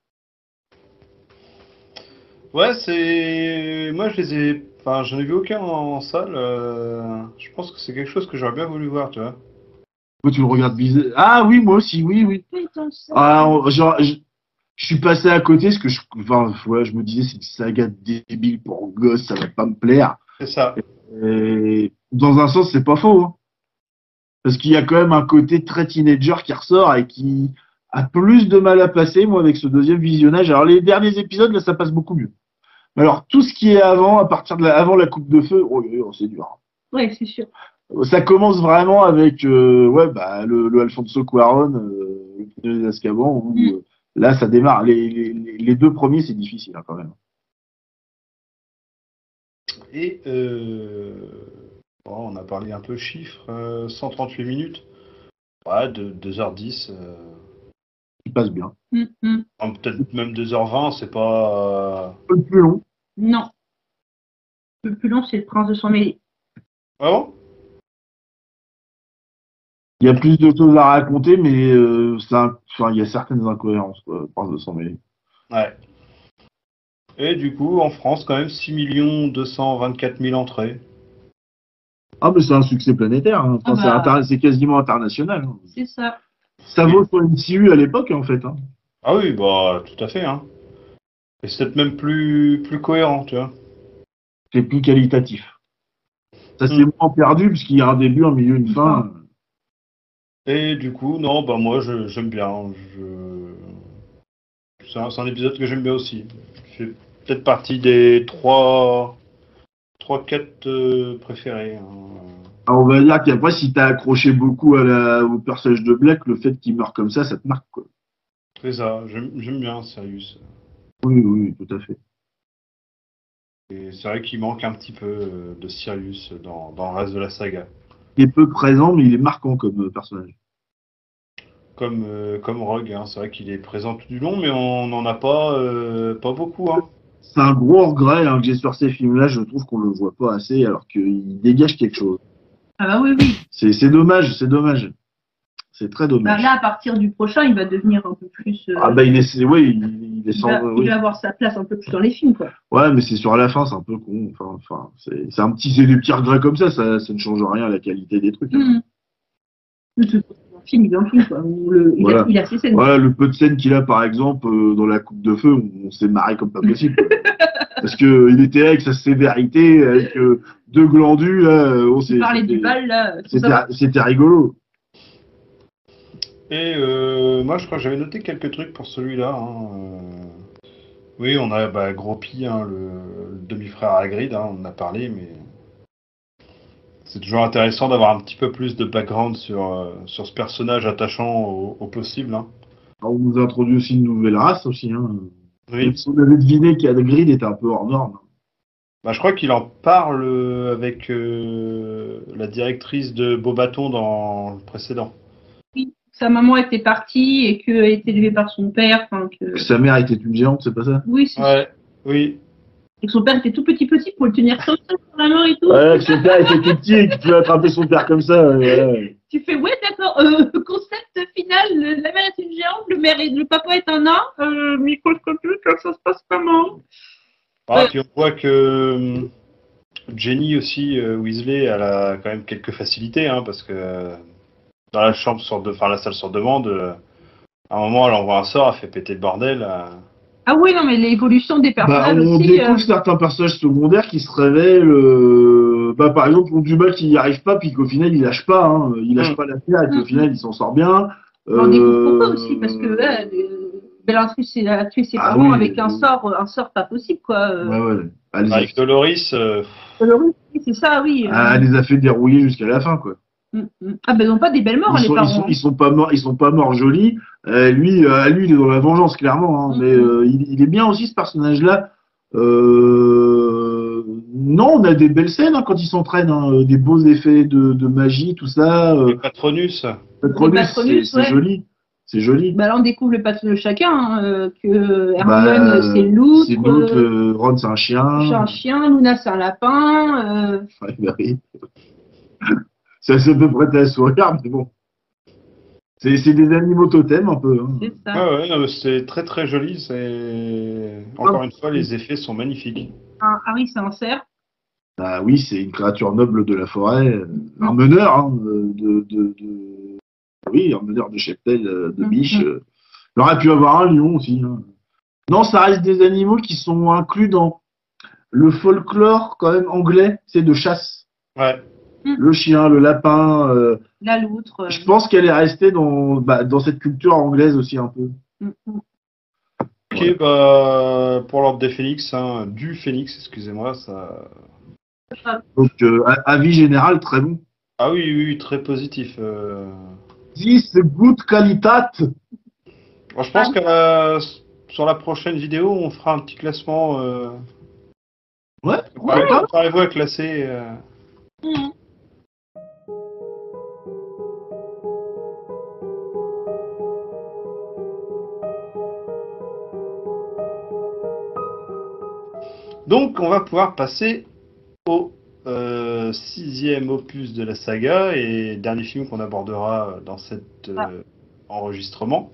S1: Ouais, moi je les ai. Enfin, j'en ai vu aucun en salle. Je pense que c'est quelque chose que j'aurais bien voulu voir, tu vois.
S2: Tu le regardes bizarre. Ah oui, moi aussi, oui. Ah, je suis passé à côté parce que je me disais c'est une saga débile pour gosse, ça va pas me plaire.
S1: C'est ça.
S2: Et dans un sens, c'est pas faux. Hein. Parce qu'il y a quand même un côté très teenager qui ressort et qui a plus de mal à passer, moi, avec ce deuxième visionnage. Alors, les derniers épisodes, là, ça passe beaucoup mieux. Alors, tout ce qui est avant, à partir de avant la coupe de feu, c'est dur.
S3: Ouais, c'est sûr.
S2: Ça commence vraiment avec le Alfonso Cuarón, le prisonnier d'Azkaban, où là, ça démarre. Les deux premiers, c'est difficile, hein, quand même.
S1: Et on a parlé un peu chiffres, 138 minutes. Ouais, 2h10.
S2: Il passe bien.
S1: Peut-être même 2h20, c'est pas.
S2: Un peu plus long.
S3: Non. Le plus long, c'est le Prince de Sang Mêlé.
S1: Ah bon?
S2: Il y a plus de choses à raconter, mais il y a certaines incohérences, le Prince de Sang Mêlé. Ouais.
S1: Et du coup, en France, quand même, 6 224 000 entrées.
S2: Ah, mais c'est un succès planétaire. Hein. C'est quasiment international. Hein.
S3: C'est ça.
S2: Ça vaut son MCU à l'époque, en fait. Hein.
S1: Ah oui, tout à fait. Hein. Et c'est peut-être même plus cohérent, tu vois.
S2: C'est plus qualitatif. Ça s'est moins perdu, puisqu'il y a un début, un milieu, une fin.
S1: Et du coup, non, moi, j'aime bien. C'est un épisode que j'aime bien aussi. C'est peut-être partie des 3-4 préférés. Hein.
S2: Alors on va dire qu'après, si t'as accroché beaucoup au personnage de Black, le fait qu'il meure comme ça te marque, quoi.
S1: C'est ça, j'aime bien Sirius.
S2: Oui, tout à fait.
S1: Et c'est vrai qu'il manque un petit peu de Sirius dans le reste de la saga.
S2: Il est peu présent, mais il est marquant comme personnage.
S1: Comme Rogue, hein. C'est vrai qu'il est présent tout du long, mais on n'en a pas beaucoup. Hein.
S2: C'est un gros regret que j'ai sur ces films-là. Je trouve qu'on le voit pas assez, alors qu'il dégage quelque chose.
S3: Ah bah oui.
S2: C'est dommage, c'est dommage. C'est très
S3: Bah,
S2: dommage.
S3: là, à partir du prochain, il va devenir un peu plus.
S2: Ah bah il est, ouais, il est
S3: il
S2: sans,
S3: va, il
S2: oui.
S3: va avoir sa place un peu plus dans les films, quoi.
S2: Ouais, mais c'est sur la fin, c'est un peu con. Enfin, c'est un petit, c'est des petits regrets comme ça ne change rien à la qualité des trucs. Hein.
S3: De toute façon, un film, il est un film, quoi.
S2: Voilà.
S3: Il a ses scènes.
S2: Voilà, le peu de scènes qu'il a, par exemple, dans la coupe de feu, on s'est marré comme pas possible. Quoi. Parce que il était là avec sa sévérité, avec deux glandus, là,
S3: Il parlait du bal, là.
S2: c'était rigolo.
S1: Et moi, je crois que j'avais noté quelques trucs pour celui-là. Hein. Oui, on a Gros Pi, hein, le demi-frère Hagrid, hein, on en a parlé, mais c'est toujours intéressant d'avoir un petit peu plus de background sur ce personnage attachant au possible. Hein.
S2: Alors, on nous a introduit aussi une nouvelle race aussi. Hein.
S1: Oui.
S2: Même si on avait deviné qu'Hagrid était un peu hors norme.
S1: Bah, je crois qu'il en parle avec la directrice de Beaubaton dans le précédent.
S3: Oui, sa maman était partie et qu'elle était élevée par son père. Que...
S2: Sa mère était une géante, c'est pas ça?
S3: Oui, c'est
S1: Ouais, oui.
S3: Et que son père était tout petit pour le tenir comme ça sur la main et tout.
S2: Ouais, que son père était tout petit et qu'il pouvait attraper son père comme ça. Ouais.
S3: Tu fais, ouais, d'accord. Concept final, la mère est une géante, le papa est un nain. Microscopique, ça se passe comment?
S1: Ah, puis on voit que Jenny aussi, Weasley, elle a quand même quelques facilités, hein, parce que dans la chambre la salle sur demande, à un moment, elle envoie un sort, elle fait péter le bordel.
S3: Ah oui, non, mais l'évolution des personnages
S2: On
S3: aussi.
S2: découvre certains personnages secondaires qui se révèlent. Par exemple, pour Dumas qui n'y arrive pas, puis qu'au final il lâche pas. Hein, il lâche pas l'affaire et qu'au final il s'en sort bien.
S3: On découvre pourquoi aussi, parce que Bellatrix a tué ses parents avec un sort pas possible, quoi.
S2: Ouais.
S1: Avec Doloris.
S3: Doloris, c'est ça, oui.
S2: Elle les a fait dérouiller jusqu'à la fin, quoi.
S3: Ah ben ils n'ont pas des belles morts, les parents.
S2: Ils sont pas morts jolis. Lui, il est dans la vengeance, clairement. Hein, mais il est bien aussi, ce personnage-là. Non, on a des belles scènes hein, quand ils s'entraînent, hein, des beaux effets de magie, tout ça.
S1: Le Patronus.
S2: C'est joli. C'est joli.
S3: Bah là, on découvre le patronus de chacun, hein, que Hermione, c'est loutre.
S2: C'est loutre, Ron, c'est un chien.
S3: C'est un chien, Luna, c'est un lapin.
S2: Ouais, bah oui. Ça se peut prêter à sourire, mais bon. C'est des animaux totems un peu. Hein.
S3: C'est ça.
S1: Ouais, non, c'est très très joli. Encore une fois, les effets sont magnifiques.
S3: Harry, c'est un cerf.
S2: Ah oui, c'est une créature noble de la forêt, un meneur hein, oui, un meneur de cheptel, de biche. Il aurait pu avoir un lion aussi. Hein. Non, ça reste des animaux qui sont inclus dans le folklore quand même anglais, c'est de chasse.
S1: Ouais.
S2: Le chien, le lapin.
S3: La loutre.
S2: Je pense qu'elle est restée dans cette culture anglaise aussi un peu.
S1: Ok, ouais. Pour l'ordre des phénix, hein, du phénix, excusez-moi, ça.
S2: Donc, avis général, très bon.
S1: Ah oui, très positif.
S2: 10 good qualitat.
S1: Bon, je pense que sur la prochaine vidéo, on fera un petit classement.
S2: Ouais.
S1: Préparez-vous à classer. Donc, on va pouvoir passer au 6e opus de la saga et dernier film qu'on abordera dans cet enregistrement.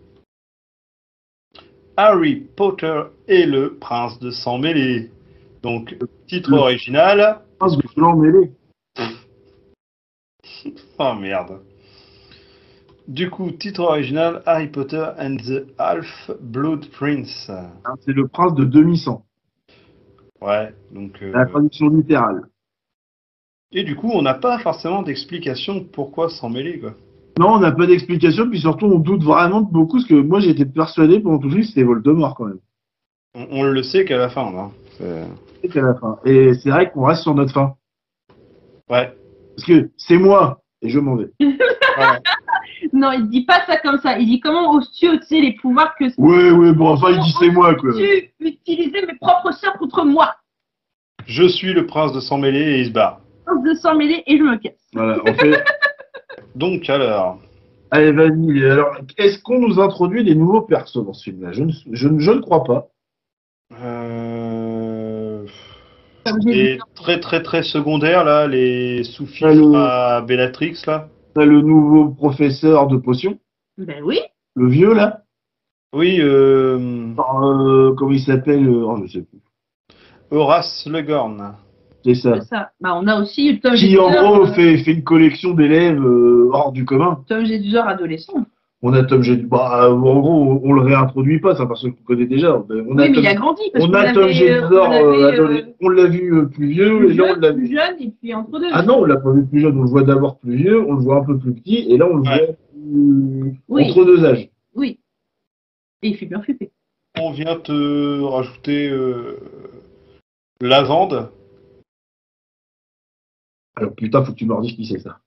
S1: Harry Potter et le prince de sang mêlé. Donc, titre original.
S2: Prince de sang mêlé.
S1: Oh merde. Du coup, titre original, Harry Potter and the Half-Blood Prince.
S2: C'est le prince de demi-sang.
S1: Ouais, donc...
S2: La traduction littérale.
S1: Et du coup, on n'a pas forcément d'explication de pourquoi s'en mêler, quoi.
S2: Non, on n'a pas d'explication, puis surtout, on doute vraiment de beaucoup, parce que moi, j'étais persuadé pendant tout le film que c'était Voldemort, quand même.
S1: On le sait qu'à la fin, là.
S2: C'est qu'à la fin. Et c'est vrai qu'on reste sur notre fin.
S1: Ouais.
S2: Parce que c'est moi, et je m'en vais.
S1: Ouais.
S3: Non, il dit pas ça comme ça. Il dit comment oses-tu utiliser les pouvoirs que...
S2: Ouais, bon, enfin, il dit c'est moi, quoi.
S3: Tu utiliser mes propres sœurs contre moi.
S1: Je suis le prince de sang mêlé et il se barre.
S3: Prince de sang mêlé et je me casse.
S2: Voilà, en fait...
S1: Donc, alors...
S2: Allez, vas-y. Alors, est-ce qu'on nous introduit des nouveaux persos dans ce film-là je ne crois pas.
S1: Les très très très secondaires, là, les sous-fifres à Bellatrix, là.
S2: T'as le nouveau professeur de potions,
S3: Ben oui.
S2: le vieux là.
S1: Oui,
S2: Comment il s'appelle oh, je sais plus.
S1: Horace Slughorn.
S2: C'est ça.
S3: C'est ça. Bah, on a aussi Tom
S2: Qui en
S3: Jedusor,
S2: gros fait une collection d'élèves hors du commun.
S3: Tom Jedusor adolescent.
S2: On a Tom G. Bah, en gros, on le réintroduit pas, c'est un personnage qu'on connaît déjà. On a
S3: Oui, mais
S2: Tom,
S3: il a grandi. Parce
S2: on
S3: qu'on
S2: a Tom
S3: l'avait,
S2: Jedusor,
S3: on
S2: on l'a vu plus vieux,
S3: plus
S2: et là on
S3: jeune,
S2: l'a
S3: plus
S2: vu.
S3: jeune, et puis entre deux.
S2: Ah non, on l'a pas vu plus jeune, on le voit d'abord plus vieux, on le voit un peu plus petit, et là on le
S1: Ouais.
S2: voit plus...
S3: Oui.
S2: entre deux âges.
S3: Oui. Et il fait bien flipper.
S1: On vient te rajouter Lavande,
S2: Alors putain, faut que tu me redises qui c'est ça.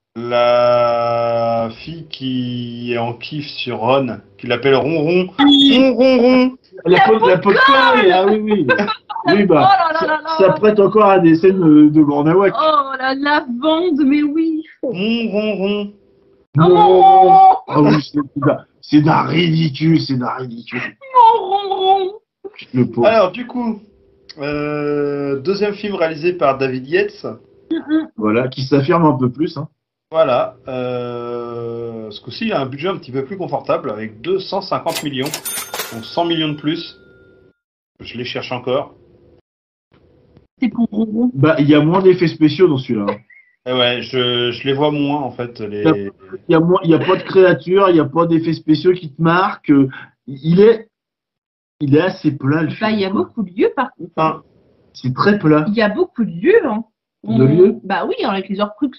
S1: la fille qui est en kiff sur Ron, qui l'appelle Ronron. Ronron.
S2: La pot de colle, ah oui, oui. Oui, bah,
S3: Oh là là là là.
S2: ça prête encore à des scènes de Grand Nawak.
S3: Oh la lavande, mais oui.
S1: Ronron.
S3: Oh,
S2: Ah oui, c'est d'un ridicule, c'est d'un ridicule.
S3: ronron.
S2: Le pauvre.
S1: Alors, du coup, deuxième film réalisé par David Yates.
S2: Voilà, qui s'affirme un peu plus. Hein.
S1: Voilà. Ce coup-ci, il a un budget un petit peu plus confortable avec 250 millions. Donc 100 millions de plus. Je les cherche encore.
S3: C'est pour ronron.
S2: Bah, il y a moins d'effets spéciaux dans celui-là. Hein.
S1: Et ouais, je les vois moins en fait.
S2: Il y a pas de créatures, il n'y a pas d'effets spéciaux qui te marquent. Il est assez plat le
S3: Bah,
S2: film.
S3: il y a
S2: quoi.
S3: beaucoup de lieux par contre.
S1: Enfin,
S2: C'est très plat.
S3: Il y a beaucoup de lieux. Hein.
S2: De lieux
S3: Bah oui, avec les Horcruxes.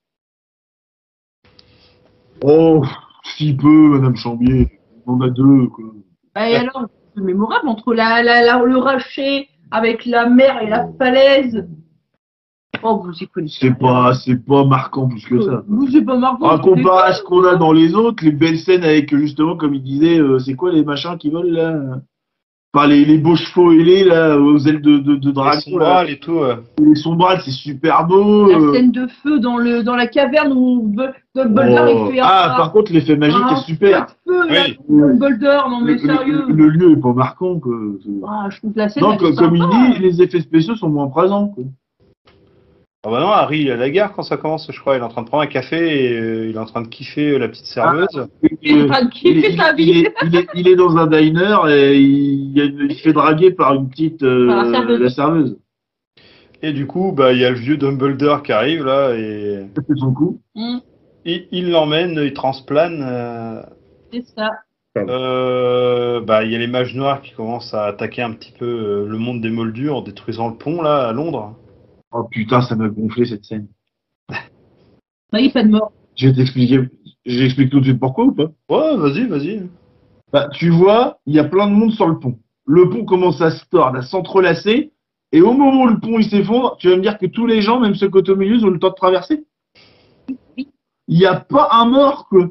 S2: Oh, si peu, Madame Chambier. On en a deux, quoi.
S3: Bah, et alors, c'est mémorable entre le rocher avec la mer et la falaise. Oh, vous y connaissez.
S2: C'est pas marquant plus que ça.
S3: Vous, c'est pas marquant.
S2: À comparer à ce qu'on a dans les autres, les belles scènes avec, justement, comme il disait, c'est quoi les machins qui volent, là? Enfin, les beaux chevaux ailés, là, aux ailes de
S1: les
S2: dragon, là.
S1: sombrales et tout.
S2: Les sombrales, c'est super beau.
S3: La scène de feu dans la caverne où Dumbledore
S2: Oh.
S3: il fait
S2: Par contre, l'effet magique
S3: un
S2: est super.
S3: feu, là,
S1: Oui.
S3: Dumbledore, non mais sérieux.
S2: Le lieu est pas marquant, quoi.
S3: Ah, je trouve la scène.
S2: Non,
S3: elle est
S2: comme il
S3: sympa.
S2: dit, les effets spéciaux sont moins présents, quoi.
S1: Ah bah non, Harry, il est à la gare quand ça commence, je crois. Il est en train de prendre un café et il est en train de kiffer la petite serveuse.
S3: Il est en train de kiffer sa vie.
S2: Il est dans un diner et il se fait draguer par une petite
S3: Par la serveuse.
S2: la serveuse.
S1: Et du coup, bah il y a le vieux Dumbledore qui arrive là et
S2: Ça fait son coup.
S1: il l'emmène, il transplane.
S3: C'est ça.
S1: Bah il y a les mages noirs qui commencent à attaquer un petit peu le monde des Moldus en détruisant le pont là à Londres.
S2: Oh putain, ça m'a gonflé cette scène.
S3: Bah, il n'y a pas de mort.
S2: Je vais t'expliquer. J'explique tout de suite pourquoi ou pas?
S1: Ouais, vas-y.
S2: Bah, tu vois, il y a plein de monde sur le pont. Le pont commence à se tordre, à s'entrelacer, et au moment où le pont il s'effondre, tu vas me dire que tous les gens, même ceux qui sont au milieu, ont le temps de traverser?
S3: Oui.
S2: Il n'y a pas un mort, quoi.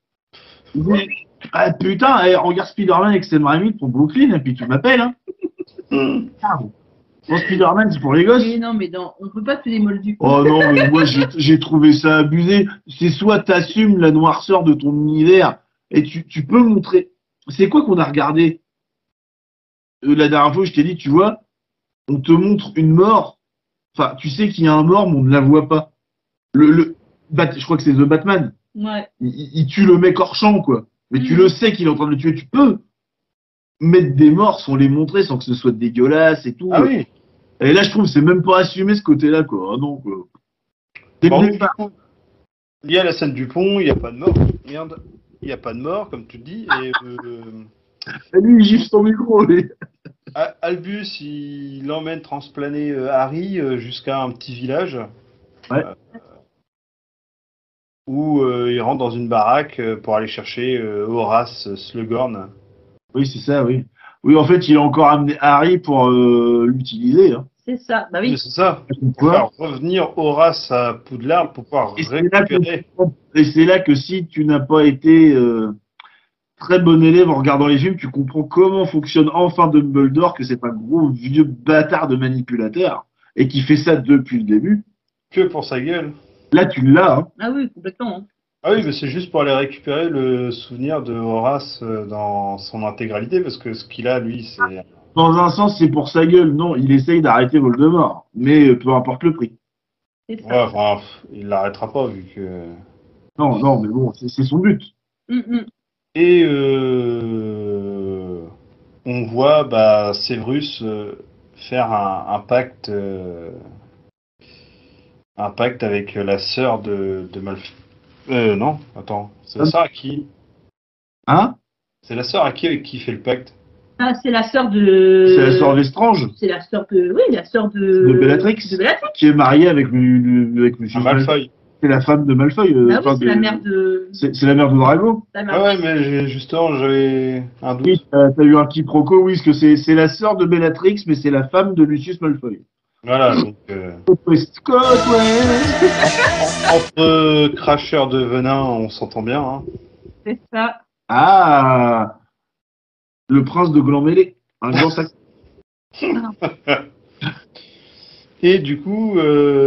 S2: Ah, putain, regarde Spider-Man avec Sam Raimi pour Brooklyn, et puis tu m'appelles, hein. Ah, bon. Bon, Spider-Man, c'est pour les gosses.
S3: Mais non, mais on peut pas tuer des moldus.
S2: Oh non, mais moi j'ai trouvé ça abusé. C'est soit t'assumes la noirceur de ton univers et tu peux montrer. C'est quoi qu'on a regardé la dernière fois? Je t'ai dit, tu vois, on te montre une mort. Enfin, tu sais qu'il y a un mort, mais on ne la voit pas. Je crois que c'est The Batman.
S3: Ouais.
S2: Il tue le mec hors champ, quoi. Mais tu le sais qu'il est en train de le tuer. Tu peux mettre des morts sans les montrer, sans que ce soit dégueulasse et tout.
S1: Ah oui.
S2: Et là, je trouve que c'est même pas assumé ce côté-là, quoi. Ah non, quoi. Dès le
S1: Bon,
S2: départ.
S1: du coup, il y a la scène du pont, il n'y a pas de mort. Merde, il n'y a pas de mort, comme tu le dis. Et
S2: Lui, il gifle son micro, lui.
S1: Albus, il emmène transplaner Harry jusqu'à un petit village.
S2: Ouais.
S1: Où il rentre dans une baraque pour aller chercher Horace Slughorn.
S2: Oui, c'est ça, oui. Oui, en fait, il a encore amené Harry pour l'utiliser. Hein.
S3: C'est ça. Bah
S1: Mais
S3: oui.
S1: c'est ça. Pour
S2: Quoi
S1: faire revenir Horace à Poudlard pour pouvoir
S2: Et c'est là
S1: récupérer.
S2: que si tu n'as pas été très bon élève en regardant les films, tu comprends comment fonctionne enfin Dumbledore, que c'est un gros vieux bâtard de manipulateur et qui fait ça depuis le début.
S1: Que pour sa gueule.
S2: Là, tu l'as. Hein.
S3: Ah oui, complètement. Hein.
S1: Ah oui, mais c'est juste pour aller récupérer le souvenir de Horace dans son intégralité, parce que ce qu'il a, lui, c'est...
S2: Dans un sens, c'est pour sa gueule. Non, il essaye d'arrêter Voldemort, mais peu importe le prix.
S3: C'est ça.
S1: Ouais, enfin, il l'arrêtera pas, vu que...
S2: Non, non, mais bon, c'est son but.
S1: Et on voit Severus faire un pacte avec la sœur de Malfoy. Non, attends, c'est la sœur à qui?
S2: Hein?
S1: C'est la sœur à qui avec qui il fait le pacte?
S3: Ah, c'est la sœur de.
S2: C'est la sœur d'Estrange,
S3: C'est la sœur de. Oui, la sœur
S2: de Bellatrix,
S3: de Bellatrix.
S2: qui est mariée avec Lucius
S1: Un Malfoy.
S2: C'est la femme de Malfoy.
S3: Ah oui,
S2: enfin,
S3: c'est la mère de.
S2: C'est la mère de Drago.
S3: La
S1: Ah
S3: mère
S1: ouais, mais justement, j'avais un doute.
S2: Oui, t'as eu un quiproquo, oui, parce que c'est la sœur de Bellatrix, mais c'est la femme de Lucius Malfoy.
S1: Voilà, donc
S2: Scott, ouais.
S1: entre cracheurs de venin, on s'entend bien. Hein.
S3: C'est ça.
S2: Ah, le prince de Gland-Mêlé, un grand sac.
S1: Et du coup,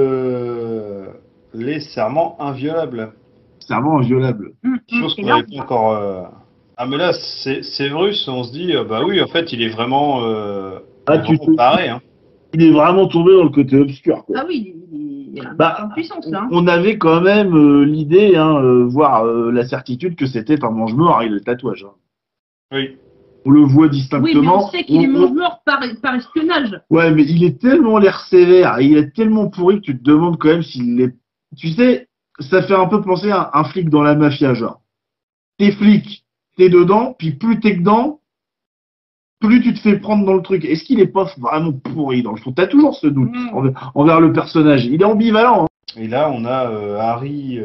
S1: les serments inviolables.
S2: Serment inviolable.
S1: Chose qu'on n'avait pas encore. Ah, mais là, c'est Severus, on se dit, bah oui, en fait, il est vraiment, vraiment paré. Hein.
S2: Il est vraiment tombé dans le côté obscur. Quoi.
S3: Ah oui, il est en puissance là.
S2: On avait quand même l'idée, voire la certitude que c'était un mange-mort avec le tatouage. Hein.
S1: Oui.
S2: On le voit
S3: Oui, mais
S2: distinctement.
S3: on sait qu'il est mange-mort par espionnage.
S2: Ouais, mais il est tellement l'air sévère et il est tellement pourri que tu te demandes quand même s'il est. Tu sais, ça fait un peu penser à un flic dans la mafia, genre. T'es flic, t'es dedans, puis plus t'es dedans, plus tu te fais prendre dans le truc. Est-ce qu'il est pas vraiment pourri dans le fond? T'as toujours ce doute envers le personnage. Il est ambivalent. Hein.
S1: Et là, on a Harry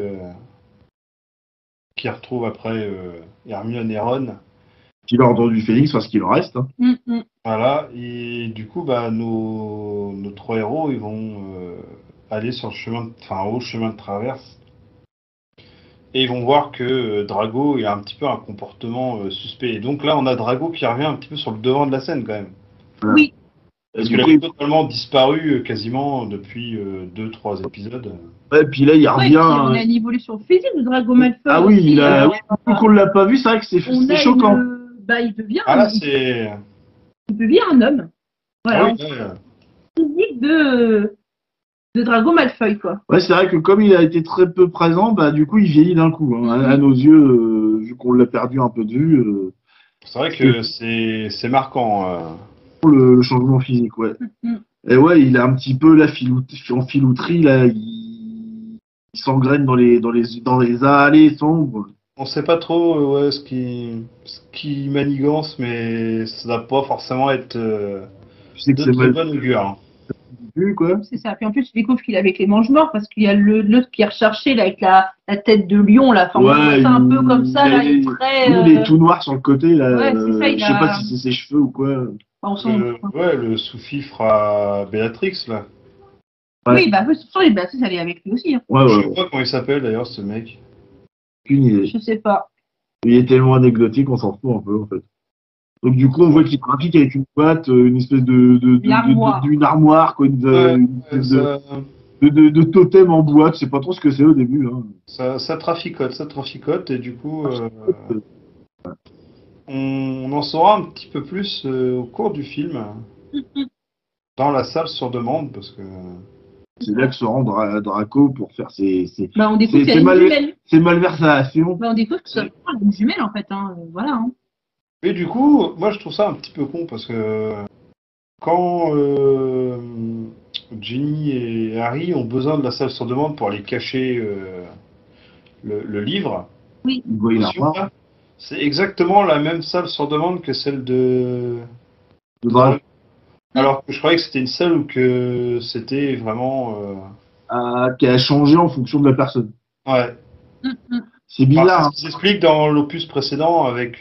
S1: qui retrouve après Hermione et Ron.
S2: Qui l'ordre du Phénix, parce qu'il en reste. Hein.
S1: Voilà, et du coup, nos trois héros, ils vont aller sur le chemin, au chemin de traverse. Et ils vont voir que Drago a un petit peu un comportement suspect. Et donc là, on a Drago qui revient un petit peu sur le devant de la scène quand même.
S2: Voilà.
S3: Oui.
S1: Parce qu'il avait totalement disparu quasiment depuis 2-3 épisodes.
S2: Ouais, puis là, il revient.
S3: On a une évolution physique de Drago Malfoy.
S2: Ah oui, il a. Oui, qu'on l'a pas vu, c'est vrai que c'est choquant.
S3: Il devient.
S1: Ah là, c'est.
S3: Il devient un homme. Voilà.
S1: Ah oui,
S3: physique de Drago Malfoy, quoi.
S2: Ouais, c'est vrai que comme il a été très peu présent, du coup, il vieillit d'un coup. Hein. À nos yeux, vu qu'on l'a perdu un peu de vue.
S1: C'est vrai que c'est marquant.
S2: Le changement physique, ouais. Et ouais, il a un petit peu la filouterie, là. Il s'engraine dans les allées sombres.
S1: On sait pas trop ce qui manigance, mais ça doit pas forcément être
S2: tu sais que c'est
S1: de bon augure. Hein.
S2: Quoi.
S3: C'est ça. Puis en plus, tu découvres qu'il est avec les mange-morts parce qu'il y a l'autre qui est recherché là, avec la tête de lion. Là. Enfin,
S2: ouais,
S3: c'est un peu comme ça. Là, il
S2: est tout noir sur le côté. Là,
S3: ouais, c'est ça,
S2: je sais pas si c'est ses cheveux ou quoi.
S1: Le sous-fifre à Bellatrix, là.
S3: Ouais. Oui, Bellatrix, elle est avec lui aussi. Hein.
S2: Ouais.
S1: Je sais pas comment il s'appelle d'ailleurs, ce mec.
S2: Aucune idée.
S3: Je sais pas.
S2: Il est tellement anecdotique, on s'en fout un peu, en fait. Donc, du coup, on voit qu'il trafique avec une boîte, une espèce d'une armoire, quoi, de totem en bois. Tu sais pas trop ce que c'est au début. Hein.
S1: Ça traficote, et du coup, on en saura un petit peu plus au cours du film, dans la salle sur demande, parce que.
S2: C'est là que se rend Draco pour faire ses
S3: on découvre qu'il y a une jumelle.
S2: Ses malversations.
S3: On découvre que c'est une jumelle, en fait. Hein. Voilà. Hein.
S1: Et du coup, moi je trouve ça un petit peu con parce que quand Ginny et Harry ont besoin de la salle sur demande pour aller cacher le livre,
S3: oui.
S1: c'est exactement la même salle sur demande que celle de
S2: Draco.
S1: Alors que je croyais que c'était une salle où que c'était vraiment
S2: qui a changé en fonction de la personne.
S1: Ouais.
S2: C'est bizarre.
S1: Ça s'explique dans l'opus précédent avec.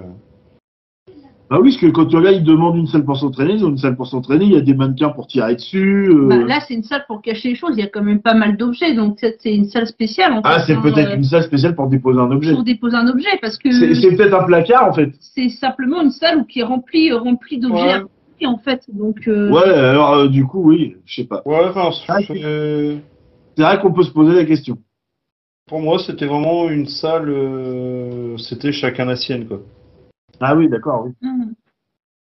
S2: Ah oui, parce que quand tu regardes, ils demandent une salle pour s'entraîner. Ils ont une salle pour s'entraîner, il y a des mannequins pour tirer dessus.
S3: Là, c'est une salle pour cacher les choses. Il y a quand même pas mal d'objets, donc c'est une salle spéciale. En fait,
S2: c'est peut-être une salle spéciale pour déposer un objet.
S3: Pour déposer un objet, parce que.
S2: C'est peut-être un placard, en fait.
S3: C'est simplement une salle qui est remplie d'objets. Ouais. En fait, donc.
S2: Ouais, alors du coup, oui, je sais pas.
S1: Ouais,
S2: c'est vrai qu'on peut se poser la question.
S1: Pour moi, c'était vraiment une salle. C'était chacun la sienne, quoi.
S2: Ah oui, d'accord, oui.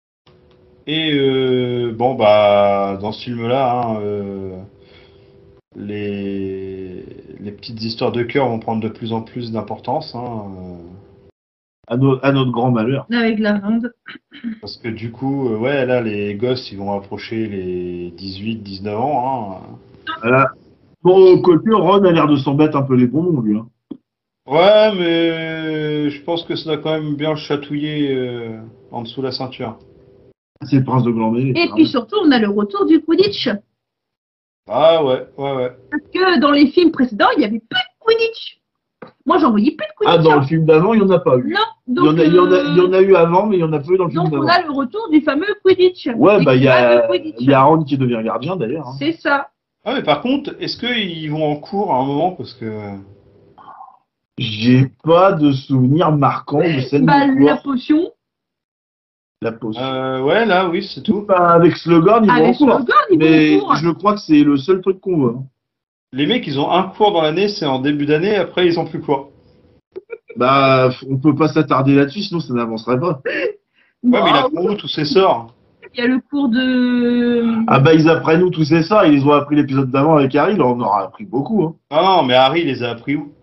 S1: Et dans ce film-là, les petites histoires de cœur vont prendre de plus en plus d'importance, hein,
S2: À notre grand malheur.
S3: Avec la ronde.
S1: parce que du coup, ouais, là, les gosses, ils vont approcher les 18, 19 ans. Hein.
S2: Voilà. Bon, quoique, Ron a l'air de s'en battre un peu les bonbons, lui. Hein.
S1: Ouais, mais je pense que ça doit quand même bien le chatouiller en dessous de la ceinture.
S2: C'est le prince de Glandé.
S3: Et puis surtout, on a le retour du Quidditch.
S1: Ah ouais.
S3: Parce que dans les films précédents, il n'y avait plus de Quidditch. Moi, j'en voyais plus de Quidditch.
S2: Ah, dans le film d'avant, il n'y en a pas eu.
S3: Non,
S2: Il y,
S3: donc,
S2: en a, il y en a eu avant, mais il y en a peu dans le film
S3: donc on
S2: d'avant.
S3: a le retour du fameux Quidditch.
S2: Ouais, bah, il y a
S3: Quidditch.
S2: Ron qui devient gardien, d'ailleurs. Hein.
S3: C'est ça.
S1: Ah, mais par contre, est-ce qu'ils vont en cours à un moment? Parce que.
S2: J'ai pas de souvenir marquant de scène
S3: Bah,
S2: de
S3: la
S2: cours.
S3: potion.
S2: La pause.
S1: Ouais, là, oui, c'est tout.
S2: Bah, avec Slughorn, ils vont en
S3: Avec
S2: cours.
S3: Slughorn, ils vont
S2: Mais
S3: en cours.
S2: je crois que c'est le seul truc qu'on voit. Hein.
S1: Les mecs, ils ont un cours dans l'année, c'est en début d'année, après, ils ont plus cours.
S2: Bah, on peut pas s'attarder là-dessus, sinon ça n'avancerait pas.
S1: Ouais, mais il
S3: Bah,
S1: apprend où tous ces sorts?
S3: il y a le cours de.
S2: Ah bah, ils apprennent nous tous ces ça, ils les ont appris l'épisode d'avant avec Harry, là on aura appris beaucoup. Hein.
S1: Non, mais Harry, il les a appris où?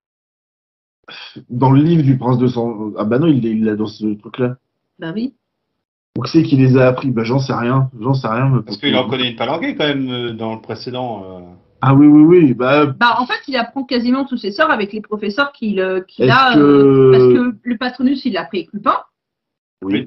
S2: Dans le livre du Prince de Sang... Ah bah non, il l'a dans ce truc-là.
S3: Bah oui.
S2: Donc c'est qui les a appris? Bah j'en sais rien,
S1: Parce qu'il en connaît une palanquée quand même dans le précédent.
S2: Ah oui, bah...
S3: Bah, en fait, il apprend quasiment tous ses sorts avec les professeurs qu'il
S2: Est-ce
S3: a.
S2: que-
S3: Parce que le Patronus, il l'a appris avec Lupin.
S2: Oui.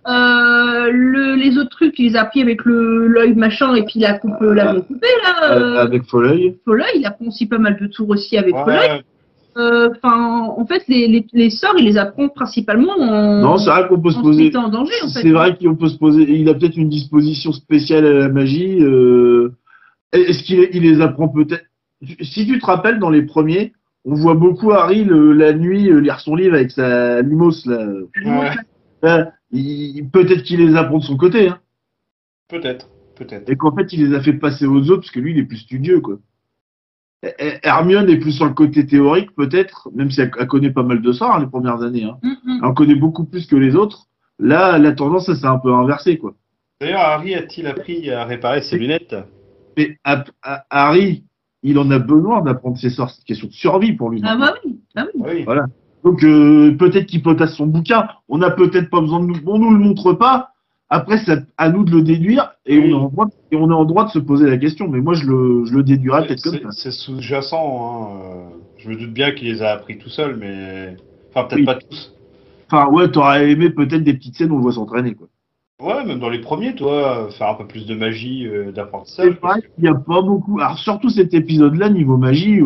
S3: Les autres trucs, il les a appris avec l'œil machin et puis la coupe, la coupée, là.
S2: Avec Folleuil.
S3: Folleuil, il apprend aussi pas mal de tours aussi avec Folleuil.
S1: Ouais,
S3: Enfin, en fait, les sorts, il les apprend principalement en,
S2: Non, c'est vrai qu'on peut se
S3: en se
S2: poser...
S3: mettant en danger, en fait.
S2: C'est vrai qu'on peut se poser... Il a peut-être une disposition spéciale à la magie. Est-ce qu'il les apprend peut-être... Si tu te rappelles, dans les premiers, on voit beaucoup Harry la nuit lire son livre avec sa Lumos, là.
S1: ouais.
S2: Là, peut-être qu'il les apprend de son côté, hein.
S1: Peut-être.
S2: Et qu'en fait, il les a fait passer aux autres, parce que lui, il est plus studieux, quoi. Hermione est plus sur le côté théorique, peut-être, même si elle connaît pas mal de sorts, hein, les premières années. Hein.
S3: Mhm.
S2: Elle en connaît beaucoup plus que les autres. Là, la tendance, ça s'est un peu inversé, quoi.
S1: D'ailleurs, Harry a-t-il appris à réparer ses lunettes?
S2: Mais Harry, il en a besoin d'apprendre ses sorts. C'est une question de survie pour lui.
S3: Ah bah oui, bah oui.
S1: Oui.
S2: Voilà. Donc, peut-être qu'il potasse son bouquin. On n'a peut-être pas besoin de nous. On nous le montre pas. Après, c'est à nous de le déduire. Et
S1: Oui.
S2: on est en droit de se poser la question. Mais moi, je le déduirais peut-être comme ça.
S1: C'est sous-jacent. Hein. Je me doute bien qu'il les a appris tout seul, mais. Enfin, peut-être
S2: Oui.
S1: pas tous.
S2: Enfin, ouais, t'aurais aimé peut-être des petites scènes où on le voit s'entraîner, quoi.
S1: Ouais, même dans les premiers, toi, faire un peu plus de magie,
S2: C'est
S1: d'apprentissage.
S2: vrai qu'il n'y a pas beaucoup. Alors, surtout cet épisode-là, niveau magie,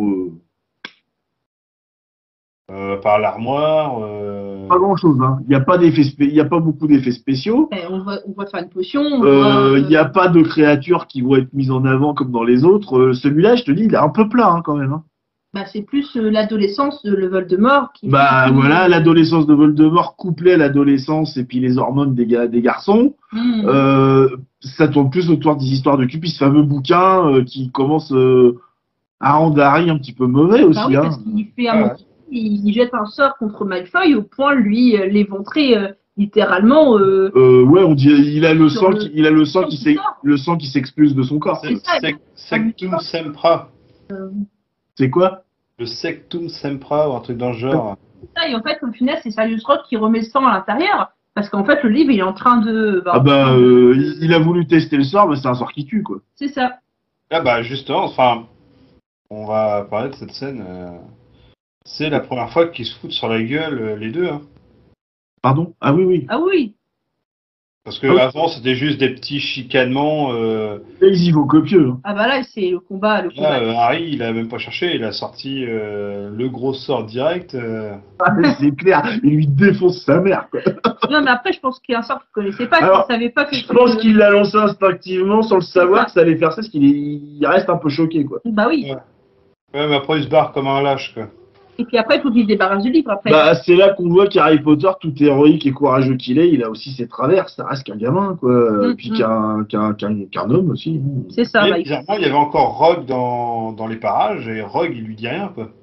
S1: Par l'armoire.
S2: pas grand-chose. Hein. Il n'y a pas il y a pas beaucoup d'effets spéciaux.
S3: On voit faire une potion. On voit,
S2: Il n'y a pas de créatures qui vont être mises en avant comme dans les autres. Celui-là, je te dis, il est un peu plat, hein, quand même. Hein.
S3: bah, c'est plus l'adolescence de le Voldemort qui.
S2: Bah voilà, l'adolescence de Voldemort couplée à l'adolescence et puis les hormones des garçons.
S3: Mhm.
S2: Ça tourne plus autour des histoires de Cupid, ce fameux bouquin qui commence à rendre Harry un petit peu mauvais aussi.
S3: Bah oui,
S2: Hein.
S3: parce qu'il fait un moment, il jette un sort contre Malfoy au point de lui l'éventrer littéralement.
S2: Ouais, on dit il a le
S3: Sur
S2: sang
S3: le-
S2: qui il a le sang
S3: sur
S2: qui
S3: son
S2: s'ex-
S3: corps.
S2: le sang qui s'expulse de son corps.
S3: C'est ça,
S1: Sectum Sempra.
S2: C'est quoi?
S1: Le Sectum Sempra ou un truc dans le genre.
S3: Ça, et en fait, au final, c'est Sirius Rock qui remet le sang à l'intérieur. Parce qu'en fait, le livre, il est en train de.
S2: Ah bah il a voulu tester le sort, mais c'est un sort qui tue quoi.
S3: C'est ça.
S1: Ah bah justement, enfin, on va parler de cette scène. C'est la première fois qu'ils se foutent sur la gueule les deux. Hein.
S2: Pardon? Ah oui.
S3: Ah oui.
S1: Parce que
S2: Ah.
S1: avant c'était juste des petits chicanements.
S2: Là, ils y vont copieux. Hein.
S3: Ah bah là, c'est le combat.
S1: Là, Harry, il a même pas cherché, il a sorti le gros sort direct.
S2: Ah, c'est clair, il lui défonce sa mère quoi.
S3: Non, mais après, je pense qu'il y a un sort qu'il ne connaissait pas,
S2: Alors,
S3: qu'il ne savait pas que.
S2: Je pense qu'il l'a lancé instinctivement sans le savoir que ça allait faire ça, parce il reste un peu choqué quoi.
S3: Bah oui.
S1: Ouais, mais après il se barre comme un lâche quoi.
S3: Et puis après, il faut qu'il se débarrasse du livre. Après.
S2: Bah, c'est là qu'on voit qu'Harry Potter, tout héroïque et courageux qu'il est, il a aussi ses travers. Ça reste qu'un gamin, quoi. Et puis qu'un homme aussi.
S3: C'est ça.
S1: Et
S3: Bah,
S1: bizarrement, il y avait encore Rogue dans les parages et Rogue il lui dit rien quoi.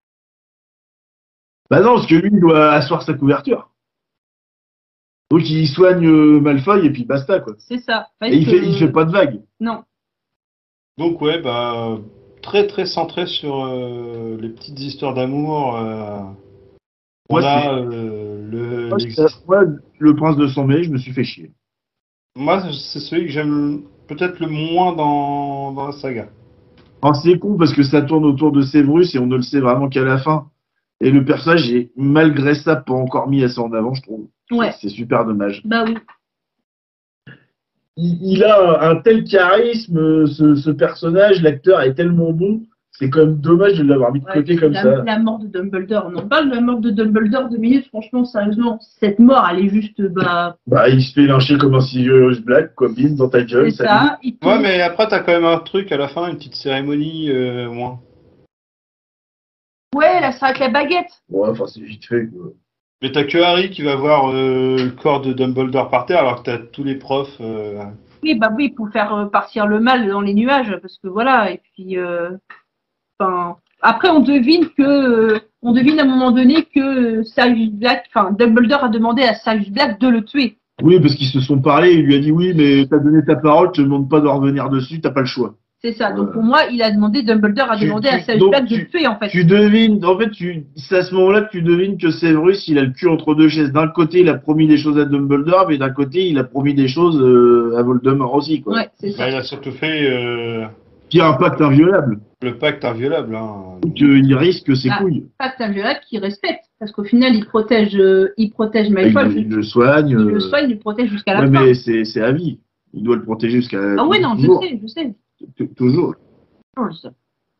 S2: Bah non, parce que lui, il doit asseoir sa couverture. Donc il soigne Malfoy et puis basta, quoi.
S3: c'est ça.
S2: Et il fait pas de vagues.
S3: Non.
S1: Donc ouais, bah très très centré sur les petites histoires d'amour. On
S2: Moi,
S1: a
S2: moi, le prince de sang mêlé, je me suis fait chier.
S1: Moi, c'est celui que j'aime peut-être le moins dans la saga.
S2: Alors, c'est con parce que ça tourne autour de Séverus et on ne le sait vraiment qu'à la fin. Et le personnage est, malgré ça, pas encore mis assez en avant, je trouve.
S3: Ouais.
S2: C'est super dommage.
S3: Bah oui.
S2: Il a un tel charisme, ce personnage, l'acteur est tellement bon, c'est quand même dommage de l'avoir mis de côté comme ça.
S3: La mort de Dumbledore. On en parle de la mort de Dumbledore 2 minutes, franchement, sérieusement. Cette mort, elle est juste,
S2: Bah, il se fait lyncher comme un Sirius Black, quoi, bim, dans ta gueule.
S3: c'est ça. Il
S1: Ouais,
S3: tombe.
S1: mais après, t'as quand même un truc à la fin, une petite cérémonie, moins.
S3: Ouais, là, c'est avec la baguette.
S2: Ouais, enfin, c'est vite fait, quoi.
S1: Mais t'as que Harry qui va voir le corps de Dumbledore par terre, alors que t'as tous les profs.
S3: Oui, bah oui, pour faire partir le mal dans les nuages, parce que voilà. Et puis, après, on devine à un moment donné que Sirius Black, Dumbledore a demandé à Sirius Black de le tuer.
S2: Oui, parce qu'ils se sont parlé, il lui a dit oui, mais t'as donné ta parole, je te demande pas de revenir dessus, t'as pas le choix.
S3: C'est ça. Donc pour moi, Dumbledore a demandé à Sirius Black de le tuer en fait.
S2: Tu devines, en fait, c'est à ce moment-là que tu devines que Severus, il a le cul entre deux chaises. D'un côté, il a promis des choses à Dumbledore, mais d'un côté, il a promis des choses à Voldemort aussi, quoi.
S3: Ouais, c'est ça.
S1: Il a surtout fait
S2: Qui a un pacte inviolable.
S1: le pacte inviolable. Hein.
S2: Donc il risque ses couilles.
S3: Pacte inviolable qu'il respecte, parce qu'au final, il protège Malfoy.
S2: Il le soigne.
S3: Il le soigne, il le protège jusqu'à la fin.
S2: Mais c'est à vie. Il doit le protéger jusqu'à.
S3: Ah oui, non,
S2: toujours.
S3: je sais.
S2: Toujours.
S3: Non, je sais.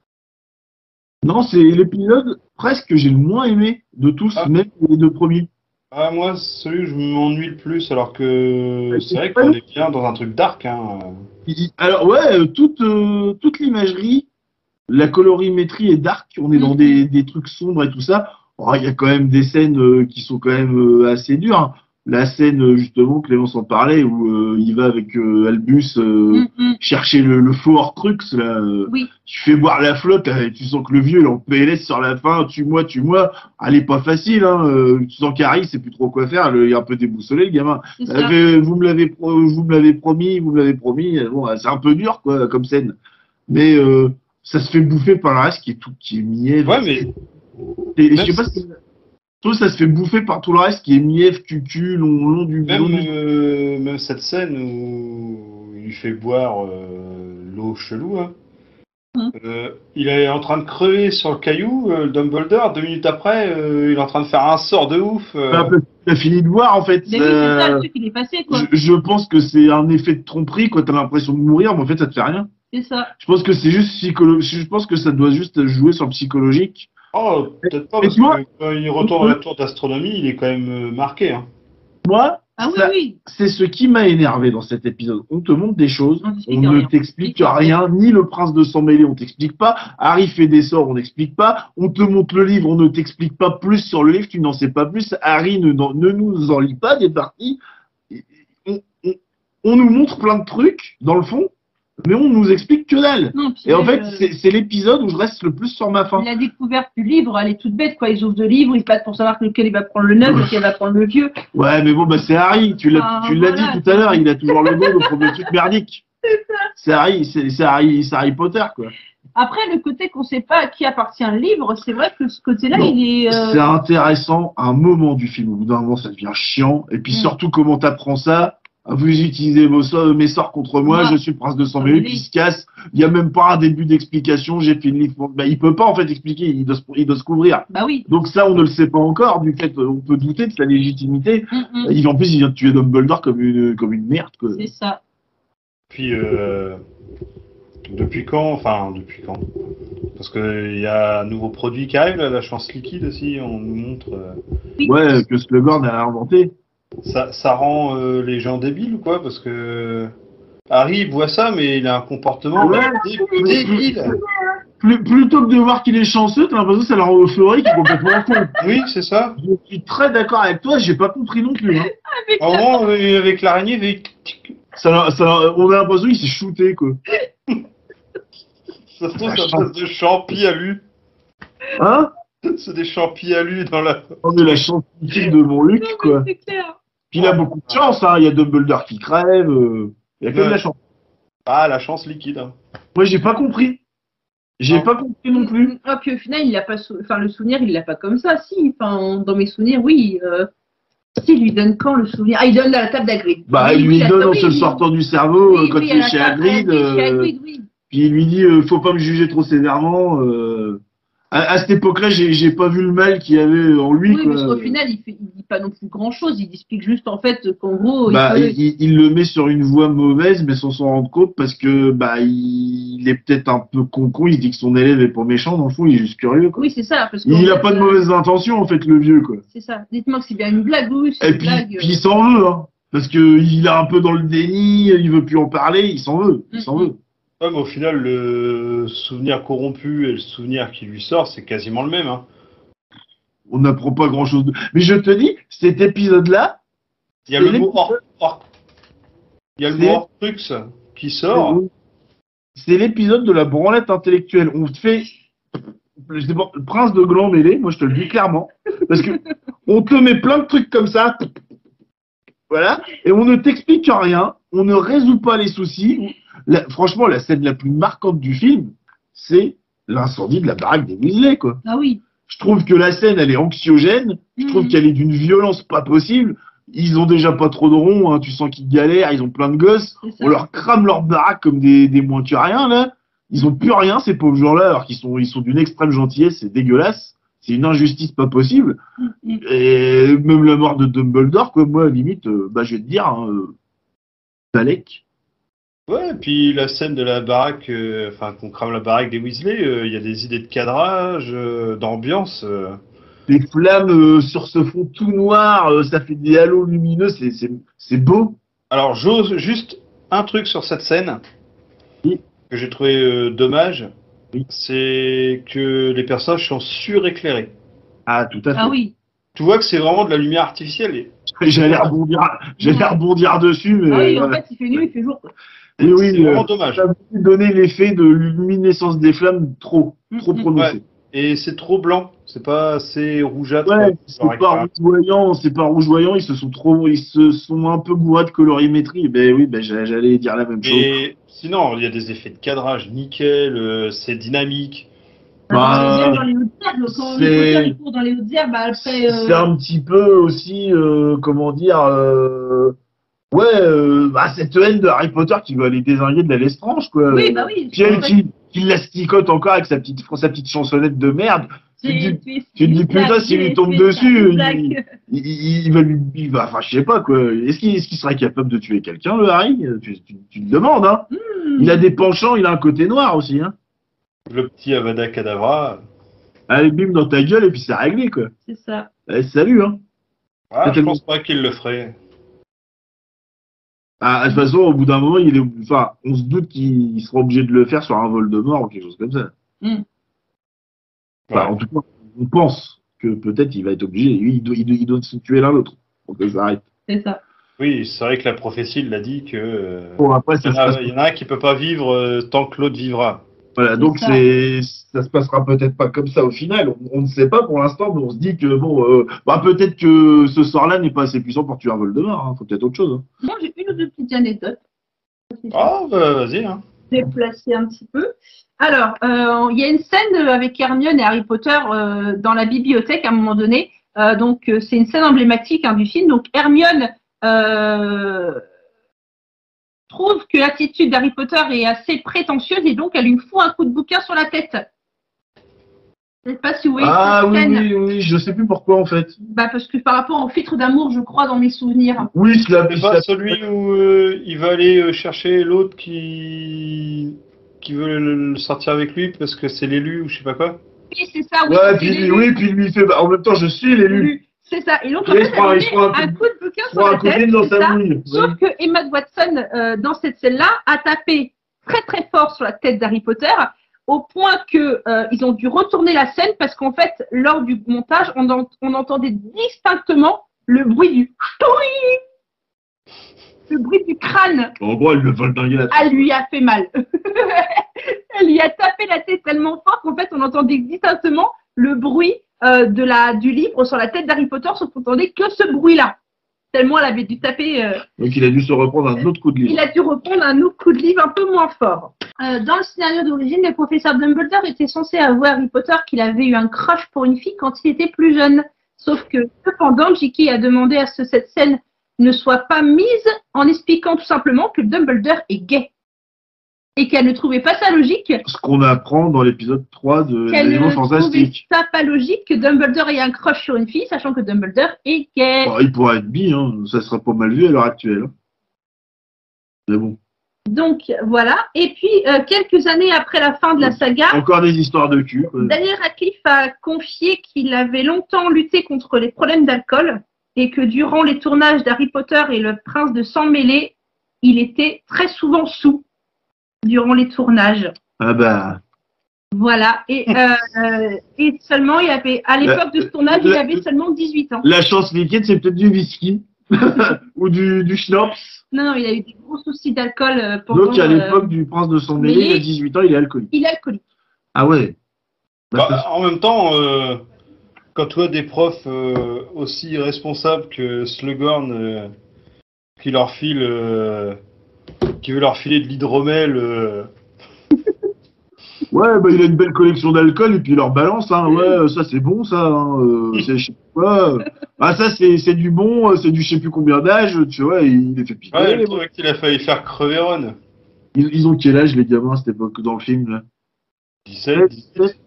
S2: Non, c'est l'épisode presque que j'ai le moins aimé de tous, même les deux premiers.
S1: Ah, moi, celui où je m'ennuie le plus, alors que c'est vrai qu'on est bien dans un truc dark. Hein.
S2: Alors, ouais, toute l'imagerie, la colorimétrie est dark. On est dans des trucs sombres et tout ça. Oh, il y a quand même des scènes qui sont quand même assez dures. Hein. La scène, justement, Clémence en parlait, où il va avec Albus chercher le faux Horcrux. Là,
S3: oui.
S2: Tu fais boire la flotte, et tu sens que le vieux, il est en PLS sur la fin. Tue-moi. Elle est pas facile. Hein. Tu sens qu'Harry sait plus trop quoi faire. Il est un peu déboussolé, le gamin. Vous me l'avez promis. Bon, c'est un peu dur, quoi, comme scène. Mais ça se fait bouffer par le reste qui est mièvre.
S1: Ouais, mais...
S2: Et je sais pas si... ça se fait bouffer par tout le reste qui est mièvre, cucu, long du...
S1: Même cette scène où il lui fait boire l'eau chelou, hein. Il est en train de crever sur le caillou, Dumbledore. 2 minutes après, il est en train de faire un sort de ouf.
S2: T'as fini de voir, en fait.
S3: Mais oui, c'est ça, le truc, il est passé, quoi.
S2: Je pense que c'est un effet de tromperie, quoi. T'as l'impression de mourir, mais en fait, ça te fait rien.
S3: C'est ça.
S2: Je pense que c'est juste psychologique. Je pense que ça doit juste jouer sur le psychologique.
S1: Oh, peut-être pas, parce que quand il retourne à la tour d'astronomie, il est quand même marqué. Hein.
S2: Moi,
S3: oui.
S2: c'est ce qui m'a énervé dans cet épisode. On te montre des choses, on ne t'explique rien, ni le prince de sang mêlé, on t'explique pas. Harry fait des sorts, on n'explique pas. On te montre le livre, on ne t'explique pas plus sur le livre, tu n'en sais pas plus. Harry ne nous en lit pas des parties. On nous montre plein de trucs, dans le fond, mais on nous explique que dalle.
S3: Non,
S2: et en fait, c'est l'épisode où je reste le plus sur ma faim.
S3: La découverte du livre, elle est toute bête, quoi. Ils ouvrent 2 livres, ils battent pour savoir lequel il va prendre le neuf, lequel va prendre le vieux.
S2: Ouais, mais bon, bah c'est Harry. Tu l'as dit tout à l'heure, il a toujours le dos, le premier truc merdique. C'est Harry Potter, quoi.
S3: Après, le côté qu'on sait pas à qui appartient le livre, c'est vrai que ce côté-là, il est...
S2: C'est intéressant à un moment du film. Au bout d'un moment, ça devient chiant. Et puis surtout, comment t'apprends ça? Vous utilisez mes sorts contre moi, je suis le prince de sang mêlé, puis il se casse. Il n'y a même pas un début d'explication, j'ai fait une livre. Bah, il peut pas en fait expliquer, il doit se couvrir.
S3: Bah oui.
S2: Donc ça, on ne le sait pas encore, du fait on peut douter de sa légitimité. En plus, il vient de tuer Dumbledore comme une merde. Quoi.
S3: C'est ça.
S1: Puis, depuis quand parce qu'il y a un nouveau produit qui arrive, là, la chance liquide aussi, on nous montre...
S2: Ouais, que Slughorn a inventé.
S1: Ça rend les gens débiles ou quoi? Parce que Harry il boit ça, mais il a un comportement débile.
S2: Plutôt que de voir qu'il est chanceux, t'as l'impression que ça le rend euphorique, il est complètement con.
S1: Oui, c'est ça.
S2: Je suis très d'accord avec toi, j'ai pas compris non plus. Hein.
S1: Avec l'araignée,
S2: on a l'impression qu'il s'est shooté, quoi.
S1: Ça se trouve, c'est un espèce de champi à lui.
S2: Hein?
S1: C'est des champis à lui dans la...
S2: On est la chance de mon Luc, quoi.
S3: C'est clair.
S2: Puis il a beaucoup de chance, hein. Il y a Dumbledore qui crève. Il y a que de la chance.
S1: Ah, la chance liquide. Hein.
S2: Moi, j'ai pas compris. J'ai
S1: Non.
S2: pas compris non plus.
S3: Ah, puis au final, il l'a pas, enfin, le souvenir, il l'a pas comme ça, si. Enfin, dans mes souvenirs, oui. Si, il lui donne quand le souvenir? Ah, il donne à la table d'Hagrid.
S2: Bah,
S3: Oui,
S2: il
S3: oui,
S2: lui
S3: la
S2: donne
S3: table-
S2: en
S3: oui,
S2: se le
S3: oui.
S2: sortant du cerveau
S3: Oui,
S2: quand
S3: oui,
S2: il
S3: à
S2: est
S3: la
S2: chez
S3: table
S2: Hagrid.
S3: chez Hagrid, oui.
S2: Puis il lui dit faut pas me juger trop sévèrement. À cette époque-là, j'ai pas vu le mal qu'il y avait en lui.
S3: Oui,
S2: Quoi.
S3: parce qu'au final, il dit pas non plus grand-chose. Il explique juste, en fait, qu'en gros,
S2: Bah,
S3: il peut...
S2: il le met sur une voie mauvaise, mais sans s'en rendre compte parce que bah il est peut-être un peu con. Il se dit que son élève est pas méchant. Dans le fond, il est juste curieux. Quoi.
S3: Oui, c'est ça. Parce
S2: Il
S3: qu'en
S2: a
S3: fait,
S2: pas de mauvaises intentions en fait, le vieux quoi.
S3: c'est ça. Dites-moi que c'est bien une blague, oui, c'est
S2: Et
S3: une
S2: puis,
S3: blague.
S2: puis il s'en veut, hein, parce que il est un peu dans le déni, il veut plus en parler, il s'en veut, il s'en veut.
S1: Ouais, mais au final, le souvenir corrompu et le souvenir qui lui sort, c'est quasiment le même. Hein.
S2: On n'apprend pas grand-chose. Mais je te dis, cet épisode-là,
S1: Il y a
S2: c'est
S1: le mot il y a le mot Horcrux qui sort.
S2: c'est l'épisode de la branlette intellectuelle. On te fait, je sais pas, le prince de gland mêlé, moi je te le dis clairement, parce que on te met plein de trucs comme ça, voilà, et on ne t'explique rien, on ne résout pas les soucis. Franchement, la scène la plus marquante du film, c'est l'incendie de la baraque des Weasley, quoi.
S3: Ah oui.
S2: Je trouve que la scène, elle est anxiogène. Je trouve qu'elle est d'une violence pas possible. Ils ont déjà pas trop de ronds, hein. Tu sens qu'ils galèrent, ils ont plein de gosses. On leur crame leur baraque comme des moins que rien, là. Ils ont plus rien, ces pauvres gens-là, alors ils sont d'une extrême gentillesse, c'est dégueulasse. C'est une injustice pas possible. Et même la mort de Dumbledore, quoi, moi, limite, bah, je vais te dire, hein, Balek.
S1: Ouais, et puis la scène de la baraque, enfin qu'on crame la baraque des Weasley, il y a des idées de cadrage, d'ambiance.
S2: Des flammes sur ce fond tout noir, ça fait des halos lumineux, c'est beau.
S1: Alors j'ose juste un truc sur cette scène
S2: Oui.
S1: que j'ai trouvé dommage,
S2: Oui.
S1: c'est que les personnages sont suréclairés.
S2: Ah, tout à fait.
S3: Ah oui.
S1: Tu vois que c'est vraiment de la lumière artificielle. Et...
S2: J'allais rebondir dessus, mais.
S3: Ah oui, en
S2: voilà.
S3: fait, il fait nuit, il fait jour. Quoi.
S2: Et oui,
S1: c'est vraiment dommage.
S2: Ça a donné l'effet de luminescence des flammes trop prononcé.
S1: Ouais. Et c'est trop blanc, c'est pas assez rougeâtre.
S2: Ouais, c'est pas rougeoyant, ils se sont un peu gourés de colorimétrie. Ben oui, ben j'allais dire la même chose.
S1: Et sinon, il y a des effets de cadrage nickel, c'est dynamique.
S3: Dans les hautes herbes, quand il court dans les hautes herbes, bah, après.
S2: C'est un petit peu aussi, comment dire, cette haine de Harry Potter qui veut aller désinguer de la Lestrange, quoi.
S3: Oui, bah oui.
S2: Qui l'asticote encore avec sa petite chansonnette de merde. Tu te dis putain, s'il lui tombe dessus, il va, enfin, je sais pas, quoi. Est-ce qu'il serait capable de tuer quelqu'un, le Harry? Tu te demandes, hein. Il a des penchants, il a un côté noir aussi, hein.
S1: Le petit Avada Kedavra.
S2: Allez, bim dans ta gueule et puis c'est réglé, quoi.
S3: C'est ça.
S2: Allez, salut, hein.
S1: Ah, je pense pas qu'il le ferait.
S2: Ah, de toute façon, au bout d'un moment, on se doute qu'il sera obligé de le faire sur un Voldemort ou quelque chose comme ça. Enfin, en tout cas, on pense que peut-être il va être obligé. Lui, il doit se tuer l'un l'autre pour que ça arrête.
S3: C'est ça.
S1: Oui, c'est vrai que la prophétie l'a dit que.
S2: Bon, après,
S1: il y en a un qui peut pas vivre tant que l'autre vivra.
S2: Voilà, donc ça se passera peut-être pas comme ça au final. On ne sait pas pour l'instant, mais on se dit que peut-être que ce sort-là n'est pas assez puissant pour tuer un Voldemort. Hein. Faut peut-être autre chose. Hein.
S3: Moi, j'ai une ou deux petites anecdotes.
S1: Ah, vas-y. Hein.
S3: Déplacer un petit peu. Alors, il y a une scène avec Hermione et Harry Potter dans la bibliothèque à un moment donné. Donc, c'est une scène emblématique du film. Donc, Hermione trouve que l'attitude d'Harry Potter est assez prétentieuse et donc elle lui fout un coup de bouquin sur la tête. Je ne sais pas si vous voyez cette scène.
S2: Oui, je sais plus pourquoi en fait.
S3: Bah parce que par rapport au filtre d'amour, je crois, dans mes souvenirs.
S2: Oui,
S1: c'est pas celui où il va aller chercher l'autre qui veut le sortir avec lui parce que c'est l'élu ou je sais pas quoi.
S3: Oui, c'est ça. Oui,
S2: ouais, puis lui il fait en même temps je suis l'élu.
S3: C'est ça. Et donc, en fait, elle met un coup de bouquin sur la tête.
S2: Dans sa mouille.
S3: Sauf que Emma Watson, dans cette scène-là, a tapé très très fort sur la tête d'Harry Potter, au point que ils ont dû retourner la scène parce qu'en fait, lors du montage, on entendait distinctement le bruit du le bruit du crâne.
S2: En gros, elle le vole dinguer la tête.
S3: Elle lui a fait mal. Elle lui a tapé la tête tellement fort qu'en fait, on entendait distinctement le bruit du livre sur la tête d'Harry Potter, sauf qu'on entendait que ce bruit-là. Tellement elle avait dû taper.
S2: Donc il a dû se reprendre un autre coup de livre.
S3: Il a dû reprendre un autre coup de livre un peu moins fort. Dans le scénario d'origine, le professeur Dumbledore était censé avouer à Harry Potter qu'il avait eu un crush pour une fille quand il était plus jeune. Sauf que, cependant, J.K. a demandé à ce que cette scène ne soit pas mise en expliquant tout simplement que Dumbledore est gay. Et qu'elle ne trouvait pas ça logique.
S2: Ce qu'on apprend dans l'épisode 3 de
S3: Qu'elle
S2: Animaux
S3: ne trouvait
S2: Fantastiques.
S3: ça pas logique que Dumbledore ait un crush sur une fille, sachant que Dumbledore est gay.
S2: Bon, il pourrait être bi, hein. Ça serait pas mal vu à l'heure actuelle. Hein. Mais bon.
S3: Donc, voilà. Et puis, quelques années après la fin de la saga,
S2: Encore des histoires de cul. Quoi.
S3: Daniel Radcliffe a confié qu'il avait longtemps lutté contre les problèmes d'alcool et que durant les tournages d'Harry Potter et le Prince de Sang Mêlé, il était très souvent saoul durant les tournages.
S2: Ah bah.
S3: Voilà. Et seulement, il avait, à l'époque de ce tournage, il avait seulement 18 ans.
S2: La chance liquide, c'est peut-être du whisky. Ou du schnapps.
S3: Non, il a eu des gros soucis d'alcool pendant...
S2: Donc, à l'époque du Prince de Sang Mêlé, il a 18 ans, il est alcoolique.
S3: Il est alcoolique.
S2: Ah ouais.
S1: En même temps, quand tu vois des profs aussi irresponsables que Slughorn qui leur file, qui veut leur filer de l'hydromel.
S2: Ouais, bah il a une belle collection d'alcool et puis il leur balance, hein. Ouais, ça c'est bon, ça. Hein. C'est je sais pas. Ah ça c'est du bon, c'est du je sais plus combien d'âge, tu vois, il les fait piquer.
S1: Ouais, le truc qu'il a failli faire crever Ron.
S2: Ils ont quel âge les gamins à cette époque dans le film là
S1: 17, 18.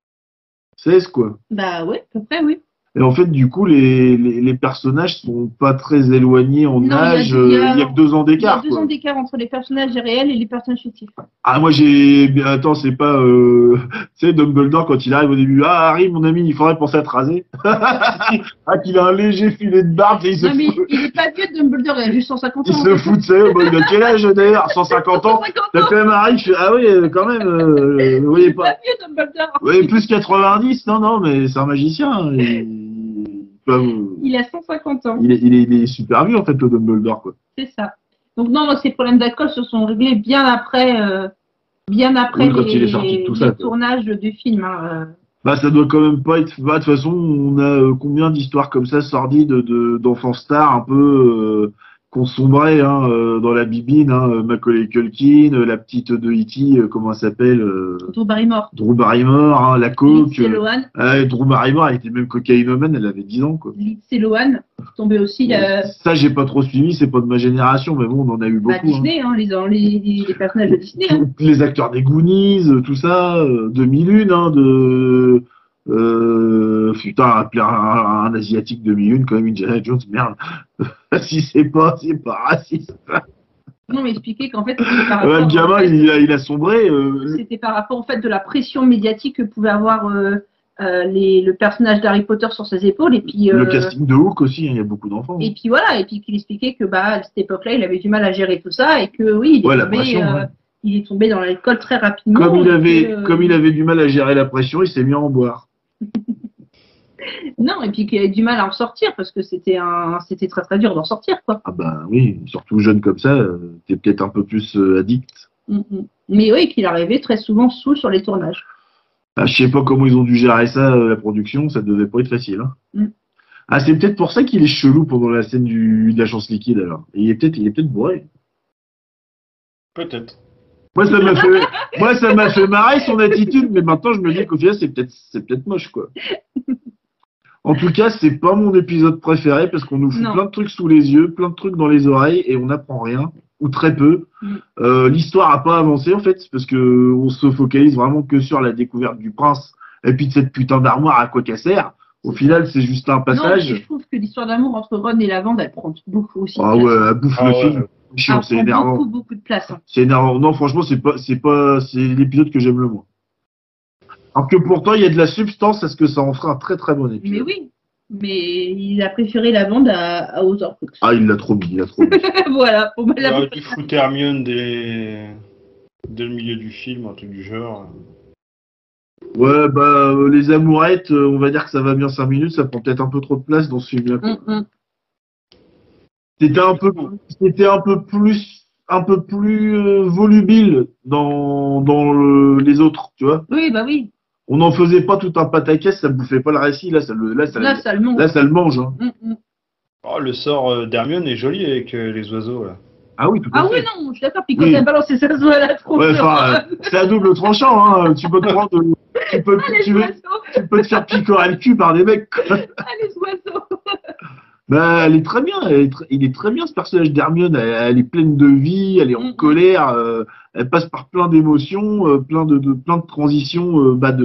S2: 16 quoi.
S3: Bah ouais, à peu près, oui.
S2: Et en fait, du coup, les personnages sont pas très éloignés en
S3: Non,
S2: âge. Il y a que 2 ans
S3: Il y a
S2: d'écart.
S3: 2 ans d'écart entre les personnages réels et les personnages fictifs.
S2: Ah, moi, Attends, c'est pas. Tu sais, Dumbledore, quand il arrive au début, ah, Harry, mon ami, il faudrait penser à te raser. Ah, qu'il a un léger filet de barbe et il se
S3: Non, mais
S2: fout.
S3: il est pas vieux, Dumbledore, il a juste 150 ans.
S2: Il se fout de ça. Bon, il a quel âge d'ailleurs 150 ans.
S3: 150
S2: T'as
S3: ans.
S2: quand même Harry, je fais, ah oui, quand même. Vous voyez
S3: Il est
S2: pas.
S3: pas vieux, Dumbledore.
S2: Oui, plus 90. Non, mais c'est un magicien.
S3: Il a 150 ans.
S2: Il est super vieux, en fait, le Dumbledore, quoi.
S3: C'est ça. Donc non, ces problèmes d'alcool se sont réglés bien après
S2: Oui, quand il est sorti de tout ça,
S3: les
S2: quoi.
S3: tournages du film. Hein.
S2: Bah, ça doit quand même pas être. Bah, de toute façon, on a combien d'histoires comme ça sordides d'enfants stars un peu qu'on sombrait hein, dans la bibine, hein, Macaulay Culkin, la petite de E.T., comment elle s'appelle
S3: Drew Barrymore.
S2: Drew Barrymore, hein, la coke.
S3: Lindsay Lohan.
S2: Drew Barrymore, elle était même cocaïnomane, elle avait 10 ans, quoi.
S3: Lindsay Lohan, tombée aussi.
S2: Ça, j'ai pas trop suivi, c'est pas de ma génération, mais bon, on en a eu beaucoup.
S3: Disney, hein, les personnages de Disney. Hein.
S2: Les acteurs des Goonies, tout ça, 2001, hein, putain, appeler un Asiatique 2001, quand même, Indiana Jones, merde. si c'est pas raciste.
S3: Non, mais expliquer qu'en fait, c'était par
S2: Le gamin, il a sombré.
S3: C'était par rapport, en fait, de la pression médiatique que pouvait avoir le personnage d'Harry Potter sur ses épaules. Et puis,
S2: le casting de Hook aussi, hein, il y a beaucoup d'enfants.
S3: Et puis voilà, et puis qu'il expliquait que à cette époque-là, il avait du mal à gérer tout ça et que oui, il est tombé dans l'alcool très rapidement.
S2: Comme il avait du mal à gérer la pression, il s'est mis à en boire.
S3: Non, et puis qu'il avait du mal à en sortir parce que c'était très très dur d'en sortir, quoi.
S2: Ah bah oui, surtout jeune comme ça, t'es peut-être un peu plus addict.
S3: Mais oui, qu'il arrivait très souvent saoul sur les tournages.
S2: Ah, je sais pas comment ils ont dû gérer ça, la production, ça devait pas être facile. Hein. Ah, c'est peut-être pour ça qu'il est chelou pendant la scène de la chance liquide alors. Il est peut-être bourré.
S1: Peut-être.
S2: Moi, ça m'a fait marrer son attitude, mais maintenant je me dis qu'au final c'est peut-être moche, quoi. En tout cas, c'est pas mon épisode préféré parce qu'on nous fout plein de trucs sous les yeux, plein de trucs dans les oreilles et on n'apprend rien ou très peu. L'histoire a pas avancé en fait parce que on se focalise vraiment que sur la découverte du prince et puis de cette putain d'armoire à quoi qu'elle sert. Au final, c'est juste un passage.
S3: Non, je trouve que l'histoire d'amour entre Ron et Lavande, elle prend beaucoup aussi.
S2: Ah ouais, elle bouffe le film. Chiant, c'est énervant.
S3: Beaucoup de place. Hein.
S2: C'est énervant. Non, franchement, c'est l'épisode que j'aime le moins. Alors que pourtant, il y a de la substance à ce que ça en fera un très très bon épisode.
S3: Mais oui, mais il a préféré Lavande à aux Horcruxes.
S2: Ah, il l'a trop mis,
S3: Voilà.
S1: Il aurait dû foutre Hermione dès le milieu du film, un truc du genre.
S2: Ouais, bah, les amourettes, on va dire que ça va bien 5 minutes, ça prend peut-être un peu trop de place dans ce film-là. C'était un peu plus volubile dans les autres, tu vois.
S3: Oui, bah oui.
S2: On n'en faisait pas tout un pataquès, ça bouffait pas le récit, là ça le mange. Hein.
S1: Oh, le sort d'Hermione est joli avec les oiseaux là.
S2: Ah oui, tout à
S3: Ah
S2: fait.
S3: oui, non, je suis d'accord. Puis quand
S2: Oui.
S3: elle balance ses oiseaux à la tronche.
S2: Ouais, enfin, c'est à double tranchant, hein. Tu peux te prendre, tu peux,
S3: Ah, les
S2: tu veux-
S3: oiseaux.
S2: tu peux te faire picorer le cul par des mecs, quoi.
S3: Ah, les oiseaux.
S2: Bah, elle est très bien, il est très bien ce personnage d'Hermione. Elle est pleine de vie, elle est en
S3: Mhm.
S2: colère, elle passe par plein d'émotions, plein de transitions,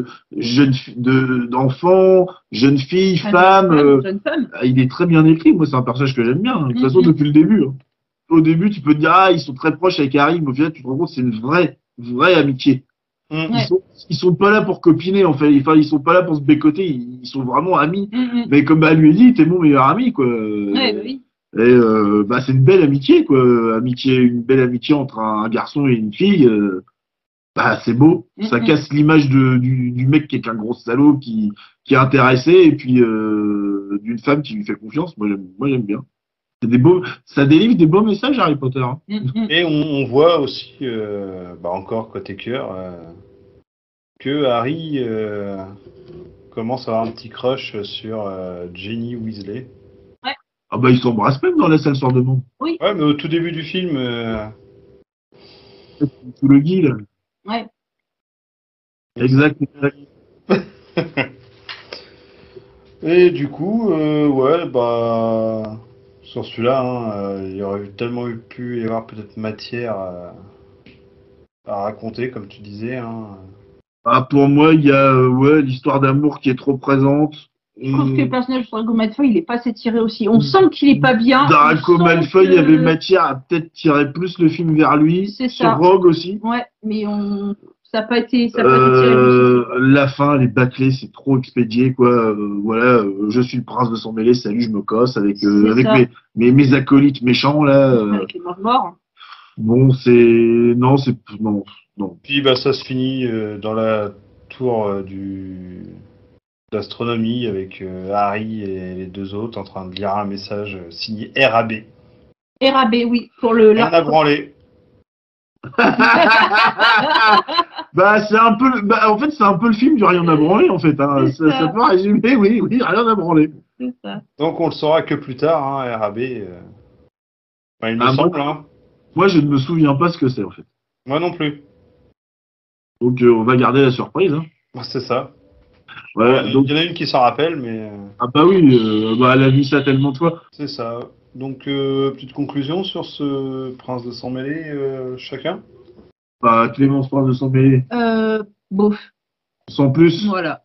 S2: d'enfants, jeunes filles, femmes.
S3: Jeune femme.
S2: Il est très bien écrit. Moi, c'est un personnage que j'aime bien. De toute façon,
S3: Mhm.
S2: depuis le début. Hein. Au début, tu peux te dire, ah, ils sont très proches avec Harry, mais au final, tu te rends compte, c'est une vraie amitié.
S1: Mm.
S2: Ils
S3: Ouais.
S2: sont, ils sont pas là pour copiner, en fait. Enfin, ils sont pas là pour se bécoter. Ils sont vraiment amis.
S3: Mhm.
S2: Mais comme bah, lui dit, t'es mon meilleur ami, quoi.
S3: Ouais, bah oui.
S2: Et bah, c'est une belle amitié, quoi. Une belle amitié entre un garçon et une fille. Bah, c'est beau. Ça
S3: Mhm.
S2: casse l'image du mec qui est qu'un gros salaud qui est intéressé et puis d'une femme qui lui fait confiance. Moi, j'aime bien. Ça délivre des beaux messages, Harry Potter. Hein.
S3: Mhm.
S1: Et on voit aussi, bah encore côté cœur, que Harry commence à avoir un petit crush sur Ginny Weasley.
S2: Ah bah, ils s'embrassent même dans la salle sort de monde.
S3: Oui.
S1: Ouais, mais au tout début du film,
S2: Sous le gui, là.
S3: Ouais.
S2: Exact.
S1: Et du coup, ouais, bah, sur celui-là, hein, il y aurait tellement pu y avoir peut-être matière à raconter, comme tu disais. Hein.
S2: Ah, pour moi, il y a ouais, l'histoire d'amour qui est trop présente.
S3: Je trouve que le personnage de Draco Malfoy, il est pas assez tiré aussi. On sent qu'il est pas bien.
S2: Draco
S3: On sent
S2: Malfoy
S3: que-
S2: avait matière à peut-être tirer plus le film vers lui.
S3: C'est
S2: Sur
S3: ça.
S2: Rogue aussi.
S3: Ouais, mais ça n'a pas été tiré plus.
S2: La fin, les bâclés, c'est trop expédié, quoi. Voilà, je suis le prince de sang mêlé, salut, je me casse avec,
S3: C'est
S2: avec
S3: ça.
S2: mes acolytes méchants, là.
S3: Avec les morts.
S2: Bon, c'est. Non, c'est. Non, non.
S1: Puis bah, ça se finit dans la tour d'astronomie avec Harry et les deux autres en train de lire un message signé RAB.
S3: RAB, oui, pour le.
S1: Rien à branler.
S2: Bah, c'est un peu. Bah, en fait, c'est un peu le film du rien à branler, en fait. Hein.
S3: C'est ça.
S2: Ça peut résumer, oui, rien à branler.
S3: C'est ça.
S1: Donc on le saura que plus tard, hein, RAB. Enfin, il me
S2: Ah,
S1: semble, hein.
S2: Moi, je ne me souviens pas ce que c'est, en fait.
S1: Moi non plus.
S2: Donc, on va garder la surprise. Hein.
S1: Bah, c'est ça.
S2: Voilà, donc.
S1: Il y en a une qui s'en rappelle, mais
S2: Ah, bah oui, bah, elle a vu ça tellement de fois.
S1: c'est ça. Donc, petite conclusion sur ce Prince de sang mêlé, chacun.
S2: Bah, Clémence Prince de sang mêlé,
S3: Bof.
S2: sans plus.
S3: Voilà.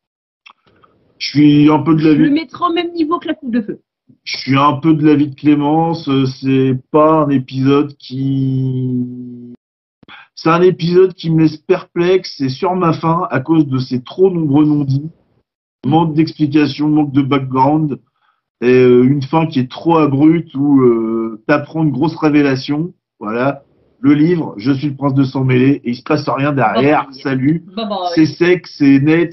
S2: Je suis un peu de
S3: Je le
S2: l'avis.
S3: mettrai au même niveau que la coupe de feu.
S2: Je suis un peu de l'avis de Clémence. C'est pas un épisode qui. C'est un épisode qui me laisse perplexe et sur ma faim à cause de ces trop nombreux non-dits, manque d'explication, manque de background et une fin qui est trop abrupte où t'apprends une grosse révélation. Voilà, le livre, je suis le prince de sang mêlé et il se passe rien derrière. Salut. C'est sec, c'est net,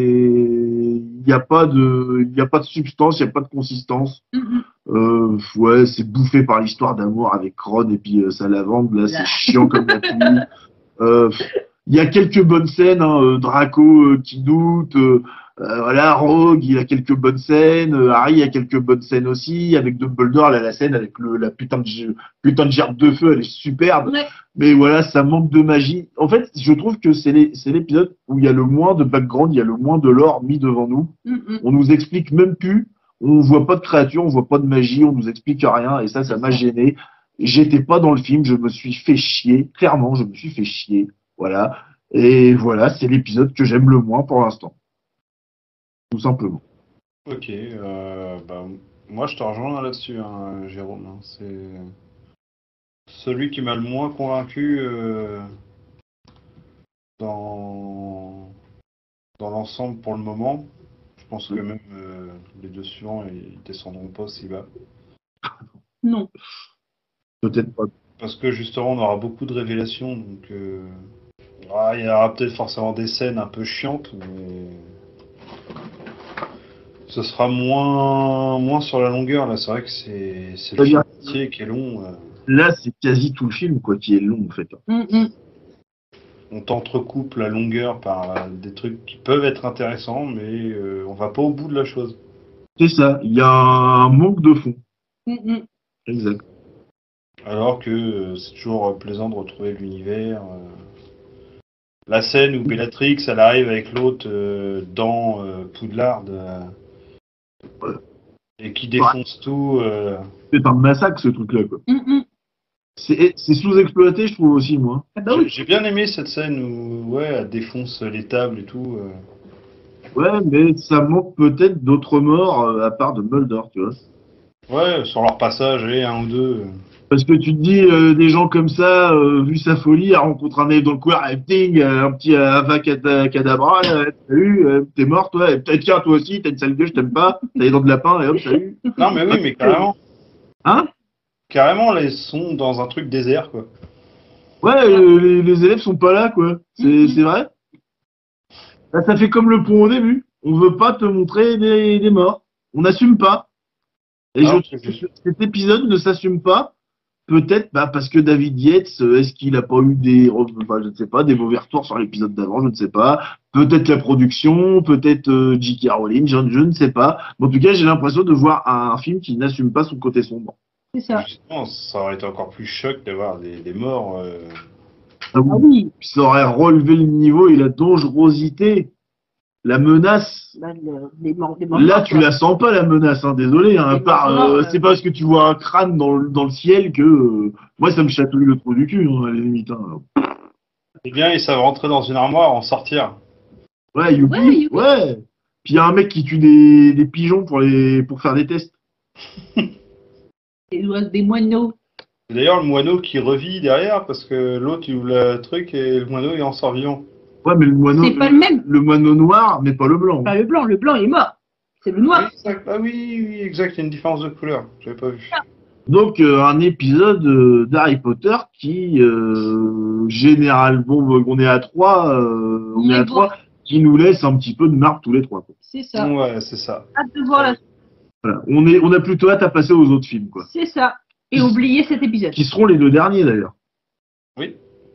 S2: il n'y a pas de substance, il n'y a pas de consistance. Ouais, c'est bouffé par l'histoire d'amour avec Ron et puis sa lavande, là, c'est chiant comme la pluie. Il y a quelques bonnes scènes, hein, Draco qui doute, voilà, Rogue, il a quelques bonnes scènes, Harry a quelques bonnes scènes aussi, avec Dumbledore, là, la scène avec la putain de gerbe de feu, elle est superbe.
S3: Ouais.
S2: Mais voilà, ça manque de magie. En fait, je trouve que c'est l'épisode où il y a le moins de background, il y a le moins de lore mis devant nous. On nous explique même plus, on voit pas de créature, on voit pas de magie, on nous explique rien, et ça m'a gêné. J'étais pas dans le film, je me suis fait chier, clairement, je me suis fait chier. Voilà. Et voilà, c'est l'épisode que j'aime le moins pour l'instant. Tout simplement.
S1: Ok, bah, moi je te rejoins là-dessus, hein, Jérôme. Hein. C'est celui qui m'a le moins convaincu dans l'ensemble pour le moment. Je pense que même les deux suivants, ils descendront pas aussi bas.
S3: Non.
S2: Peut-être pas.
S1: Parce que justement, on aura beaucoup de révélations, donc il y aura peut-être forcément des scènes un peu chiantes, mais ce sera moins sur la longueur. Là, c'est vrai que c'est le film entier qui est long.
S2: Là, c'est quasi tout le film, quoi, qui est long, en fait.
S1: On t'entrecoupe la longueur par des trucs qui peuvent être intéressants, mais on va pas au bout de la chose.
S2: C'est ça, il y a un manque de fond. Exact.
S1: Alors que c'est toujours plaisant de retrouver l'univers. La scène où Bellatrix, elle arrive avec l'autre dans Poudlard et qui défonce tout.
S2: C'est un massacre ce truc-là, quoi.
S3: Mm.
S2: C'est sous-exploité, je trouve aussi, moi.
S3: Ah bah oui.
S1: J'ai bien aimé cette scène où ouais, elle défonce les tables et tout.
S2: Ouais, mais ça manque peut-être d'autres morts à part de Mulder, tu vois.
S1: Ouais, sur leur passage, et un ou deux.
S2: Parce que tu te dis, des gens comme ça, vu sa folie, elle rencontre un mec dans le coin, ting, un petit Avacadabra, salut, t'es mort, toi, et peut-être tiens, toi aussi, t'as une sale gueule, je t'aime pas, t'as les dents de lapin, et hop, salut.
S1: Non, mais oui, mais carrément.
S2: Hein?
S1: Carrément, là, ils sont dans un truc désert, quoi.
S2: Ouais, les élèves sont pas là, quoi. C'est vrai. Là, ça fait comme le pont au début. On veut pas te montrer des morts. On n'assume pas. Et
S1: Alors,
S2: je trouve que cet épisode ne s'assume pas. Peut-être parce que David Yates, est-ce qu'il a pas eu je ne sais pas, des mauvais retours sur l'épisode d'avant, je ne sais pas. Peut-être la production, peut-être J.K. Rowling, je ne sais pas. Mais en tout cas, j'ai l'impression de voir un film qui n'assume pas son côté sombre.
S3: C'est ça.
S1: Justement, ça aurait été encore plus choc d'avoir des morts.
S2: Ah oui.
S3: Ah oui.
S2: Puis ça aurait relevé le niveau et la dangerosité, la menace.
S3: Bah, les morts.
S2: Là, tu la sens pas la menace, hein, désolé. Hein,
S3: Les morts,
S2: c'est pas parce que tu vois un crâne dans le ciel que moi ça me chatouille le trou du cul, hein, à la limite. Hein.
S1: Eh bien, ils savent rentrer dans une armoire, en sortir.
S2: Ouais, youpi,
S3: Ouais, youpi.
S2: ouais. Puis il y a un mec qui tue des pigeons pour faire des tests.
S3: Des moineaux.
S1: C'est d'ailleurs le moineau qui revit derrière parce que l'autre il ouvre le truc et le moineau il en sort vivant.
S2: Ouais, mais le moineau,
S3: C'est pas le même.
S2: le moineau noir, mais pas le blanc.
S3: Pas le blanc il est mort. C'est le noir.
S1: Oui, exact. Ah oui, oui, exact, il y a une différence de couleur. J'avais pas vu.
S2: Donc un épisode d'Harry Potter qui généralement, on est à trois, on est à
S3: Ouais,
S2: trois, qui nous laisse un petit peu de marque tous les trois. Quoi.
S3: C'est ça.
S1: Ouais, c'est ça.
S3: Hâte de voir la.
S2: Voilà. On a plutôt hâte à passer aux autres films, quoi.
S3: C'est ça. Et oublier cet épisode.
S2: Qui seront les deux derniers d'ailleurs.
S1: Oui.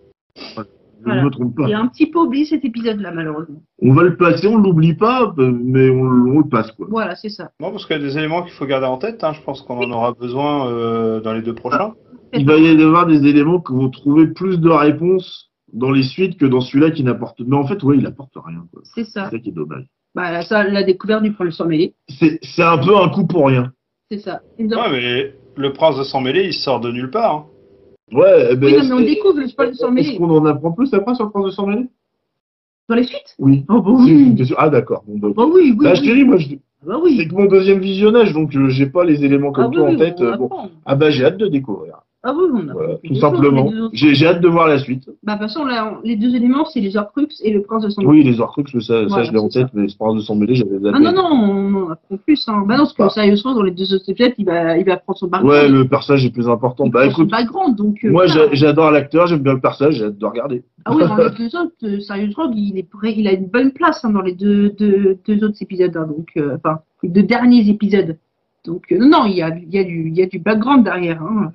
S2: Je ne me trompe pas.
S3: J'ai un petit peu oublié cet épisode-là, malheureusement.
S2: On va le passer, on l'oublie pas, mais on le passe, quoi.
S3: Voilà, c'est ça.
S1: Non, parce qu'il y a des éléments qu'il faut garder en tête. Hein. Je pense qu'on en aura besoin dans les deux prochains.
S2: Il va y avoir des éléments que vous trouvez plus de réponses dans les suites que dans celui-là qui n'apporte. Mais en fait, ouais, il apporte rien, quoi.
S3: C'est ça.
S2: C'est ça qui est dommage.
S3: Bah, ça, la découverte du prince de sang mêlé.
S2: C'est un peu un coup pour rien.
S3: C'est ça.
S1: Ouais, mais le prince de sang mêlé, il sort de nulle part. Hein.
S2: Ouais, ben,
S3: Oui, non, mais on découvre le prince de sang mêlé.
S2: Est-ce qu'on en apprend plus après sur le prince de sang mêlé?
S3: Dans les suites?
S2: Oui.
S3: Oh, bah
S2: C'est
S3: oui.
S2: une question. Ah, d'accord. Bon, bah,
S3: Bah oui, oui.
S2: là, je te dis, moi,
S3: Bah oui.
S2: c'est que mon deuxième visionnage, donc j'ai pas les éléments comme toi en tête.
S3: on
S2: Bon.
S3: apprend.
S2: Ah bah j'ai hâte de découvrir.
S3: Ah oui, on a
S2: Voilà,
S3: plus
S2: tout
S3: de
S2: simplement.
S3: choses, les deux autres.
S2: J'ai hâte de voir la suite.
S3: Bah, de toute façon, là, les deux éléments, c'est les Horcruxes et le prince de sang mêlé.
S2: Oui, les Horcruxes, ça
S3: Voilà,
S2: je l'ai en
S3: c'est
S2: tête, mais ce prince de sang mêlé, j'avais zappé.
S3: Ah non, non, on en apprend plus. Hein. Bah non, parce que
S2: Bah.
S3: sérieusement, dans les deux autres épisodes, il va prendre son background.
S2: Ouais, le personnage est plus important.
S3: Il
S2: Bah
S3: prend son
S2: écoute,
S3: background, donc.
S2: moi
S3: voilà.
S2: j'adore l'acteur, j'aime bien le personnage, j'ai hâte de regarder.
S3: Ah oui, dans les deux autres, sérieusement, il a une bonne place hein, dans les deux autres épisodes. Hein, donc, enfin, les deux derniers épisodes. Donc, non, il y a du background derrière. Hein.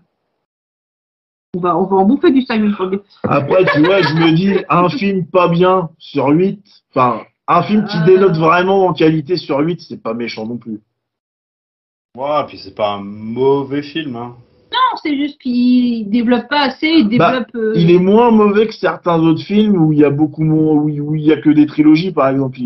S3: On va en bouffer du Simon Frog.
S2: Après, tu vois, je me dis, un film pas bien sur 8, enfin, un film qui
S3: Ah.
S2: dénote vraiment en qualité sur 8, c'est pas méchant non plus.
S1: Ouais, puis c'est pas un mauvais film. Hein.
S3: Non, c'est juste qu'il développe pas assez, il développe.
S2: Il est moins mauvais que certains autres films où il y a beaucoup moins, où il y a que des trilogies, par exemple.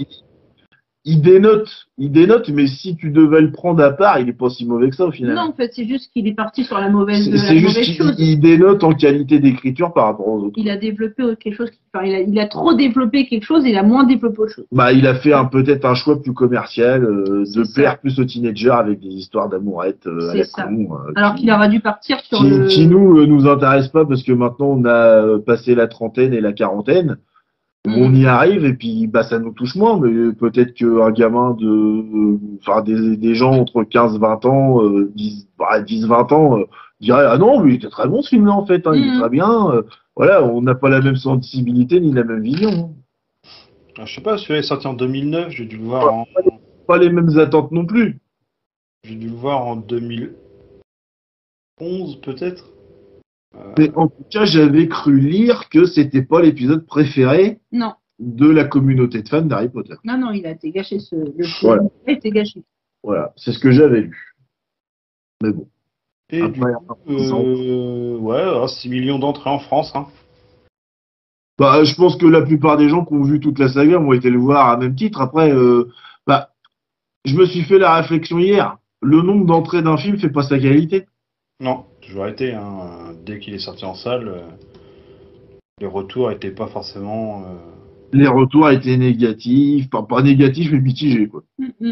S2: Il dénote, mais si tu devais le prendre à part, il est pas si mauvais que ça au final.
S3: Non, en fait, c'est juste qu'il est parti sur la mauvaise,
S2: C'est juste
S3: chose.
S2: qu'il dénote en qualité d'écriture par rapport aux autres.
S3: Il a développé quelque chose, il a trop développé quelque chose, il a moins développé autre chose.
S2: Bah, il a fait peut-être un choix plus commercial, de
S3: C'est ça.
S2: plaire plus aux teenagers avec des histoires d'amourettes à
S3: C'est
S2: la
S3: ça.
S2: con.
S3: Alors qu'il aurait dû partir sur
S2: qui nous intéresse pas parce que maintenant on a passé la trentaine et la quarantaine. On y arrive et puis bah ça nous touche moins, mais peut-être qu'un gamin des gens entre 15-20 ans, 10-20 ans, dirait ah non mais il était très bon ce film-là en fait, hein, il est très bien. Voilà, on n'a pas la même sensibilité ni la même vision.
S1: Alors, je sais pas, celui-là est sorti en 2009, j'ai dû le voir
S2: Pas les mêmes attentes non plus.
S1: J'ai dû le voir en 2011 peut-être.
S2: Mais en tout cas, j'avais cru lire que c'était pas l'épisode préféré
S3: Non,
S2: de la communauté de fans d'Harry Potter.
S3: non, il a été gâché
S2: Voilà.
S3: Il a été gâché.
S2: Voilà, c'est ce que j'avais lu. Mais bon.
S1: Et
S2: Après,
S1: du coup, ouais, 6 millions d'entrées en France. Hein.
S2: bah, je pense que la plupart des gens qui ont vu toute la saga ont été le voir à même titre. Après, bah, je me suis fait la réflexion hier. Le nombre d'entrées d'un film fait pas sa qualité.
S1: Non, toujours été. Hein. Dès qu'il est sorti en salle, les retours n'étaient pas forcément.
S2: Les retours étaient négatifs, pas négatifs mais mitigés, quoi.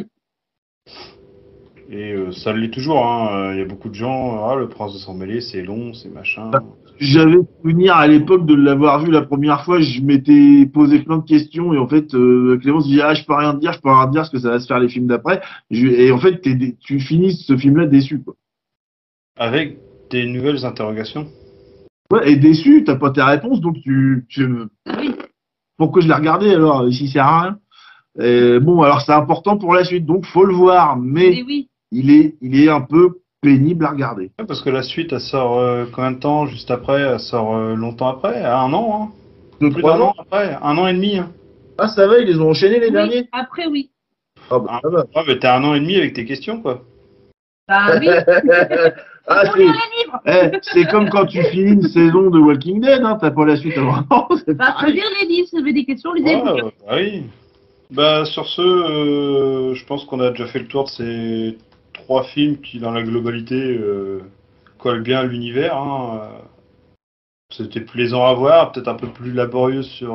S1: Et ça l'est toujours. Hein. Il y a beaucoup de gens. Ah, le Prince de Sang Mêlé, c'est long, c'est machin.
S2: J'avais souvenir à l'époque de l'avoir vu la première fois, je m'étais posé plein de questions et en fait Clément se dit je peux rien te dire, je peux rien te dire parce que ça va se faire les films d'après. Et en fait tu finis ce film-là déçu, quoi.
S1: Avec des nouvelles interrogations.
S2: Ouais, et déçu, t'as pas tes réponses donc
S3: Oui.
S2: pourquoi je l'ai regardé alors ici ça sert à rien. Et bon alors c'est important pour la suite donc faut le voir mais
S3: Oui.
S2: il est un peu pénible à regarder.
S1: Ouais, parce que la suite, elle sort combien de temps juste après? Elle sort longtemps après? À un an, hein?
S2: Deux,
S1: Plus
S2: trois
S1: d'un
S2: ans.
S1: an après? Un an et demi, hein?
S2: Ah ça va, ils les ont enchaînés les
S3: Oui.
S2: derniers.
S3: Après, oui.
S2: Ah bah ça va.
S1: Ouais, mais t'as un an et demi avec tes questions, quoi.
S3: Bah oui.
S2: Ah,
S3: Faut lire les livres.
S2: c'est comme quand tu finis une saison de Walking Dead, hein, t'as pas la suite avant. C'est
S3: Bah, faut
S2: pareil.
S3: lire les livres. Si vous avez des questions, lisez
S1: Ouais,
S3: le bouquin.
S1: bah oui. Bah, sur ce, je pense qu'on a déjà fait le tour de ces trois films qui, dans la globalité, collent bien à l'univers. Hein. C'était plaisant à voir, peut-être un peu plus laborieux sur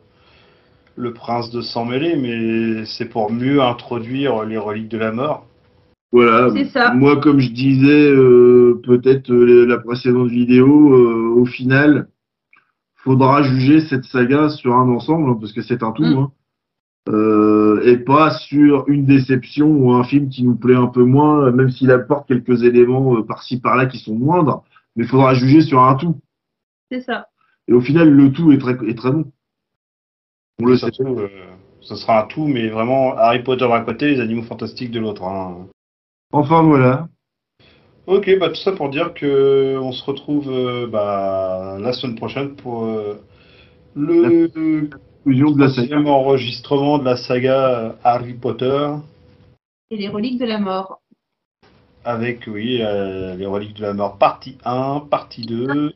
S1: Le Prince de Sang Mêlé, mais c'est pour mieux introduire les reliques de la mort.
S2: Voilà.
S3: C'est ça.
S2: Moi, comme je disais, peut-être la précédente vidéo, au final, faudra juger cette saga sur un ensemble, hein, parce que c'est un tout, hein. Et pas sur une déception ou un film qui nous plaît un peu moins, même s'il apporte quelques éléments par-ci par-là qui sont moindres, mais il faudra juger sur un tout.
S3: C'est ça.
S2: Et au final, le tout est très bon. On
S1: Et
S2: le sait.
S1: surtout, ce sera un tout, mais vraiment Harry Potter d'un côté, les animaux fantastiques de l'autre. Hein.
S2: Enfin, voilà.
S1: Ok, bah tout ça pour dire que on se retrouve la semaine prochaine pour
S2: La
S1: le
S2: conclusion de la saga.
S1: troisième enregistrement de la saga Harry Potter,
S3: Et les reliques de la mort.
S1: avec oui les reliques de la mort partie 1, partie 2.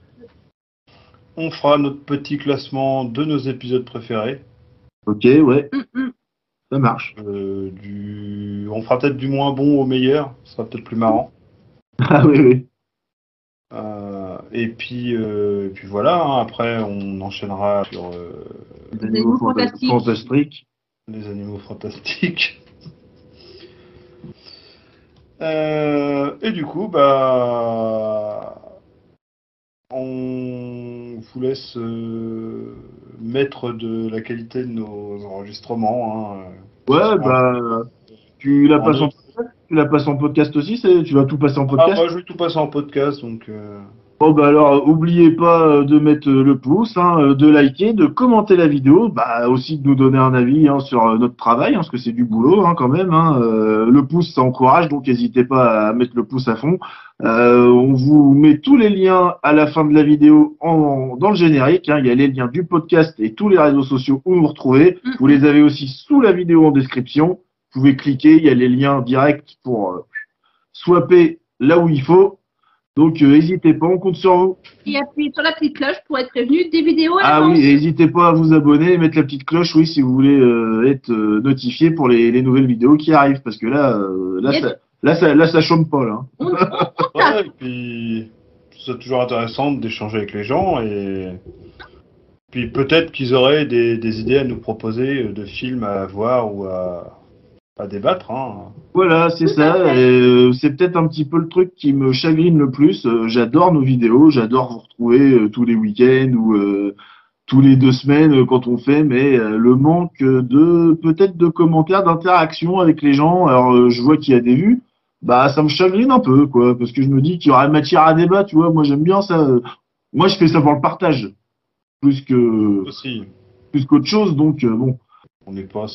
S1: On fera notre petit classement de nos épisodes préférés.
S2: Ok, ouais,
S3: Mm.
S2: ça marche.
S1: On fera peut-être du moins bon au meilleur, ce sera peut-être plus marrant.
S2: Ah oui, oui.
S1: Et puis voilà, hein, après on enchaînera sur
S2: Les
S3: animaux fantastiques.
S2: fantastiques.
S1: les animaux fantastiques. Et du coup, on vous laisse mettre de la qualité de nos enregistrements. Hein, que ce
S2: Ouais,
S1: soit
S2: tu la
S1: en
S2: passes en
S1: audio.
S2: podcast, tu la passes en podcast aussi, tu vas tout passer en
S1: Ah,
S2: podcast.
S1: moi je vais tout passer en podcast, donc
S2: Bon, bah alors, oubliez pas de mettre le pouce, hein, de liker, de commenter la vidéo, bah aussi de nous donner un avis hein, sur notre travail, hein, parce que c'est du boulot hein, quand même. Hein. Le pouce, ça encourage, donc n'hésitez pas à mettre le pouce à fond. On vous met tous les liens à la fin de la vidéo dans le générique. Hein. Il y a les liens du podcast et tous les réseaux sociaux où vous retrouvez. Vous les avez aussi sous la vidéo en description. Vous pouvez cliquer, il y a les liens directs pour swapper là où il faut. Donc, n'hésitez pas, on compte sur vous.
S3: Et appuyez sur la petite cloche pour être prévenu des vidéos à
S2: Ah
S3: l'avance.
S2: oui, et n'hésitez pas à vous abonner et mettre la petite cloche, oui, si vous voulez être notifié pour les nouvelles vidéos qui arrivent. Parce que là, ça chôme pas, là.
S1: ouais, et puis c'est toujours intéressant d'échanger avec les gens et puis peut-être qu'ils auraient des idées à nous proposer de films à voir ou à débattre. Hein.
S2: Voilà, c'est
S3: Tout à
S2: ça.
S3: fait.
S2: Et, c'est peut-être un petit peu le truc qui me chagrine le plus. J'adore nos vidéos, j'adore vous retrouver tous les week-ends ou tous les 2 semaines quand on fait, mais le manque de peut-être de commentaires, d'interaction avec les gens. Alors, je vois qu'il y a des vues. Bah, ça me chagrine un peu, quoi, parce que je me dis qu'il y aura matière à débat, tu vois. Moi, j'aime bien ça. Moi, je fais ça pour le partage, plus que
S1: Aussi,
S2: plus qu'autre chose. Donc, bon.
S1: on n'est pas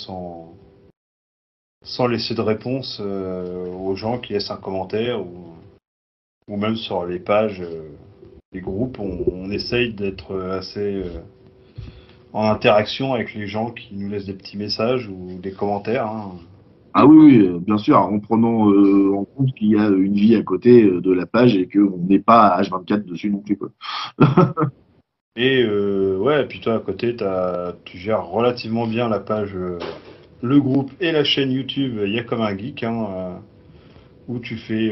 S1: sans laisser de réponse aux gens qui laissent un commentaire ou même sur les pages, les groupes, on essaye d'être assez en interaction avec les gens qui nous laissent des petits messages ou des commentaires. Hein.
S2: Ah oui, oui, bien sûr, en prenant en compte qu'il y a une vie à côté de la page et qu'on n'est pas H24 dessus non plus, quoi.
S1: Et ouais, et puis toi à côté, tu gères relativement bien la page, le groupe et la chaîne YouTube. Il y a comme un geek, hein, où tu fais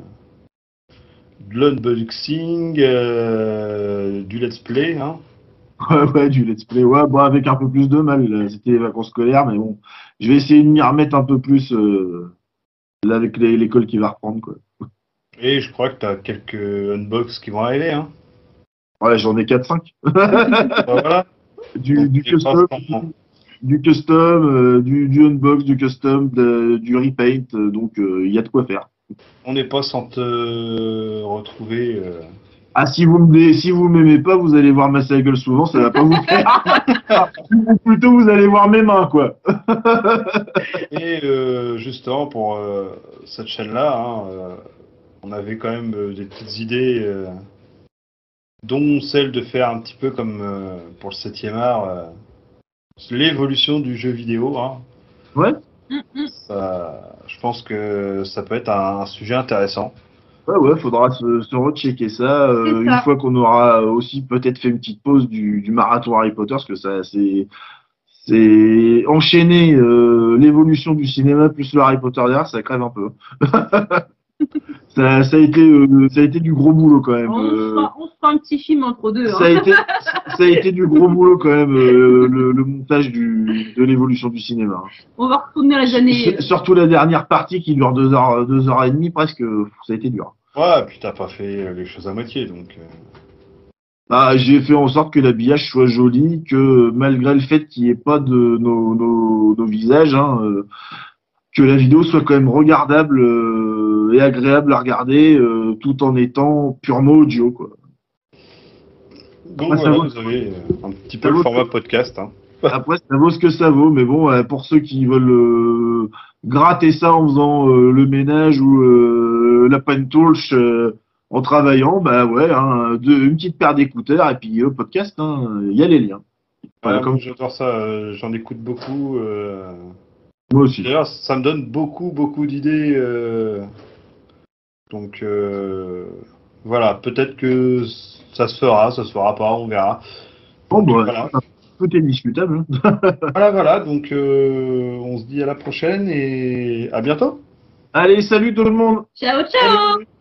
S1: de l'unboxing, du let's play, hein.
S2: Ouais, ouais, du let's play, ouais, bon, avec un peu plus de mal, là, c'était les vacances scolaires, mais bon, je vais essayer de m'y remettre un peu plus là avec l'école qui va reprendre, quoi.
S1: Et je crois que tu as quelques unbox qui vont arriver, hein.
S2: Ouais, j'en ai 4-5.
S1: Bah, voilà. Donc
S2: Du
S1: t'es pas
S2: custom,
S1: sans-
S2: du unbox, du custom, du repaint, donc il y a de quoi faire.
S1: on n'est pas sans te retrouver.
S2: Ah, si vous m'aimez pas, vous allez voir ma gueule souvent, ça va pas vous faire. Ou plutôt, vous allez voir mes mains, quoi.
S1: Et justement pour cette chaîne-là, hein, on avait quand même des petites idées, dont celle de faire un petit peu comme pour le 7e art, l'évolution du jeu vidéo, hein.
S2: Ouais,
S1: Je pense que ça peut être un sujet intéressant.
S2: ouais, ouais, faudra se rechecker ça
S3: C'est
S2: une
S3: ça.
S2: fois qu'on aura aussi peut-être fait une petite pause du marathon Harry Potter, parce que ça, c'est enchaîner l'évolution du cinéma plus le Harry Potter derrière, ça crève un peu. Ça a été du gros boulot quand même.
S3: On se fera un petit film entre deux.
S2: Ça a été, ça a été du gros boulot quand même, le montage de l'évolution du cinéma.
S3: On va retourner à les années.
S2: Surtout la dernière partie qui dure 2 heures et demie presque, ça a été dur.
S1: Ouais, puis t'as pas fait les choses à moitié, donc.
S2: Ah, j'ai fait en sorte que l'habillage soit joli, que malgré le fait qu'il n'y ait pas de nos visages, hein, que la vidéo soit quand même regardable et agréable à regarder, tout en étant purement audio, quoi.
S1: Donc
S2: Après,
S1: voilà, vous avez un petit peu
S2: ça
S1: le
S2: vaut
S1: format podcast, hein.
S2: Après, ça vaut ce que ça vaut, mais bon, pour ceux qui veulent gratter ça en faisant le ménage ou la pentouche en travaillant, bah ouais, hein, une petite paire d'écouteurs et puis podcast, hein, il y a les liens. Voilà,
S1: Ah, moi
S2: comme
S1: j'adore ça, j'en écoute beaucoup.
S2: moi aussi.
S1: D'ailleurs, ça me donne beaucoup d'idées. Donc voilà, peut-être que ça se fera pas, on verra.
S2: Bon,
S1: Donc
S2: bah,
S1: voilà.
S2: tout est discutable, hein.
S1: Voilà. Donc on se dit à la prochaine et à bientôt.
S2: Allez, salut tout le monde!
S3: Ciao, ciao!
S1: Salut.